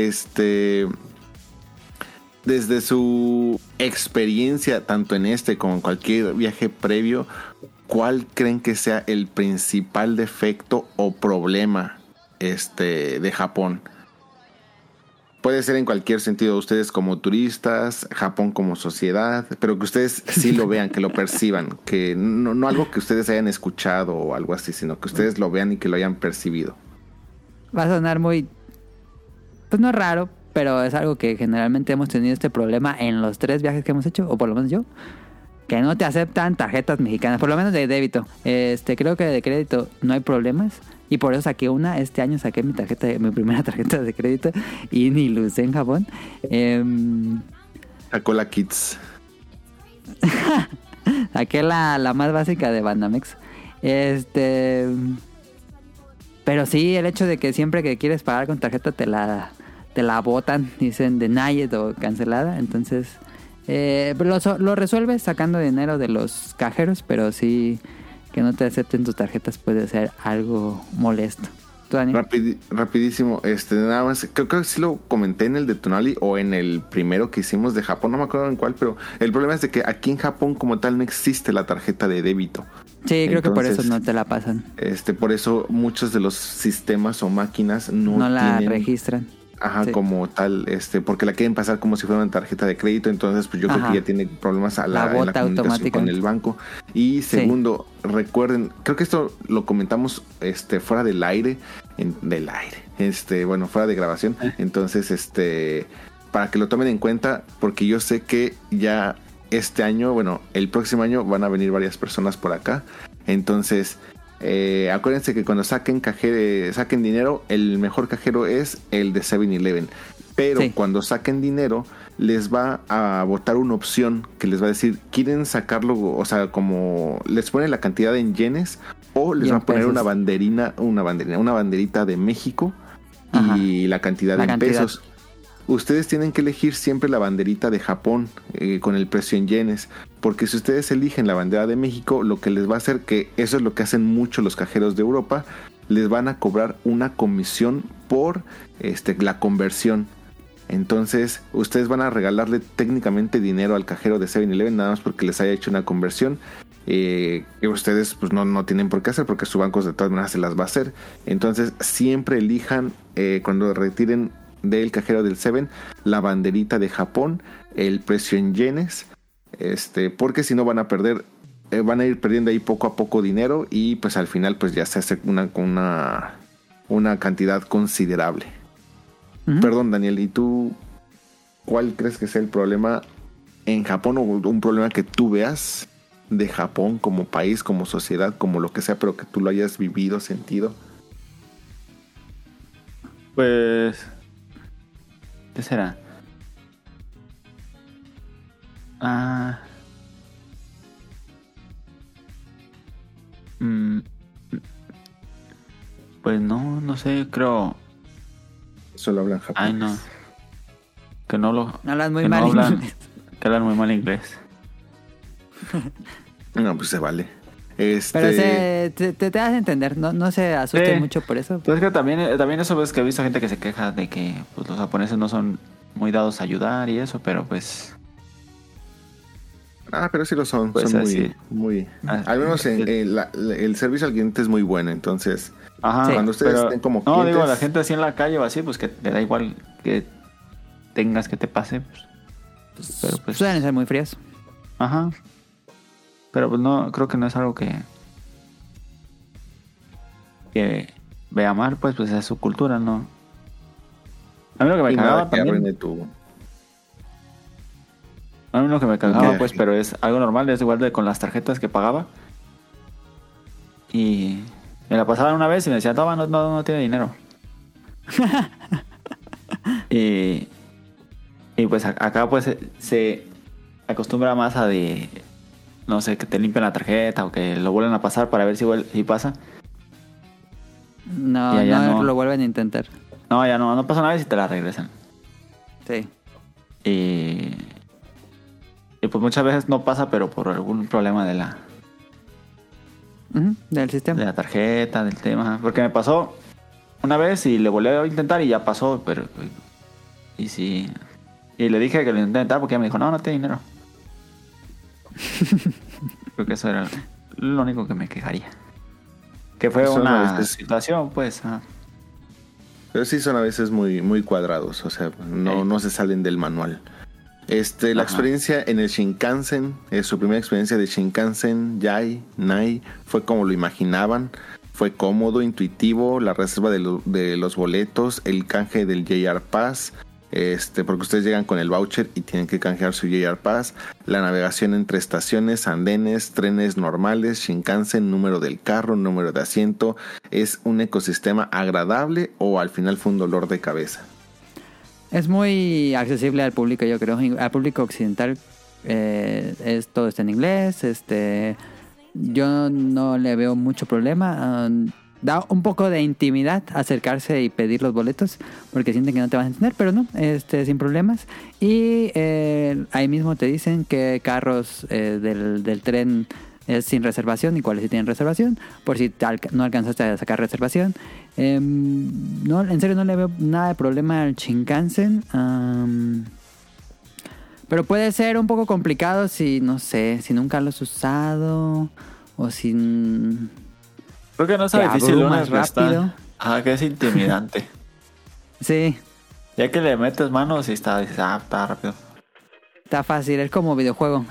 Desde su experiencia, tanto en como en cualquier viaje previo, ¿cuál creen que sea el principal defecto o problema de Japón? Puede ser en cualquier sentido, ustedes como turistas, Japón como sociedad, pero que ustedes sí lo vean, que lo perciban, que no algo que ustedes hayan escuchado o algo así, sino que ustedes lo vean y que lo hayan percibido. Va a sonar muy, pues no raro, pero es algo que generalmente hemos tenido este problema en los 3 viajes que hemos hecho, o por lo menos yo, que no te aceptan tarjetas mexicanas, por lo menos de débito. Creo que de crédito no hay problemas, y por eso saqué este año saqué mi primera tarjeta de crédito y ni lo usé en Japón. Sacó la Kids. Saqué la más básica de Banamex. Pero sí, el hecho de que siempre que quieres pagar con tarjeta te la botan, dicen denied o cancelada. Entonces lo resuelves sacando dinero de los cajeros, pero sí, que no te acepten tus tarjetas puede ser algo molesto. ¿Tú, Daniel? Rapidísimo, nada más, creo que sí lo comenté en el de Tonali o en el primero que hicimos de Japón, no me acuerdo en cuál, pero el problema es de que aquí en Japón como tal no existe la tarjeta de débito. Sí, creo que por eso no te la pasan. Por eso muchos de los sistemas o máquinas no la registran. Sí. Como tal, porque la quieren pasar como si fuera una tarjeta de crédito, entonces pues yo creo que ya tiene problemas en la comunicación con el banco. Y segundo, recuerden, creo que esto lo comentamos fuera del aire, fuera de grabación. Entonces, para que lo tomen en cuenta, porque yo sé que ya este año, el próximo año van a venir varias personas por acá. Entonces, acuérdense que cuando saquen dinero, el mejor cajero es el de 7-Eleven. Pero Sí. cuando saquen dinero, les va a botar una opción que les va a decir, ¿quieren sacarlo? O sea, como les pone la cantidad en yenes o les Y va en a poner pesos. una banderita de México Ajá. y la cantidad La en cantidad. pesos. Ustedes tienen que elegir siempre la banderita de Japón con el precio en yenes, porque si ustedes eligen la bandera de México, lo que les va a hacer, que eso es lo que hacen mucho los cajeros de Europa, les van a cobrar una comisión por la conversión. Entonces, ustedes van a regalarle técnicamente dinero al cajero de 7-Eleven nada más porque les haya hecho una conversión que ustedes pues no tienen por qué hacer porque su banco de todas maneras se las va a hacer. Entonces, siempre elijan cuando retiren del cajero del 7 la banderita de Japón, el precio en yenes, porque si no van a perder, van a ir perdiendo ahí poco a poco dinero y pues al final pues ya se hace una cantidad considerable. Ujú. Perdón, Daniel, ¿y tú cuál crees que sea el problema en Japón o un problema que tú veas de Japón como país, como sociedad, como lo que sea, pero que tú lo hayas vivido, sentido? Pues... ¿qué será? Pues no sé, creo... Solo hablan japonés. Ay, no. Que no lo... Hablan muy que mal no hablan, inglés. que hablan muy mal inglés. No, pues se vale. Pero te das a entender, no se asusten Sí. mucho por eso. Pues es que también eso ves que he visto gente que se queja de que pues, los japoneses no son muy dados a ayudar y eso, pero pues... Pero sí lo son. Pues son así. muy... Ah, al menos el servicio al cliente es muy bueno, entonces... Ajá, Sí. Cuando ustedes pero- estén como no, clientes... digo, la gente así en la calle o así, pues que te da igual que tengas que te pase. Pues, pero pues... Suelen ser muy fríos. Ajá. Pero pues no, creo que no es algo que vea mal, pues es su cultura, ¿no? A mí lo que me y cagaba nada que también... arruine tu... A mí lo que me cagaba, ¿Qué? pues, pero es algo normal, es igual de con las tarjetas que pagaba. Y me la pasaban una vez y me decían, toma, no tiene dinero. y pues acá pues se acostumbra más a de, no sé, que te limpian la tarjeta o que lo vuelven a pasar para ver si pasa. No, Y allá no no. lo vuelven a intentar. No, ya no pasa una vez y te la regresan. Sí. Y pues muchas veces no pasa, pero por algún problema de la Ujú, del sistema. tarjeta, del tema. Porque me pasó una vez y le volví a intentar y ya pasó, pero... Y sí... Y le dije que lo intentara porque ella me dijo, no tiene dinero. Creo que eso era lo único que me quejaría. Que fue Son a una veces- situación, pues... Pero sí son a veces muy, muy cuadrados, o sea, no se salen del manual. La Ajá. experiencia en el Shinkansen, su primera experiencia de Shinkansen, Nai, fue como lo imaginaban. Fue cómodo, intuitivo, la reserva de los boletos, el canje del JR Pass, porque ustedes llegan con el voucher y tienen que canjear su JR Pass, la navegación entre estaciones, andenes, trenes normales, Shinkansen, número del carro, número de asiento. ¿Es un ecosistema agradable o al final fue un dolor de cabeza? Es muy accesible al público, yo creo. Al público occidental todo está en inglés. Yo no le veo mucho problema. Da un poco de intimidad acercarse y pedir los boletos porque sienten que no te van a entender, pero no, sin problemas. Y ahí mismo te dicen que carros del tren es sin reservación y cuáles sí tienen reservación, por si no alcanzaste a sacar reservación. No, en serio no le veo nada de problema al Shinkansen. Pero puede ser un poco complicado si, no sé, si nunca lo has usado o si... Creo que no es Te difícil abrumas una que está- rápido. que es intimidante. Sí, Ya que le metes manos y dices, está rápido. está fácil, es como videojuego.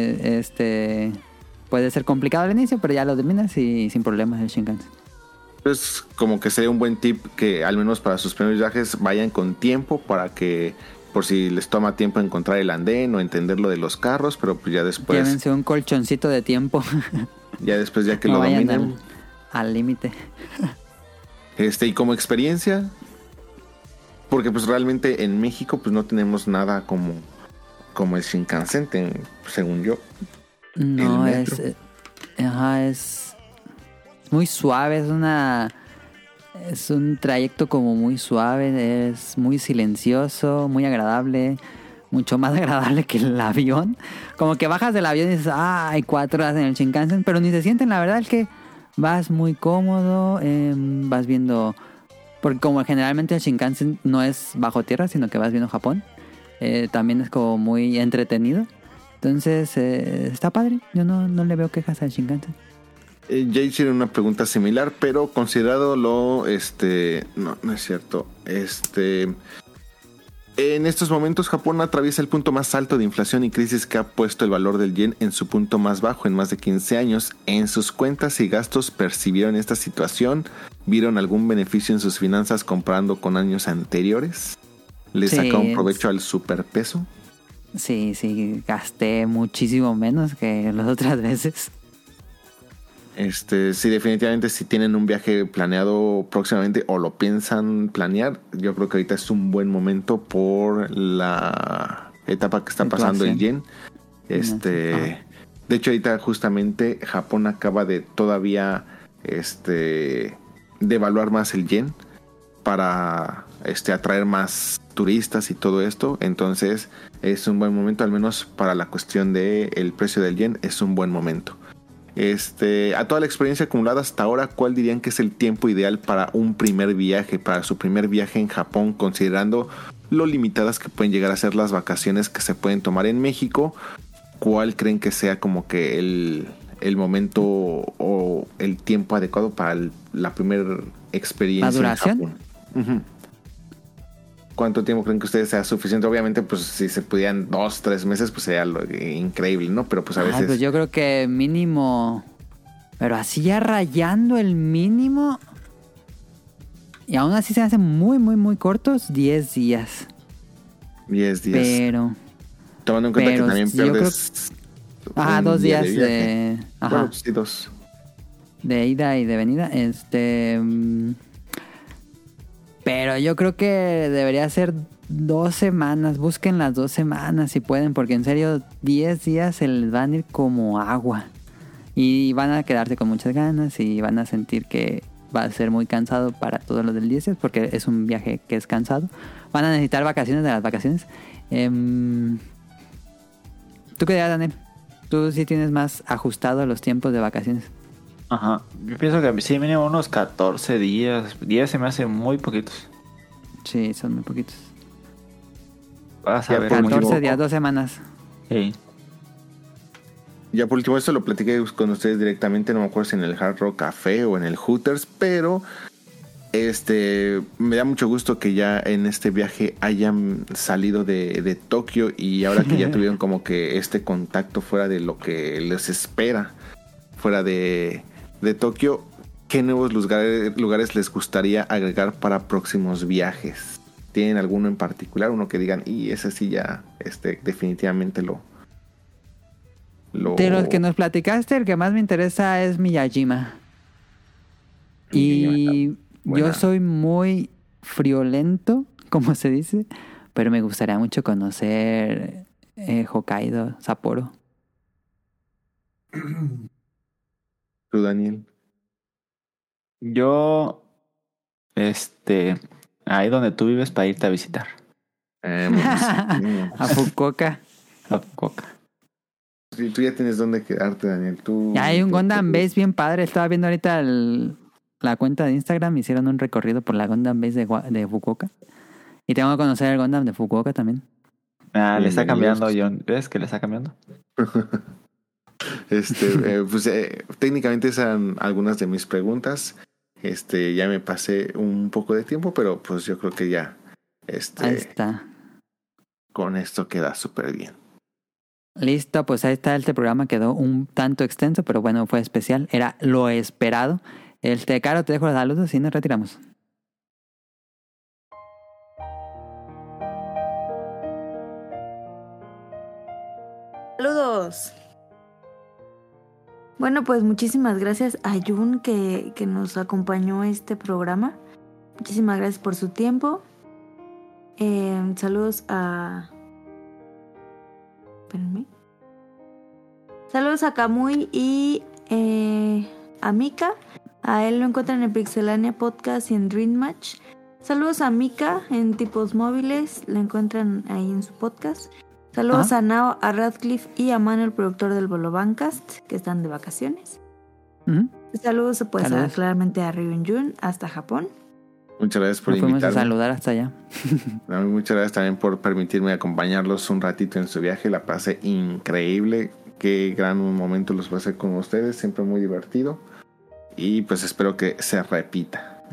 Puede ser complicado al inicio, pero ya lo dominas y sin problemas el Shinkansen. Pues como que sería un buen tip que al menos para sus primeros viajes vayan con tiempo para que por si les toma tiempo encontrar el andén o entender lo de los carros, pero pues ya después Llévense un colchoncito de tiempo. ya que No lo vayan dominen. al límite. Y como experiencia, Porque pues realmente en México pues no tenemos nada como el Shinkansen, según yo. No, es muy suave, es un trayecto como muy suave, es muy silencioso, muy agradable, mucho más agradable que el avión. Como que bajas del avión y dices, hay 4 horas en el Shinkansen, pero ni se sienten, la verdad es que vas muy cómodo, vas viendo, porque como generalmente el Shinkansen no es bajo tierra, sino que vas viendo Japón, también es como muy entretenido. Entonces, está padre. Yo no le veo quejas al Shinkansen. Ya hicieron una pregunta similar, pero considerado no es cierto. En estos momentos Japón atraviesa el punto más alto de inflación y crisis que ha puesto el valor del yen en su punto más bajo en más de 15 años. ¿En sus cuentas y gastos percibieron esta situación? ¿Vieron algún beneficio en sus finanzas comparando con años anteriores? ¿Le sacaron provecho al superpeso? Sí, gasté muchísimo menos que las otras veces. Sí, definitivamente si tienen un viaje planeado próximamente o lo piensan planear, yo creo que ahorita es un buen momento por la etapa que está pasando el yen. De hecho ahorita justamente Japón acaba de todavía devaluar más el yen para atraer más turistas y todo esto. Entonces es un buen momento, al menos para la cuestión del precio del yen, es un buen momento. A toda la experiencia acumulada hasta ahora, ¿cuál dirían que es el tiempo ideal para un primer viaje, para su primer viaje en Japón, considerando lo limitadas que pueden llegar a ser las vacaciones que se pueden tomar en México? ¿Cuál creen que sea como que el momento o el tiempo adecuado para la primera experiencia en Japón? ¿La duración? ¿Cuánto tiempo creen que ustedes sea suficiente? Obviamente, pues si se pudieran 2-3 meses, pues sería increíble, ¿no? Pero pues a veces... Pues yo creo que mínimo... Pero así ya rayando el mínimo... Y aún así se hacen muy, muy, muy cortos, 10 días. 10 días. Pero... Tomando en cuenta que también pierdes... 2 días de... Bueno, pues sí, 2. De ida y de venida. Pero yo creo que debería ser 2 semanas. Busquen las 2 semanas si pueden, porque en serio 10 días se les van a ir como agua. Y van a quedarse con muchas ganas y van a sentir que va a ser muy cansado para todos los del 10 días, porque es un viaje que es cansado. Van a necesitar vacaciones de las vacaciones. ¿Tú qué dirías, Daniel? Tú sí tienes más ajustado los tiempos de vacaciones. Ajá, yo pienso que sí, mínimo unos 14 días. 10 se me hacen muy poquitos. Sí, son muy poquitos. Vas a ver. 14 días, 2 semanas. Sí. Ya por último, esto lo platiqué con ustedes directamente, no me acuerdo si en el Hard Rock Café o en el Hooters, pero me da mucho gusto que ya en este viaje hayan salido de Tokio y ahora que ya tuvieron como que este contacto fuera de lo que les espera fuera de Tokio, ¿qué nuevos lugares les gustaría agregar para próximos viajes? ¿Tienen alguno en particular? Uno que digan, y ese sí ya definitivamente lo... De los que nos platicaste, el que más me interesa es Miyajima. Y yo soy muy friolento, como se dice, pero me gustaría mucho conocer Hokkaido, Sapporo. ¿Tú, Daniel? Yo, ahí donde tú vives para irte a visitar. A Fukuoka. A Fukuoka. Sí, tú ya tienes dónde quedarte, Daniel. Ya hay un Gundam Base bien padre. Estaba viendo ahorita la cuenta de Instagram. Hicieron un recorrido por la Gundam Base de Fukuoka. Y tengo que conocer el Gundam de Fukuoka también. Le está cambiando, John. ¿Ves que le está cambiando? Técnicamente esas eran algunas de mis preguntas. Ya me pasé un poco de tiempo, pero pues yo creo que ya ahí está. Con esto queda súper bien. Listo, pues ahí está. Este programa quedó un tanto extenso, pero bueno, fue especial. Era lo esperado. Caro, te dejo los saludos y nos retiramos. Saludos. Bueno, pues muchísimas gracias a Jun que nos acompañó este programa. Muchísimas gracias por su tiempo. Saludos a... Espérenme. Saludos a Kamui y a Mika. A él lo encuentran en Pixelania Podcast y en Dream Match. Saludos a Mika en Tipos Móviles. Lo encuentran ahí en su podcast. Saludos a Nao, a Radcliffe y a Manuel, productor del Bolobancast, que están de vacaciones. Saludos pues claramente a Ryun Jun hasta Japón. Muchas gracias por invitarme. Fuimos a saludar hasta allá. Muchas gracias también por permitirme acompañarlos un ratito en su viaje. La pasé increíble. Qué gran momento los pasé con ustedes. Siempre muy divertido. Y pues espero que se repita.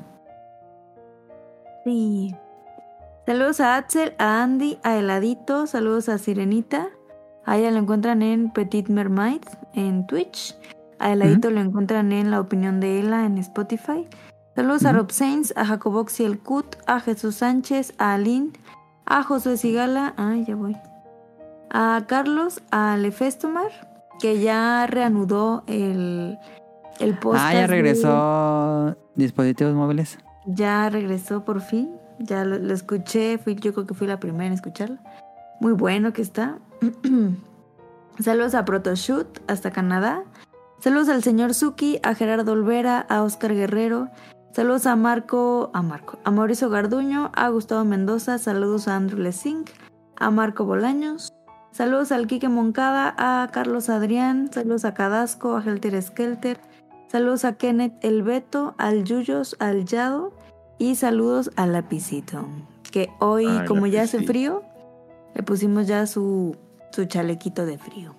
Sí. Saludos a Axel, a Andy, a Heladito. Saludos a Sirenita. A ella lo encuentran en Petit Mermaid en Twitch. A Heladito lo encuentran en La Opinión de Ela en Spotify. Saludos a Rob Sainz, a Jacoboxy el Cut, a Jesús Sánchez, a Aline, a Josué Sigala, ya voy. A Carlos, a Lefestomar, que ya reanudó el podcast. Ya regresó dispositivos móviles. Ya regresó por fin. Ya lo escuché, yo creo que fui la primera en escucharlo. Muy bueno que está. Saludos a Protoshoot hasta Canadá. Saludos al señor Suki, a Gerardo Olvera, a Oscar Guerrero. Saludos a Mauricio Garduño, a Gustavo Mendoza. Saludos a Andrew Lessing, a Marco Bolaños. Saludos al Quique Moncada, a Carlos Adrián. Saludos a Cadasco, a Helter Skelter. Saludos a Kenneth El Beto, al Yuyos, al Yado. Y saludos a Lapicito, que hoy, como ya hace frío, le pusimos ya su chalequito de frío.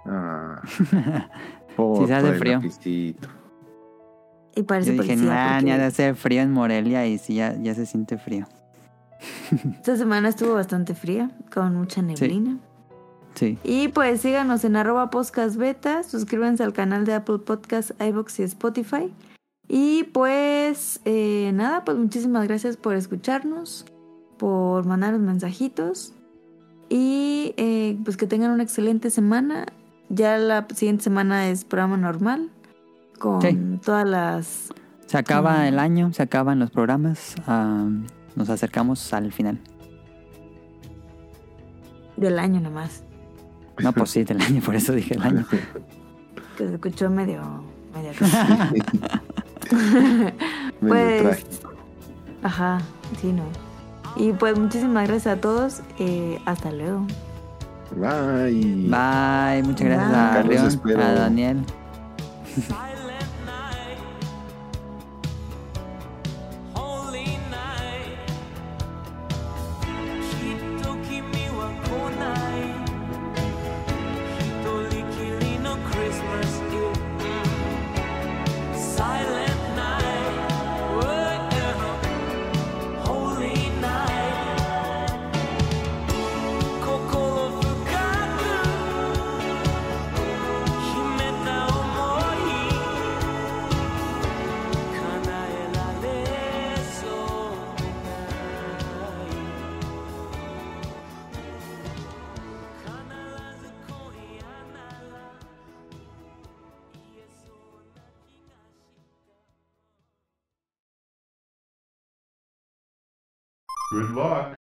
Sí se hace frío. Lapicito. Y parece yo dije, ni ha de hacer frío en Morelia y sí, ya se siente frío. Esta semana estuvo bastante fría, con mucha neblina. Sí. Y pues síganos en @podcastbeta, suscríbanse al canal de Apple Podcasts, iVoox y Spotify. Y pues nada, pues muchísimas gracias por escucharnos, por mandarnos mensajitos. Y pues que tengan una excelente semana. Ya la siguiente semana es programa normal. Con todas las... Se acaba el año, se acaban los programas. Nos acercamos al final. Del año nomás. No, pues sí, del año, por eso dije el año. Que se escuchó medio pues... Ajá, sí, no. Y pues muchísimas gracias a todos. Hasta luego. Bye. Bye. Muchas gracias a Rion, a Daniel. Good luck.